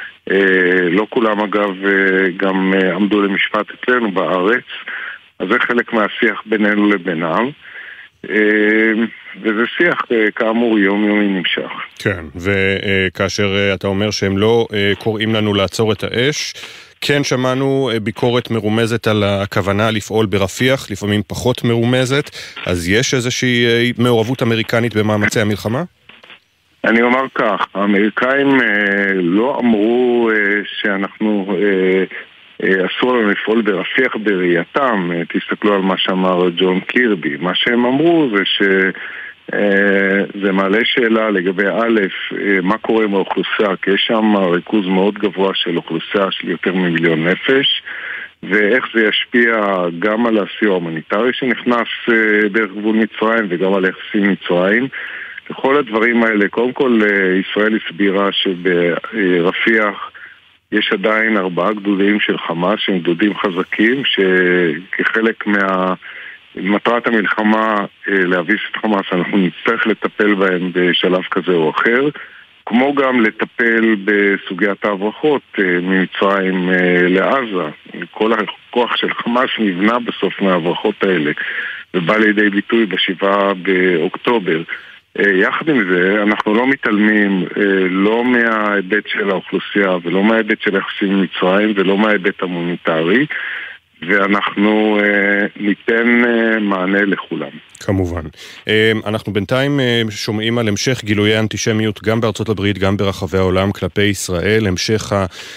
לא כולם אגב גם עמדו למשפט אצלנו בארץ, אז זה חלק מהשיח בינינו לבינם. וזה שיח כאמור יומיומי נמשך. כן, וכאשר אתה אומר שהם לא קוראים לנו לעצור את האש, כן שמענו ביקורת מרומזת על הכוונה לפעול ברפיח, לפעמים פחות מרומזת, אז יש איזושהי מעורבות אמריקנית במאמצי המלחמה? אני אומר כך, האמריקאים לא אמרו שאנחנו אסור לנו לפעול ברפיח בראייתם. תסתכלו על מה שאמר ג'ון קירבי. מה שהם אמרו זה שזה מעלה שאלה לגבי א', מה קורה עם האוכלוסייה, כי יש שם ריכוז מאוד גבוה של אוכלוסייה של יותר ממיליון נפש, ואיך זה ישפיע גם על הסיוע ההומניטרי שנכנס דרך גבול מצרים וגם על יחסים מצרים. לכל הדברים האלה, קודם כל ישראל הסבירה שברפיח יש עדיין 4 גדודים של חמאס, שהם גדודים חזקים, שכחלק מטרת המלחמה להביס את חמאס, אנחנו נצטרך לטפל בהם בשלב כזה או אחר, כמו גם לטפל בסוגיית ההברחות ממצרים לעזה. כל הכוח של חמאס נבנה בסוף מההברחות האלה, ובא לידי ביטוי ב7 באוקטובר. יחד עם זה, אנחנו לא מתעלמים לא מההיבט של האוכלוסייה ולא מההיבט של יחסים עם מצרים ולא מההיבט המוניטרי, ואנחנו ניתן מענה לכולם. כמובן. אנחנו בינתיים שומעים על המשך גילויי אנטישמיות גם בארצות הברית, גם ברחבי העולם כלפי ישראל, המשך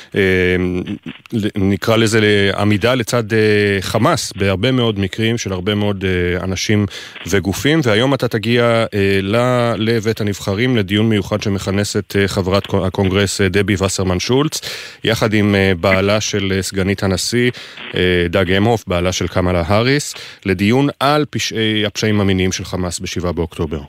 נקרא לזה לעמידה לצד חמאס בהרבה מאוד מקרים של הרבה מאוד אנשים וגופים, והיום אתה תגיע לבית הנבחרים לדיון מיוחד שמכנסת חברת הקונגרס דבי וסרמן שולץ, יחד עם בעלה של סגנית הנשיא דאג אמהוף, בעלה של קמאלה האריס, לדיון על הפשעים המיניים של חמאס ב7 באוקטובר.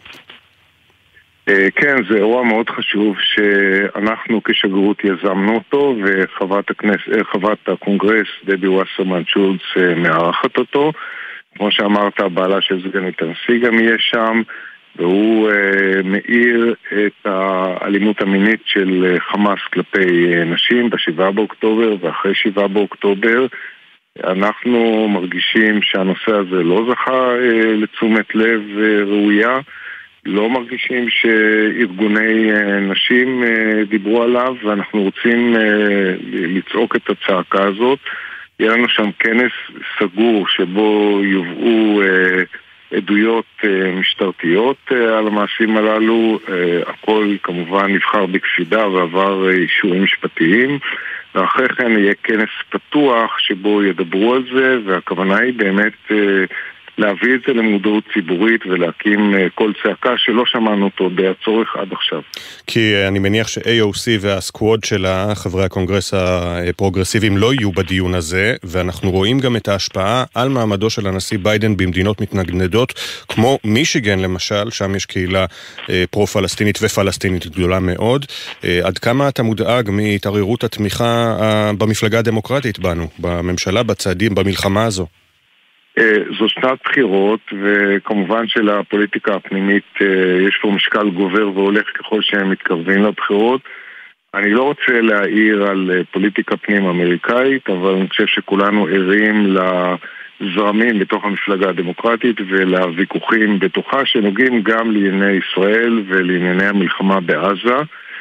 כן, זה אירוע מאוד חשוב שאנחנו כשגרירות יזמנו אותו, וחברת הקונגרס דבי וסרמן שולץ מארחת אותו. כמו שאמרת, בעלה של סגנית הנשיא גם יהיה שם, והוא מאיר את האלימות המינית של חמאס כלפי נשים ב7 באוקטובר ואחרי 7 באוקטובר. אנחנו מרגישים שהנושא הזה לא זכה לתשומת לב ראויה, לא מרגישים שארגוני נשים דיברו עליו, ואנחנו רוצים לצעוק את הצעקה הזאת. יהיה לנו שם כנס סגור שבו יובאו עדויות משטרתיות על המעשים הללו. הכל כמובן נבחר בקפידה ועבר אישורים משפטיים, ואחרי כן יהיה כנס פתוח שבו ידברו על זה, והכוונה היא באמת להביא את זה למודעות ציבורית ולהקים קול צעקה שלא שמענו אותו בהצורך עד עכשיו. כי אני מניח ש-AOC והסקווד שלה, חברי הקונגרס הפרוגרסיביים, לא יהיו בדיון הזה, ואנחנו רואים גם את ההשפעה על מעמדו של הנשיא ביידן במדינות מתנגדות, כמו מישיגן למשל, שם יש קהילה פרו-פלסטינית ופלסטינית גדולה מאוד. עד כמה אתה מודאג מהתערערות התמיכה במפלגה הדמוקרטית בנו, בממשלה, בצעדים, במלחמה הזו? זו שנת בחירות, וכמובן שלפוליטיקה הפנימית יש פה משקל גובר והולך ככל שהם מתקרבים לבחירות. אני לא רוצה להעיר על פוליטיקה פנים אמריקאית, אבל אני חושב שכולנו ערים לזרמים בתוך המפלגה הדמוקרטית ולוויכוחים בתוכה שנוגעים גם לענייני ישראל ולענייני המלחמה בעזה.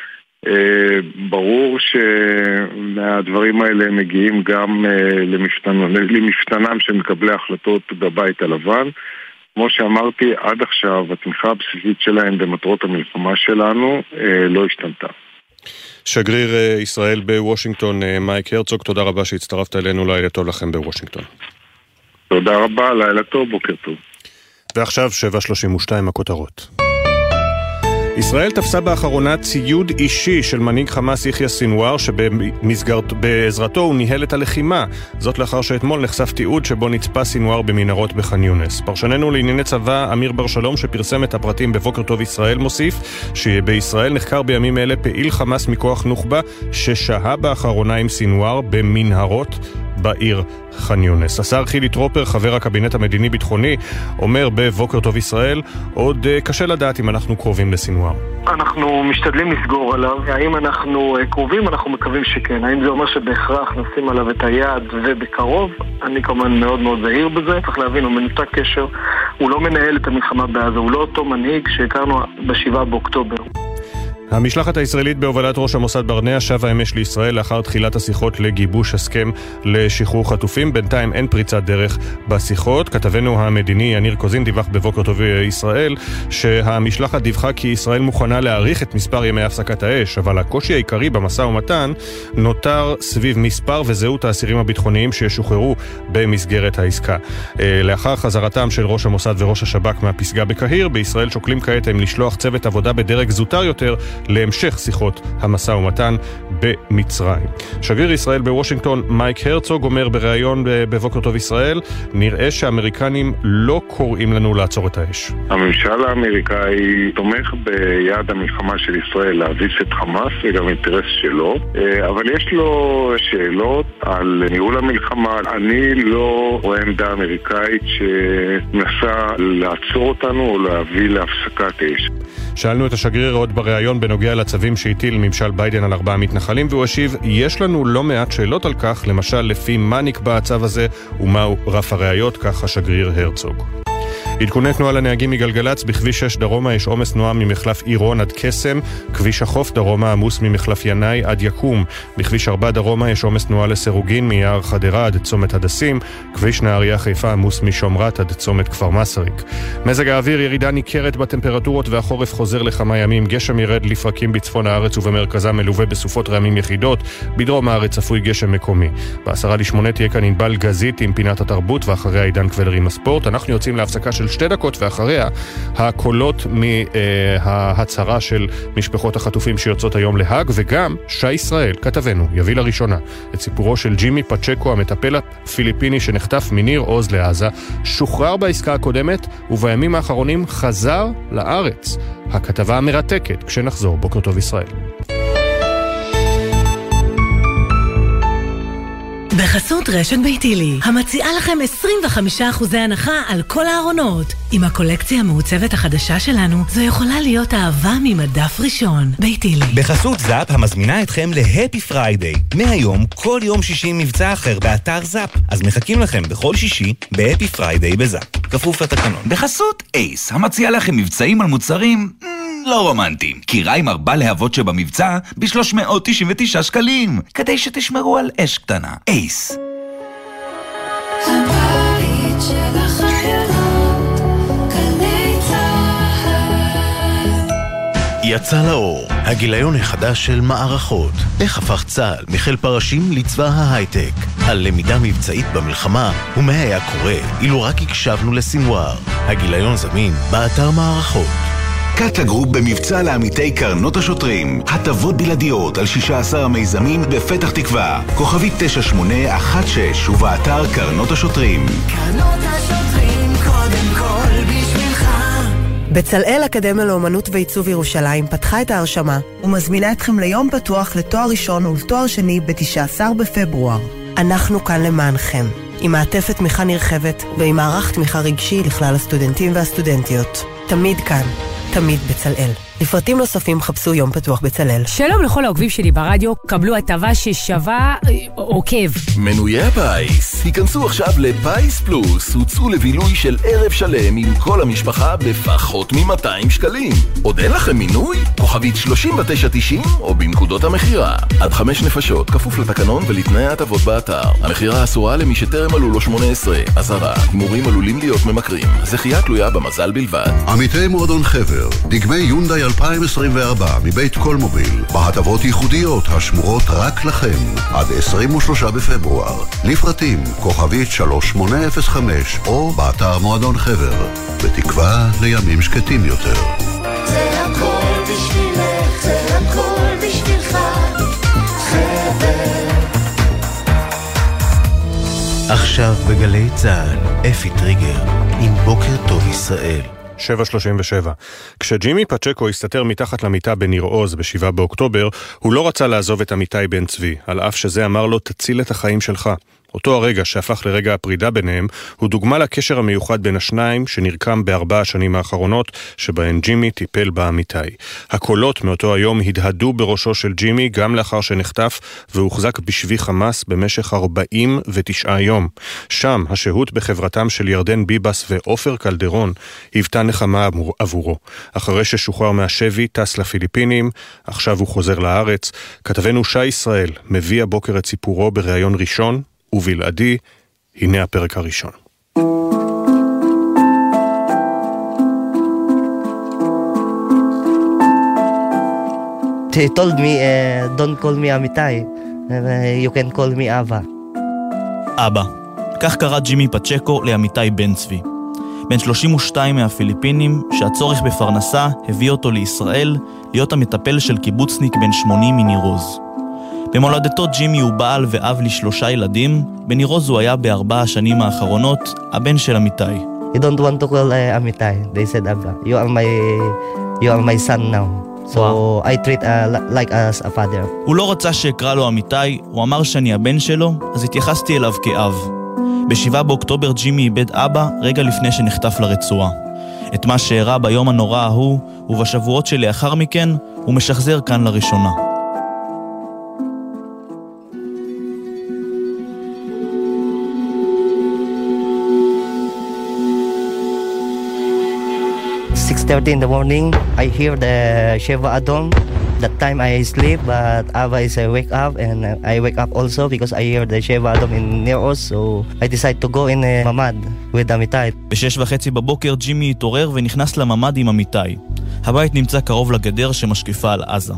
ברור שהדברים האלה מגיעים גם למפתנם של מקבלי החלטות בבית הלבן. כמו שאמרתי, עד עכשיו התמיכה הבסיסית שלהם במטרות המלחמה שלנו לא השתנתה. שגריר ישראל בוושינגטון מייק הרצוג, תודה רבה שהצטרפת אלינו, לילה טוב לכם בוושינגטון. תודה רבה, לילה טוב, בוקר טוב. ועכשיו 7:32 הכותרות. ישראל תפסה באחרונה ציוד אישי של מנהיג חמאס יחיא סינואר, שבעזרתו הוא ניהל את הלחימה. זאת לאחר שאתמול נחשף תיעוד שבו נצפה סינואר במנהרות בח'אן יונס. פרשננו לענייני צבא אמיר בר שלום, שפרסם את הפרטים בבוקר טוב ישראל, מוסיף שבישראל נחקר בימים אלה פעיל חמאס מכוח נוח'בה ששהה באחרונה עם סינואר במנהרות בעיר ח'אן יונס. השר חילי טרופר, חבר הקבינט המדיני-ביטחוני, אומר בבוקר טוב ישראל, עוד קשה לדעת אם אנחנו קרובים לסינואר. אנחנו משתדלים לסגור עליו. האם אנחנו קרובים? אנחנו מקווים שכן. האם זה אומר שבהכרח נשים עליו את היד ובקרוב? אני כמובן מאוד מאוד זהיר בזה. צריך להבין, הוא מנותק קשר, הוא לא מנהל את המלחמה בעזה, הוא לא אותו מנהיג שהכרנו ב7 באוקטובר. המשלחת הישראלית בהובלת ראש המוסד ברנע שבה אמש לישראל לאחר תחילת השיחות לגיבוש הסכם לשחרור חטופים. בינתיים אין פריצת דרך בשיחות. כתבנו המדיני יניר קוזין דיווח בבוקר טוב ישראל שהמשלחת דיווחה כי ישראל מוכנה להאריך את מספר ימי הפסקת האש, אבל הקושי העיקרי במשא ומתן נותר סביב מספר וזהות האסירים הביטחוניים שישוחררו במסגרת העסקה. לאחר חזרתם של ראש המוסד וראש השב"כ מהפסגה בקהיר, בישראל שוקלים כעת אם לשלוח צוות עבודה בדרג זוטר יותר להמשך שיחות המשא ומתן במצרים. שגריר ישראל בוושינגטון מייק הרצוג אומר בריאיון בבוקר טוב ישראל, נראה שהאמריקנים לא קוראים לנו לעצור את האש. הממשל האמריקאי תומך ביעד המלחמה של ישראל להביס את חמאס וגם אינטרס שלו, אבל יש לו שאלות על ניהול המלחמה. אני לא רואה עמדה אמריקאית שנסה לעצור אותנו או להביא להפסקת אש. שאלנו את השגריר עוד בריאיון בנוגע לצווים שהטיל ממשל ביידן על 4 מתנחלים, והוא השיב, יש לנו לא מעט שאלות על כך, למשל לפי מה נקבע הצו הזה ומהו רף הראיות, כך השגריר הרצוג. עדכוני תנועה לנהגים מגלגלץ, בכביש 6 דרומה יש עומס תנועה ממחלף עירון עד קסם, כביש החוף דרומה עמוס ממחלף ינאי עד יקום, בכביש 4 דרומה יש עומס תנועה לסירוגין מיער חדרה עד צומת הדסים, כביש נהריה חיפה עמוס משומרת עד צומת כפר מסריק. מזג האוויר, ירידה ניכרת בטמפרטורות והחורף חוזר לכמה ימים, גשם ירד לפרקים בצפון הארץ ובמרכזה מלווה בסופות רעמים יחידות, בדרום הארץ צפוי גשם מקומי. ב7:50 תהיה כאן ענבל גזית עם פינת התרבות ואחריה עידן קבלר עם הספורט. אנחנו יוצאים להפסקה של 2 דקות ואחריה הקולות מההצהרה של משפחות החטופים שיוצאות היום להאג, וגם שי ישראל, כתבנו, יביא לראשונה את סיפורו של ג'ימי פצ'קו, המטפל הפיליפיני שנחטף מניר עוז לעזה, שוחרר בעסקה הקודמת ובימים האחרונים חזר לארץ. הכתבה המרתקת כשנחזור. בוקר טוב ישראל. בחסות רשת ביתילי, המציעה לכם 25% הנחה על כל הארונות. עם הקולקציה המעוצבת החדשה שלנו, זו יכולה להיות אהבה ממדף ראשון. ביתילי. בחסות זאפ המזמינה אתכם להפי פריידיי. מהיום, כל יום שישי מבצע אחר באתר זאפ. אז מחכים לכם בכל שישי בהפי פריידיי בזאפ. כפוף לתקנון. בחסות אייס, המציע לכם מבצעים על מוצרים לא רומנטיים. קירה עם 4 להבות שבמבצע ב-399 שקלים. כדי שתשמרו על אש קטנה. אייס. הבית של החיילות, גלי צהל. יצא לאור, הגיליון החדש של מערכות. איך הפך צה"ל מחיל פרשים לצבא ההייטק. על למידה מבצעית במלחמה, ומה היה קורה אילו רק הקשבנו לסינואר. הגיליון זמין באתר מערכות. קאטה גרופ במבצע לעמיתי קרנות השוטרים. הטבות בלעדיות על 16 המיזמים בפתח תקווה. כוכבית 9816 ובאתר קרנות השוטרים. קרנות השוטרים קודם כל בשבילך. בצלאל אקדמיה לאומנות ועיצוב ירושלים פתחה את ההרשמה ומזמינה אתכם ליום פתוח לתואר ראשון ולתואר שני ב-19 בפברואר. אנחנו כאן למענכם, עם מעטפת תמיכה נרחבת ועם מערך תמיכה רגשי לכלל הסטודנטים והסטודנטיות. תמיד כאן, תמיד בצלאל. לפרטים נוספים חפשו יום פתוח בצלאל. שלום לכל העוקבים שלי ברדיו, קבלו הטבה ששווה עוקב. מנויי הפיס, היכנסו עכשיו לפייס פלוס, הוצאו לבילוי של ערב שלם עם כל המשפחה בפחות מ-200 שקלים. עוד אין לכם מינוי? כוכבית 3990 או בנקודות המחירה. עד 5 נפשות, כפוף לתקנון ולתנאי ההטבות באתר. המחירה אסורה למי שטרם מלאו לו 18. אזהרה, הימורים עלולים להיות ממכרים. זכייה תלויה במזל בלבד. עמיתי מועדון חבר, דגמי יונדאי 2024 מבית קולמוביל, בהטבות ייחודיות השמורות רק לכם, עד 23 בפברואר. לפרטים, כוכבית 3805 או באתר מועדון חבר, בתקווה לימים שקטים יותר. זה הכל בשבילך, זה הכל בשבילך, חבר. עכשיו בגלי צה"ל, אפי טריגר, עם בוקר טוב ישראל. 7:37. כשג'ימי פצ'קו הסתתר מתחת למיטה בניר עוז ב7 באוקטובר, הוא לא רצה לעזוב את אמיתי בן צבי, על אף שזה אמר לו תציל את החיים שלך. אותו הרגע שהפך לרגע הפרידה ביניהם, הוא דוגמה לקשר המיוחד בין השניים שנרקם ב4 השנים האחרונות, שבהן ג'ימי טיפל באמיתי. הקולות מאותו היום הדהדו בראשו של ג'ימי גם לאחר שנחטף והוחזק בשבי חמאס במשך 49 יום. שם השהות בחברתם של ירדן ביבס ואופר קלדרון היוותה נחמה עבורו. אחרי ששוחרר מהשבי, טס לפיליפינים, עכשיו הוא חוזר לארץ. כתבנו שי ישראל מביא הבוקר את סיפורו בראיון ראשון, ובלעדי, הנה הפרק הראשון. They told me, don't call me Amitai, you can call me Ava. אבא. כך קרא ג'ימי פצ'קו לאמיתי בן צבי. בן 32 מהפיליפינים, שהצורך בפרנסה הביא אותו לישראל להיות המטפל של קיבוצניק בן 80 מניר עוז. במולדתו ג'ימי הוא בעל ואב ל3 ילדים, בניר עוז הוא היה ב4 השנים האחרונות הבן של אמיתי. You don't want to call Amitai, they said Ava. You are my son now. So I treat like as a father. הוא לא רצה שאקרא לו אמיתי, הוא אמר שאני הבן שלו, אז התייחסתי אליו כאב. ב7 באוקטובר ג'ימי איבד אבא רגע לפני שנחטף לרצועה. את מה שהראה ביום הנורא ההוא, ובשבועות שלאחר מכן, הוא משחזר כאן לראשונה. In the morning, I hear the Sheva Adom. That time I sleep, but Ava is wake up, and I wake up also because I hear the Sheva Adom in near us. So I decide to go in a mamad with Amitai. ב6:30 בבוקר ג'ימי התעורר ונכנס לממד עם אמיתי. הבית נמצא קרוב לגדר שמשקיפה על עזה.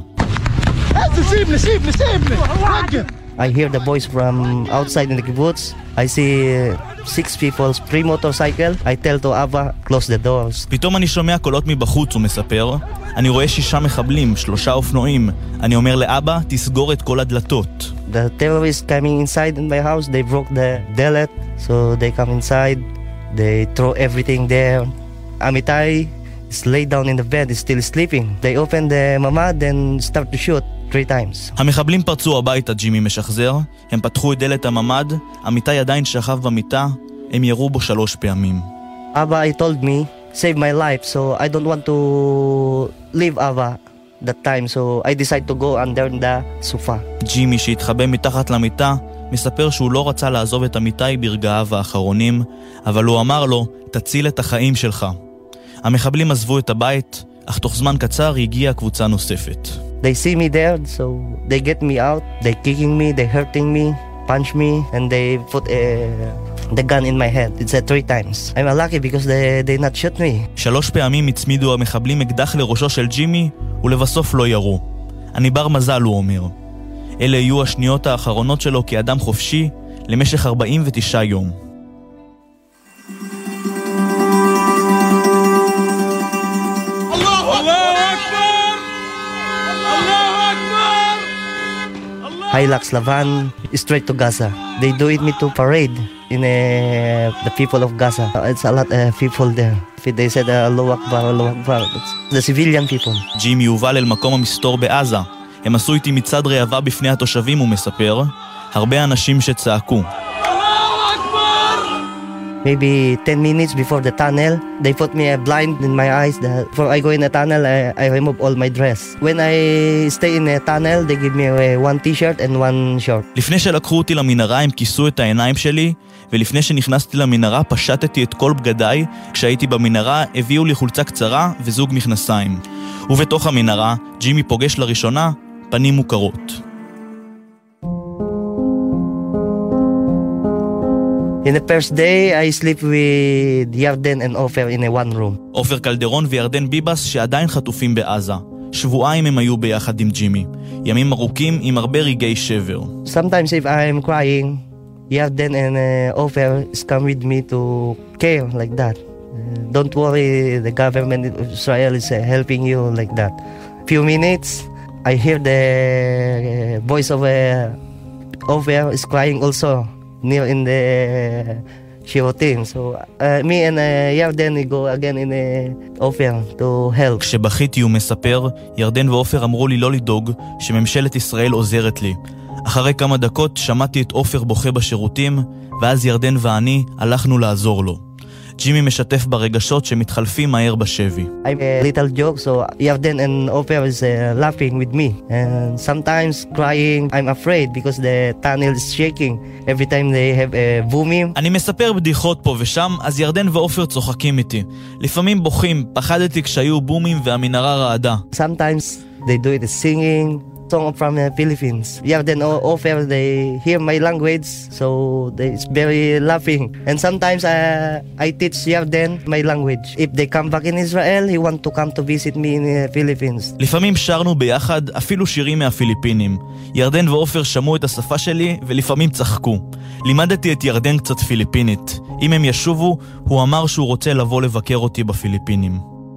I hear the voice from outside in the kibbutz. I see 6 people, 3 motorcycle. I tell to Ava, close the doors. פתאום אני שומע קולות מבחוץ, הוא מספר. אני רואה 6 מחבלים, 3 אופנועים. אני אומר לאבא, תסגור את כל הדלתות. The terrorists coming inside in my house, they broke the delete. So they come inside, they throw everything there. Amitai is laid down in the bed, is still sleeping. They open the mamad and start to shoot 3 times. המחבלים פרצו הביתה, ג'ימי משחזר. הם פתחו את דלת הממד, אמיתי עדיין שכב במיטה, הם ירו בו 3 פעמים. Ava, I told me, save my life, so I don't want to leave Ava that time, so I decide to go under the sofa. ג'ימי שהתחבא מתחת למיטה, מספר שהוא לא רצה לעזוב את אמיתי ברגעיו האחרונים, אבל הוא אמר לו, תציל את החיים שלך. המחבלים עזבו את הבית, אך תוך זמן קצר הגיעה קבוצה נוספת. They see me there, so they get me out. They kicking me, they hurting me, punch me, and they put the gun in my head. It's 3 times. I'm lucky because they not shoot me. 3 פעמים הצמידו המחבלים אקדח לראשו של ג'ימי, ולבסוף לא ירו. אני בר מזל, הוא אומר. אלה יהיו השניות האחרונות שלו כאדם חופשי למשך 49 יום. Hilux Lavan straight to Gaza. They do it me to parade in the people of Gaza. It's a lot of people there. They said Allahu Akbar, Allahu Akbar. It's the civilian people. ג'ימי הובל אל מקום המסתור בעזה. הם עשו איתי מצד ראווה בפני התושבים, הוא מספר. הרבה אנשים שצעקו. Maybe 10 minutes before the tunnel, they put me a blind in my eyes. Before I go in the tunnel, I remove all my dress. When I stay in the tunnel, they give me 1 t-shirt and 1 short. לפני שלקחו אותי למנהרה, הם כיסו את העיניים שלי, ולפני שנכנסתי למנהרה, פשטתי את כל בגדיי. כשהייתי במנהרה, הביאו לי חולצה קצרה וזוג מכנסיים. ובתוך המנהרה, ג'ימי פוגש לראשונה פנים מוכרות. In the first day, I sleep with Yarden and Ofer in a 1 room. אופר קלדרון וירדן ביבס שעדיין חטופים בעזה. שבועיים הם היו ביחד עם ג'ימי. ימים ארוכים עם הרבה רגעי שבר. Sometimes if I'm crying, Yarden and Ofer come with me to care like that. Don't worry, the government of Israel is helping you like that. Few minutes, I hear the voice of Ofer is crying also. Near in the שירותים. So me and ירדן we go again in Ofer to help. כשבכיתי הוא מספר, ירדן ואופר אמרו לי לא לדאוג, שממשלת ישראל עוזרת לי. אחרי כמה דקות שמעתי את עופר בוכה בשירותים, ואז ירדן ואני הלכנו לעזור לו. ג'ימי משתף ברגשות שמתחלפים מהר בשבי. I'm a little joke, so Yarden and Ofer is laughing with me. And sometimes crying, I'm afraid because the tunnel is shaking. Every time they have a booming. אני מספר בדיחות פה ושם, אז ירדן ועופר צוחקים איתי. לפעמים בוכים, פחדתי כשהיו בומים והמנהרה רעדה. Sometimes they do it singing. Song from the Philippines. Yarden or Ofer, they hear my language, so it's very laughing. And sometimes I teach Yarden my language. If they come back in Israel, he want to come to visit me in the Philippines. לפעמים שרנו ביחד אפילו שירים מהפיליפינים. ירדן ועופר שמעו את השפה שלי ולפעמים צחקו. לימדתי את ירדן קצת פיליפינית. אם הם ישובו, הוא אמר שהוא רוצה לבוא לבקר אותי בפיליפינים.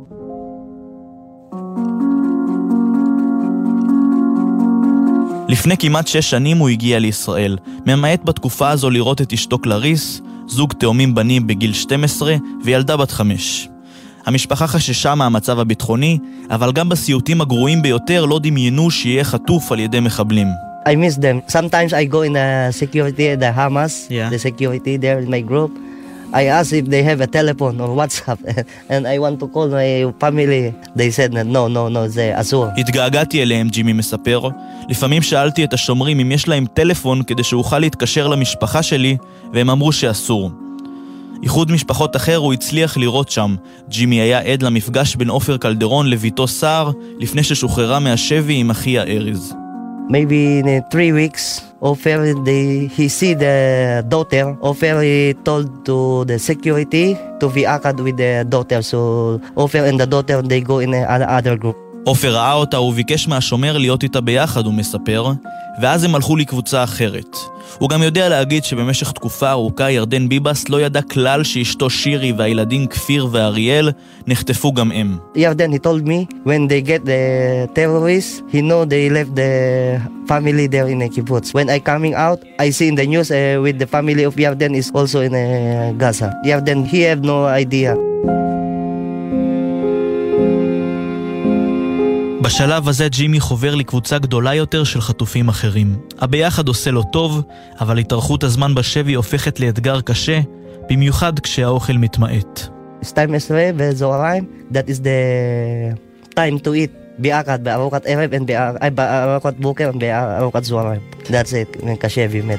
לפני כמעט 6 שנים הוא הגיע לישראל, ממעט בתקופה הזו לראות את אשתו קלריס, זוג תאומים בנים בגיל 12 וילדה בת 5. המשפחה חששה מהמצב הביטחוני, אבל גם בסיוטים הגרועים ביותר לא דמיינו שיהיה חטוף על ידי מחבלים. I miss them. Sometimes I go in the security, the Hamas, the security there in my group. I asked if they have a telephone or WhatsApp and I want to call my family. They said no, זה אסור. התגעגעתי אליהם, ג'ימי מספר. לפעמים שאלתי את השומרים אם יש להם טלפון כדי שאוכל להתקשר למשפחה שלי, והם אמרו שאסור. איחוד משפחות אחר הוא הצליח לראות שם. ג'ימי היה עד למפגש בין עופר קלדרון לביתו סער, לפני ששוחררה מהשבי עם אחיה אריז. Maybe in 3 weeks, Ofer, he see the daughter. Ofer, he told to the security to be acad with the daughter. So Ofer and the daughter, they go in another group. עופר ראה אותה וביקש מהשומר להיות איתה ביחד, הוא מספר, ואז הם הלכו לקבוצה אחרת. הוא גם יודע להגיד שבמשך תקופה ארוכה ירדן ביבס לא ידע כלל שאשתו שירי והילדים כפיר ואריאל נחטפו גם הם. ירדן, he told me, when they get the terrorists, he know they left the family there in a kibbutz. When I coming out, I see in the news with the family of Yarden is also in Gaza. Yarden, he have no idea. בשלב הזה ג'ימי חובר לקבוצה גדולה יותר של חטופים אחרים. הביחד עושה לו טוב, אבל התארכות הזמן בשבי הופכת לאתגר קשה, במיוחד כשהאוכל מתמעט. שתיים עשרה בזוהריים, that is the time to eat. ביחד, בארוחת ערב, בארוחת בוקר, בארוחת זוהריים. That's it, קשה באמת.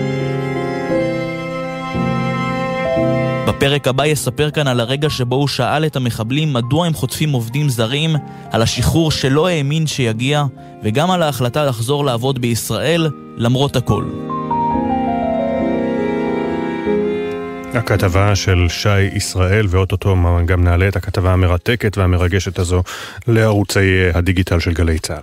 בפרק הבא יספר כאן על הרגע שבו הוא שאל את המחבלים מדוע הם חוטפים עובדים זרים, על השחרור שלא האמין שיגיע, וגם על ההחלטה לחזור לעבוד בישראל למרות הכל. הכתבה של שי ישראל, ואוטוטו גם נעלה את הכתבה המרתקת והמרגשת הזו לערוצי הדיגיטל של גלי צה"ל.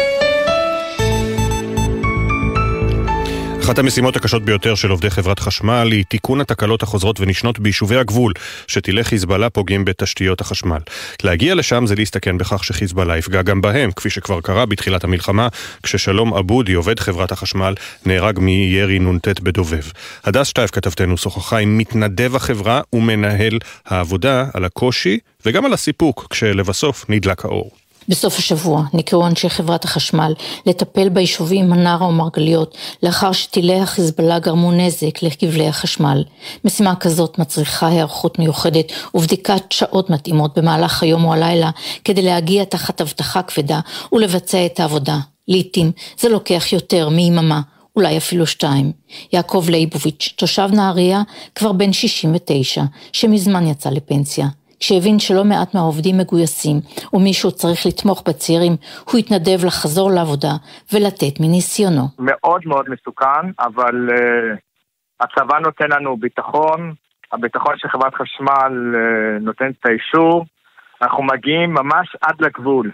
אחת המשימות הקשות ביותר של עובדי חברת חשמל היא תיקון התקלות החוזרות ונשנות ביישובי הגבול, שטילי חיזבאללה פוגעים בתשתיות החשמל. להגיע לשם זה להסתכן בכך שחיזבאללה יפגע גם בהם, כפי שכבר קרה בתחילת המלחמה, כששלום אבודי, עובד חברת החשמל, נהרג מירי נ"ט בדובב. הדס שטייף כתבתנו שוחחה עם מתנדב החברה ומנהל העבודה על הקושי וגם על הסיפוק, כשלבסוף נדלק האור. בסוף השבוע נקראו אנשי חברת החשמל לטפל ביישובים מנרה ומרגליות לאחר שטילי החיזבאללה גרמו נזק לכבלי החשמל. משימה כזאת מצריכה היערכות מיוחדת ובדיקת שעות מתאימות במהלך היום או הלילה כדי להגיע תחת הבטחה כבדה ולבצע את העבודה. לעתים זה לוקח יותר מיממה, אולי אפילו 2. יעקב ליבוביץ', תושב נהריה, כבר בן 69, שמזמן יצא לפנסיה. כשהבין שלא מעט מהעובדים מגויסים ומישהו צריך לתמוך בצעירים, הוא התנדב לחזור לעבודה ולתת מניסיונו. מאוד מאוד מסוכן, אבל הצבא נותן לנו ביטחון, הביטחון של חברת חשמל נותן את האישור, אנחנו מגיעים ממש עד לגבול.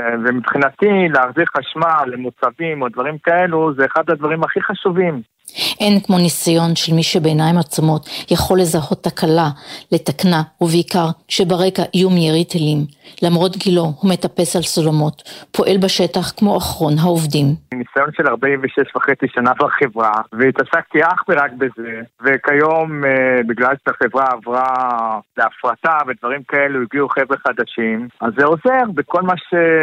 ומבחינתי להחזיר חשמל למוצבים או דברים כאלו זה אחד הדברים הכי חשובים. אין כמו ניסיון של מי שבעיניים עצומות יכול לזהות תקלה, לתקנה, ובעיקר שברקע איום ירי טילים. למרות גילו, הוא מטפס על סולמות, פועל בשטח כמו אחרון העובדים. ניסיון של 46.5 שנה בחברה, והתעסקתי אך ורק בזה, וכיום בגלל שהחברה עברה להפרטה ודברים כאלו, הגיעו חבר'ה חדשים, אז זה עוזר בכל מה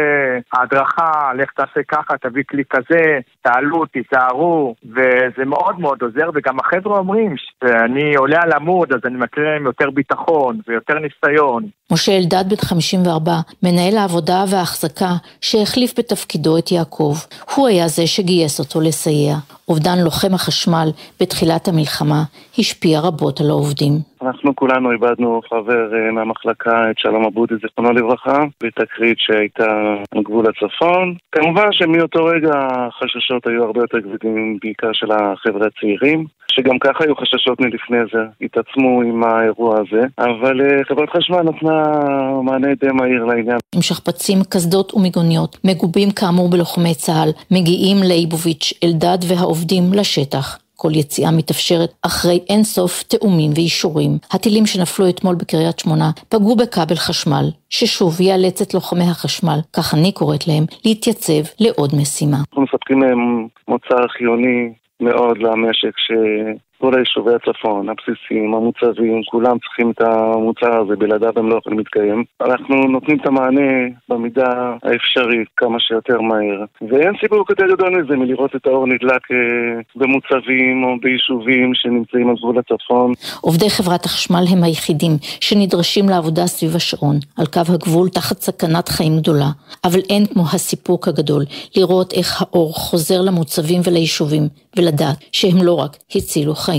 שההדרכה, לך תעשה ככה, תביא כלי כזה, תעלו, תיזהרו, וזה מאוד מאוד עוזר, וגם החבר'ה אומרים שאני עולה על עמוד, אז אני מקרה עם יותר ביטחון ויותר ניסיון. משה אלדד בן 54, מנהל העבודה וההחזקה שהחליף בתפקידו את יעקב. הוא היה זה שגייס אותו לסייע. אובדן לוחם החשמל בתחילת המלחמה השפיע רבות על העובדים. אנחנו כולנו איבדנו חבר מהמחלקה, את שלום אבודי, זיכרונו לברכה, בתקרית שהייתה על גבול הצפון. כמובן שמאותו רגע החששות היו הרבה יותר כבדים, בעיקר של החבר'ה הצעירים, שגם ככה היו חששות מלפני זה, התעצמו עם האירוע הזה, אבל חברת חשמל נתנה מענה די מהיר לעניין. עם שכפ"צים, קסדות ומיגוניות, מגובים כאמור בלוחמי צה"ל, מגיעים ליבוביץ', אלדד והעובדים לשטח. כל יציאה מתאפשרת אחרי אינסוף תאומים ואישורים. הטילים שנפלו אתמול בקריית שמונה פגעו בכבל חשמל, ששוב יאלץ את לוחמי החשמל, כך אני קוראת להם, להתייצב לעוד משימה. אנחנו מספקים להם מוצר חיוני מאוד למשק, שכל היישובי הצפון, הבסיסים, המוצבים, כולם צריכים את המוצר הזה, בלעדיו הם לא יכולים להתקיים. אנחנו נותנים את המענה במידה האפשרית כמה שיותר מהר. ואין סיפור יותר גדול מזה מלראות את האור נדלק במוצבים או ביישובים שנמצאים על גבול הצפון. עובדי חברת החשמל הם היחידים שנדרשים לעבודה סביב השעון, על קו הגבול תחת סכנת חיים גדולה. אבל אין כמו הסיפוק הגדול לראות איך האור חוזר למוצבים וליישובים, ולדעת שהם לא רק הצילו חיים.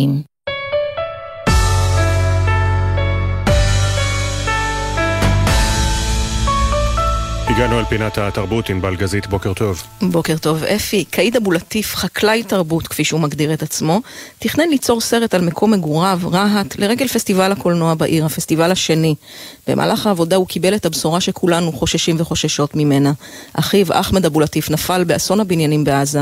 הגענו על פינת התרבות עם בלגזית, בוקר טוב. בוקר טוב, אפי. קאיד אבו לטיף, חקלאי תרבות, כפי שהוא מגדיר את עצמו, תכנן ליצור סרט על מקום מגוריו, רהט, לרגל פסטיבל הקולנוע בעיר, הפסטיבל השני. במהלך העבודה הוא קיבל את הבשורה שכולנו חוששים וחוששות ממנה. אחיו, אחמד אבו לטיף, נפל באסון הבניינים בעזה,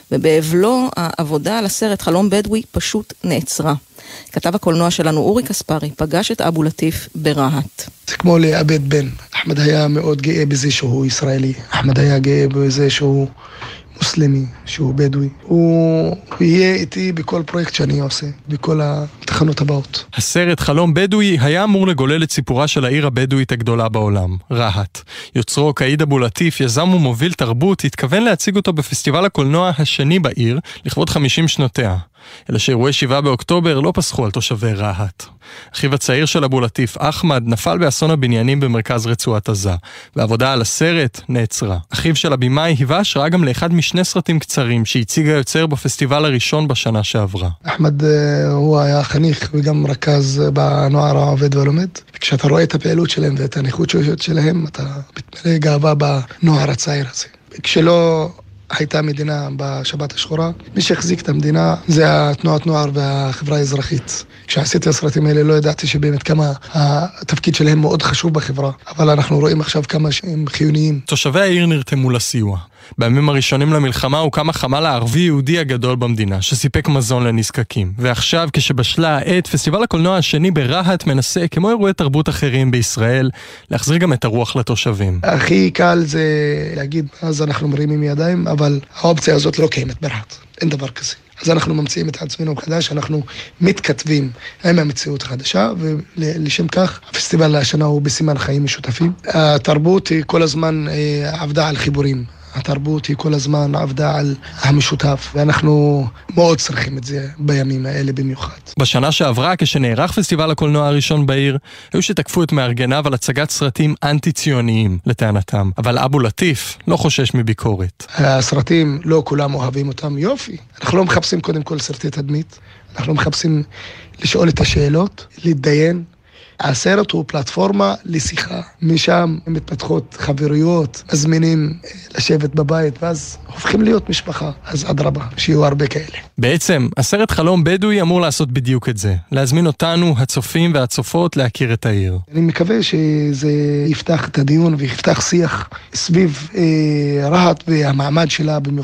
ובאבלו העבודה על הסרט חלום בדואי פשוט נעצרה. כתב הקולנוע שלנו אורי קספרי פגש את אבו לטיף ברהט. זה כמו לאבד בן. אחמד היה מאוד גאה בזה שהוא ישראלי. אחמד היה גאה בזה שהוא מוסלמי, שהוא בדואי. הוא יהיה איתי בכל פרויקט שאני עושה, בכל התחנות הבאות. הסרט חלום בדואי היה אמור לגולל את סיפורה של העיר הבדואית הגדולה בעולם, רהט. יוצרו קאיד אבו לטיף, יזם ומוביל תרבות, התכוון להציג אותו בפסטיבל הקולנוע השני בעיר, לכבוד 50 שנותיה. אלא שאירועי 7 באוקטובר לא פסחו על תושבי רהט. אחיו הצעיר של אבו לטיף, אחמד, נפל באסון הבניינים במרכז רצועת עזה, והעבודה על הסרט נעצרה. אחיו של הבימאי היווה השראה גם לאחד משני סרטים קצרים שהציג היוצר בפסטיבל הראשון בשנה שעברה. אחמד הוא היה חניך וגם רכז בנוער העובד והלומד. וכשאתה רואה את הפעילות שלהם ואת הנכות שלהם, אתה מתמלא גאווה בנוער הצעיר הזה. כשלא הייתה מדינה בשבת השחורה, מי שהחזיק את המדינה זה התנועת נוער והחברה האזרחית. כשעשיתי הסרטים האלה לא ידעתי שבאמת כמה התפקיד שלהם מאוד חשוב בחברה, אבל אנחנו רואים עכשיו כמה שהם חיוניים. תושבי העיר נרתמו לסיוע. בימים הראשונים למלחמה הוקם החמ"ל הערבי-יהודי הגדול במדינה, שסיפק מזון לנזקקים. ועכשיו, כשבשלה העת, פסטיבל הקולנוע השני ברהט מנסה, כמו אירועי תרבות אחרים בישראל, להחזיר גם את הרוח לתושבים. הכי קל זה להגיד, אז אנחנו מרימים ידיים, אבל האופציה הזאת לא קיימת ברהט. אין דבר כזה. אז אנחנו ממציאים את עצמנו מחדש, אנחנו מתכתבים עם המציאות החדשה, ולשם כך הפסטיבל השנה הוא בסימן חיים משותפים. התרבות היא כל הזמן עבדה על חיבורים. התרבות היא כל הזמן עבדה על המשותף, ואנחנו מאוד צריכים את זה בימים האלה במיוחד. בשנה שעברה, כשנערך פסטיבל הקולנוע הראשון בעיר, היו שתקפו את מארגניו על הצגת סרטים אנטי-ציוניים, לטענתם. אבל אבו לטיף לא חושש מביקורת. הסרטים, לא כולם אוהבים אותם, יופי. אנחנו לא מחפשים קודם כל סרטי תדמית, אנחנו מחפשים לשאול את השאלות, להתדיין. הסרט הוא פלטפורמה לשיחה. משם מתפתחות חברויות, מזמינים לשבת בבית, ואז הופכים להיות משפחה. אז אדרבה, שיהיו הרבה כאלה. בעצם, הסרט חלום בדואי אמור לעשות בדיוק את זה. להזמין אותנו, הצופים והצופות, להכיר את העיר. אני מקווה שזה יפתח את הדיון ויפתח שיח סביב רהט והמעמד שלה, במיוחד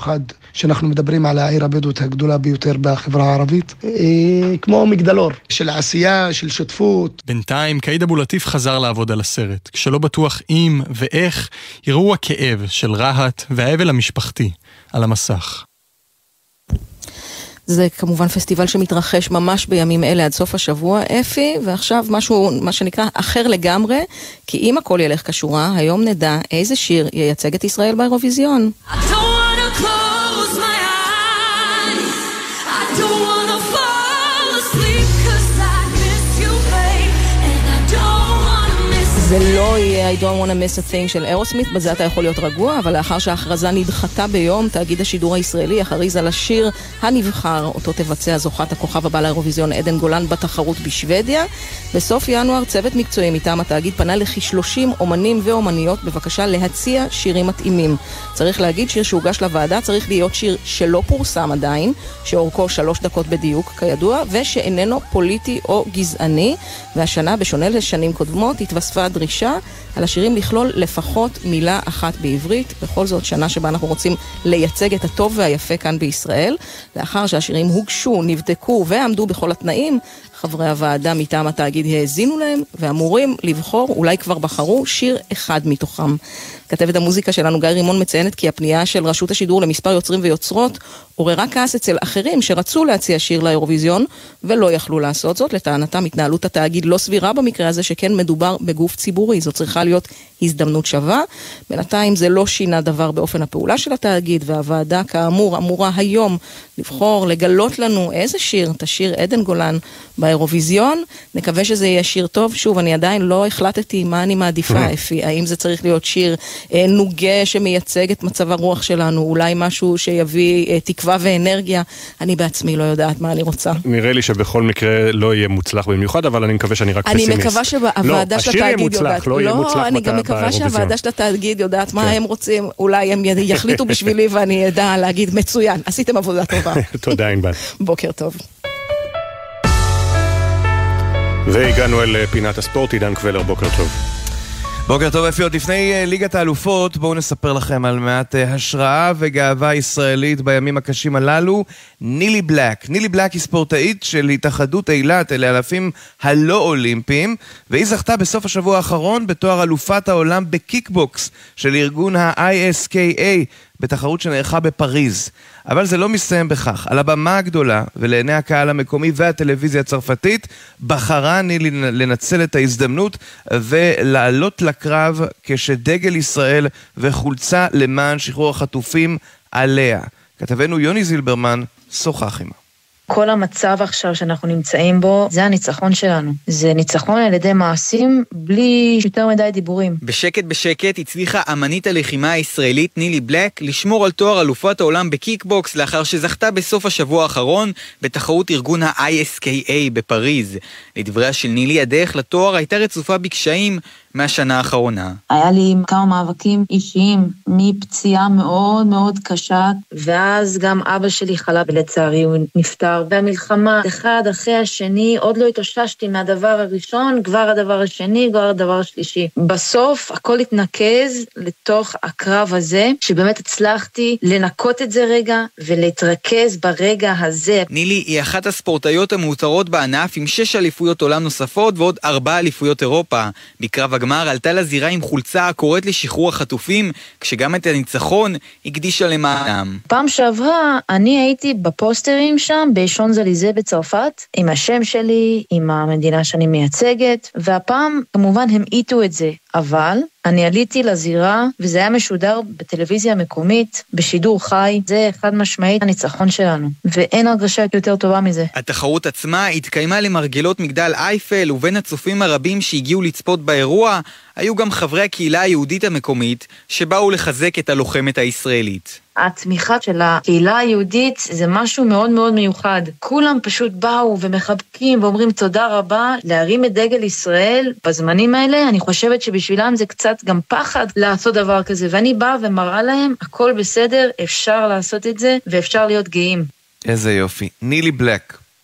שאנחנו מדברים על העיר הבדואית הגדולה ביותר בחברה הערבית, כמו מגדלור של עשייה, של שותפות. בינתיים, קאיד אבו לטיף חזר לעבוד על הסרט, כשלא בטוח אם ואיך יראו הכאב של רהט והאבל המשפחתי על המסך. זה כמובן פסטיבל שמתרחש ממש בימים אלה עד סוף השבוע, אפי, ועכשיו משהו, מה שנקרא, אחר לגמרי, כי אם הכל ילך כשורה, היום נדע איזה שיר ייצג את ישראל באירוויזיון. זה לא יהיה I don't want to miss a thing של אירוסמית, בזה אתה יכול להיות רגוע, אבל לאחר שההכרזה נדחתה ביום, תאגיד השידור הישראלי יכריז על השיר הנבחר, אותו תבצע זוכת הכוכב הבא לאירוויזיון עדן גולן בתחרות בשוודיה. בסוף ינואר צוות מקצועי מטעם התאגיד פנה לכ-30 אומנים ואומניות בבקשה להציע שירים מתאימים. צריך להגיד, שיר שהוגש לוועדה צריך להיות שיר שלא פורסם עדיין, שאורכו 3 דקות בדיוק כידוע, ושאיננו פוליטי או גזעני, והשנה בשונה לשנים קודמות התווספה דרישה על השירים לכלול לפחות מילה אחת בעברית, בכל זאת שנה שבה אנחנו רוצים לייצג את הטוב והיפה כאן בישראל. לאחר שהשירים הוגשו, נבדקו ועמדו בכל התנאים, חברי הוועדה מטעם התאגיד האזינו להם ואמורים לבחור, אולי כבר בחרו, שיר אחד מתוכם. כתבת המוזיקה שלנו גיא רימון מציינת כי הפנייה של רשות השידור למספר יוצרים ויוצרות עוררה כעס אצל אחרים שרצו להציע שיר לאירוויזיון ולא יכלו לעשות זאת. לטענתם התנהלות התאגיד לא סבירה במקרה הזה, שכן מדובר בגוף ציבורי, זו צריכה להיות הזדמנות שווה. בינתיים זה לא שינה דבר באופן הפעולה של התאגיד, והוועדה כאמור אמורה היום לבחור, לגלות לנו איזה שיר תשיר עדן גולן באירוויזיון. נקווה שזה יהיה שיר טוב. שוב, אני עדיין לא החלטתי מה אני מעדיפה, אפי. האם זה צריך להיות שיר נוגה שמייצג את מצב הרוח שלנו, אולי משהו שיביא תקווה ואנרגיה. אני בעצמי לא יודעת מה אני רוצה. נראה לי שבכל מקרה לא יהיה מוצלח במיוחד, אבל אני מקווה שאני רק פסימיסט. אני מקווה שהוועדה של התאגיד יודעת. לא, אני גם מקווה שהוועדה של התאגיד יודעת מה הם רוצים. אולי הם יחליטו בשבילי ואני אדע להגיד מצוין. עשיתם עבודה טובה. תודה ענבל. בוקר טוב. והגענו אל פינת הספורט, עידן קבלר, בוקר טוב. בוקר טוב אפי, עוד לפני ליגת האלופות, בואו נספר לכם על מעט השראה וגאווה ישראלית בימים הקשים הללו. נילי בלק. נילי בלק היא ספורטאית של התאחדות אילת, אלה אלפים הלא אולימפיים, והיא זכתה בסוף השבוע האחרון בתואר אלופת העולם בקיקבוקס של ארגון ה-ISKA, בתחרות שנערכה בפריז. אבל זה לא מסתיים בכך. על הבמה הגדולה ולעיני הקהל המקומי והטלוויזיה הצרפתית, בחרה נילי לנצל את ההזדמנות ולעלות לקרב כשדגל ישראל וחולצה למען שחרור החטופים עליה. כתבנו יוני זילברמן שוחח עימה. כל המצב עכשיו שאנחנו נמצאים בו, זה הניצחון שלנו. זה ניצחון על ידי מעשים בלי יותר מדי דיבורים. בשקט בשקט הצליחה אמנית הלחימה הישראלית נילי בלק לשמור על תואר אלופת העולם בקיקבוקס לאחר שזכתה בסוף השבוע האחרון בתחרות ארגון ה-ISKA בפריז. לדבריה של נילי, הדרך לתואר הייתה רצופה בקשיים מהשנה האחרונה. היה לי כמה מאבקים אישיים מפציעה מאוד מאוד קשה, ואז גם אבא שלי חלה ולצערי הוא נפטר. והמלחמה אחד אחרי השני, עוד לא התאוששתי מהדבר הראשון, כבר הדבר השני, כבר הדבר השלישי. בסוף הכל התנקז לתוך הקרב הזה, שבאמת הצלחתי לנקות את זה רגע ולהתרכז ברגע הזה. נילי היא אחת הספורטאיות המעוטרות בענף עם 6 אליפויות עולם נוספות ועוד 4 אליפויות אירופה. בקרב הגמר עלתה לזירה עם חולצה הקוראת לשחרור החטופים, כשגם את הניצחון הקדישה למענם. פעם שעברה אני הייתי בפוסטרים שם בשונזליזה בצרפת, עם השם שלי, עם המדינה שאני מייצגת, והפעם כמובן הם איתו את זה, אבל אני עליתי לזירה, וזה היה משודר בטלוויזיה המקומית, בשידור חי. זה חד משמעית הניצחון שלנו, ואין הרגשה יותר טובה מזה. התחרות עצמה התקיימה למרגלות מגדל אייפל, ובין הצופים הרבים שהגיעו לצפות באירוע, היו גם חברי הקהילה היהודית המקומית, שבאו לחזק את הלוחמת הישראלית. התמיכה של הקהילה היהודית זה משהו מאוד מאוד מיוחד. כולם פשוט באו ומחבקים ואומרים תודה רבה. להרים את דגל ישראל בזמנים האלה, אני חושבת שבשבילם זה קצת גם פחד לעשות דבר כזה, ואני באה ומראה להם, הכל בסדר, אפשר לעשות את זה ואפשר להיות גאים. איזה יופי. נילי בלק.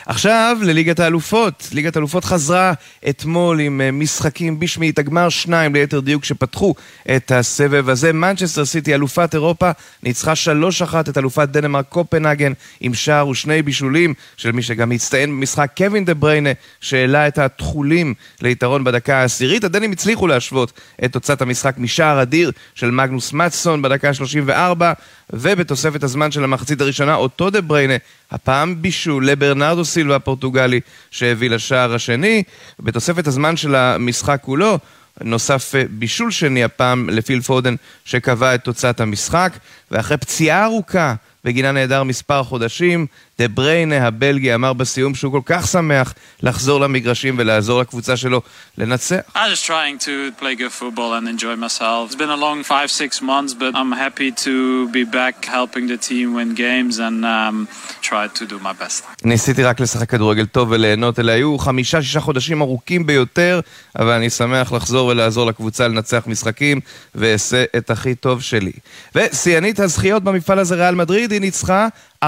עכשיו לליגת האלופות. ליגת האלופות חזרה אתמול עם משחקים בשמית הגמר, 2 ליתר דיוק שפתחו את הסבב הזה. מנצ'סטר סיטי, אלופת אירופה, ניצחה 3-1 את אלופת דנמרק קופנהגן עם שער ושני בישולים של מי שגם הצטיין במשחק, קווין דה בריינה, שהעלה את התחולים ליתרון בדקה העשירית. הדנים הצליחו להשוות את תוצאת המשחק משער אדיר של מגנוס מצסון בדקה 34, ובתוספת הזמן של המחצית הראשונה אותו דה בריינה הפעם בישול לברנרדו סילבה הפורטוגלי שהביא לשער השני. בתוספת הזמן של המשחק כולו נוסף בישול שני הפעם לפיל פודן שקבע את תוצאת המשחק, ואחרי פציעה ארוכה בגינה נהדר מספר חודשים, דה בריינה הבלגי אמר בסיום שהוא כל כך שמח לחזור למגרשים ולעזור לקבוצה שלו לנצח. I'm just trying to play good football and enjoy myself. It's been a long 5-6 months, but I'm happy to be back helping the team win games and try to do my best. ניסיתי רק לשחק כדורגל טוב וליהנות, אלה היו 5-6 חודשים ארוכים ביותר, אבל אני שמח לחזור ולעזור לקבוצה לנצח משחקים ואעשה את הכי טוב שלי. ושיאנית הזכיות במפעל הזה ריאל מדריד, היא ניצחה 1-0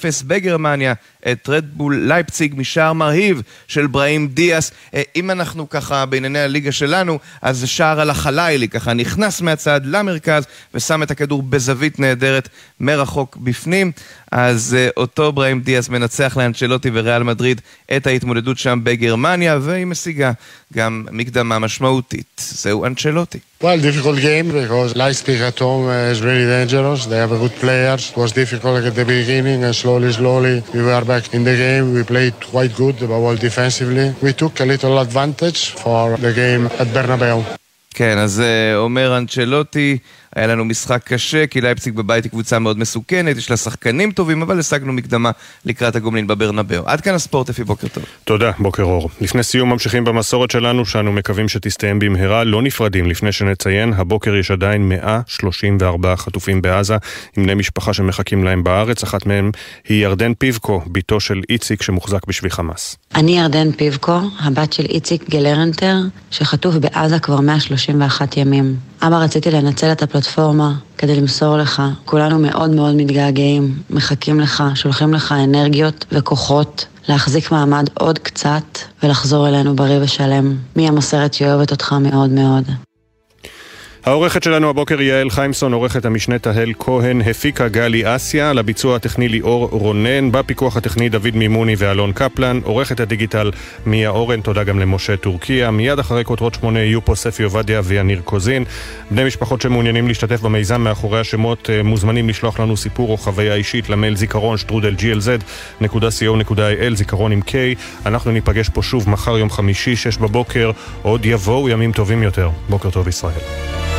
בגרמניה את רדבול לייפציג משער מרהיב של בראים דיאס. אם אנחנו ככה בענייני הליגה שלנו, אז שער על החלילי ככה נכנס מהצד למרכז ושם את הכדור בזווית נהדרת מרחוק בפנים. אז אותו בראים דיאס מנצח לאנצ'לוטי וריאל מדריד את ההתמודדות שם בגרמניה, והיא משיגה גם מקדמה משמעותית. זהו אנצ'לוטי. Well, difficult game because Leipzig at home is really dangerous. They have a good players. It was difficult at the beginning and slowly we were back in the game. We played quite good, well defensively. We took a little advantage for the game at Bernabeu. כן, אז אומר אנצ'לוטי, היה לנו משחק קשה, כי לייפציג בבית היא קבוצה מאוד מסוכנת, יש לה שחקנים טובים, אבל השגנו מקדמה לקראת הגומלין בברנבאו. עד כאן הספורט, אפי, בוקר טוב. תודה, בוקר אור. לפני סיום ממשיכים במסורת שלנו, שאנו מקווים שתסתיים במהרה, לא נפרדים לפני שנציין, הבוקר יש עדיין 134 חטופים בעזה, עם בני משפחה שמחכים להם בארץ, אחת מהם היא ירדן פיבקו, ביתו של איציק שמוחזק בשבי חמאס. אני ירדן פיבקו, הבת של איציק גלרנטר, שחטוף בעזה כבר 131 ימים. אבא, רציתי לנצל את הפלטפורמה כדי למסור לך. כולנו מאוד מאוד מתגעגעים, מחכים לך, שולחים לך אנרגיות וכוחות להחזיק מעמד עוד קצת ולחזור אלינו בריא ושלם. מי המוסרת שאוהבת אותך מאוד מאוד. העורכת שלנו הבוקר יעל חיימסון, עורכת המשנה תהל כהן, הפיקה גלי אסיה, לביצוע הטכני ליאור רונן, בפיקוח הטכני דוד מימוני ואלון קפלן, עורכת הדיגיטל מיה אורן, תודה גם למשה טורקיה. מיד אחרי כותרות 8 יהיו פה ספי עובדיה ויניר קוזין. בני משפחות שמעוניינים להשתתף במיזם מאחורי השמות מוזמנים לשלוח לנו סיפור או חוויה אישית למייל zikaron@glz.co.il, זיכרון עם K. אנחנו ניפגש פה שוב מחר יום חמישי 6 בבוקר, עוד יבואו ימים טובים יותר. בוקר טוב ישראל.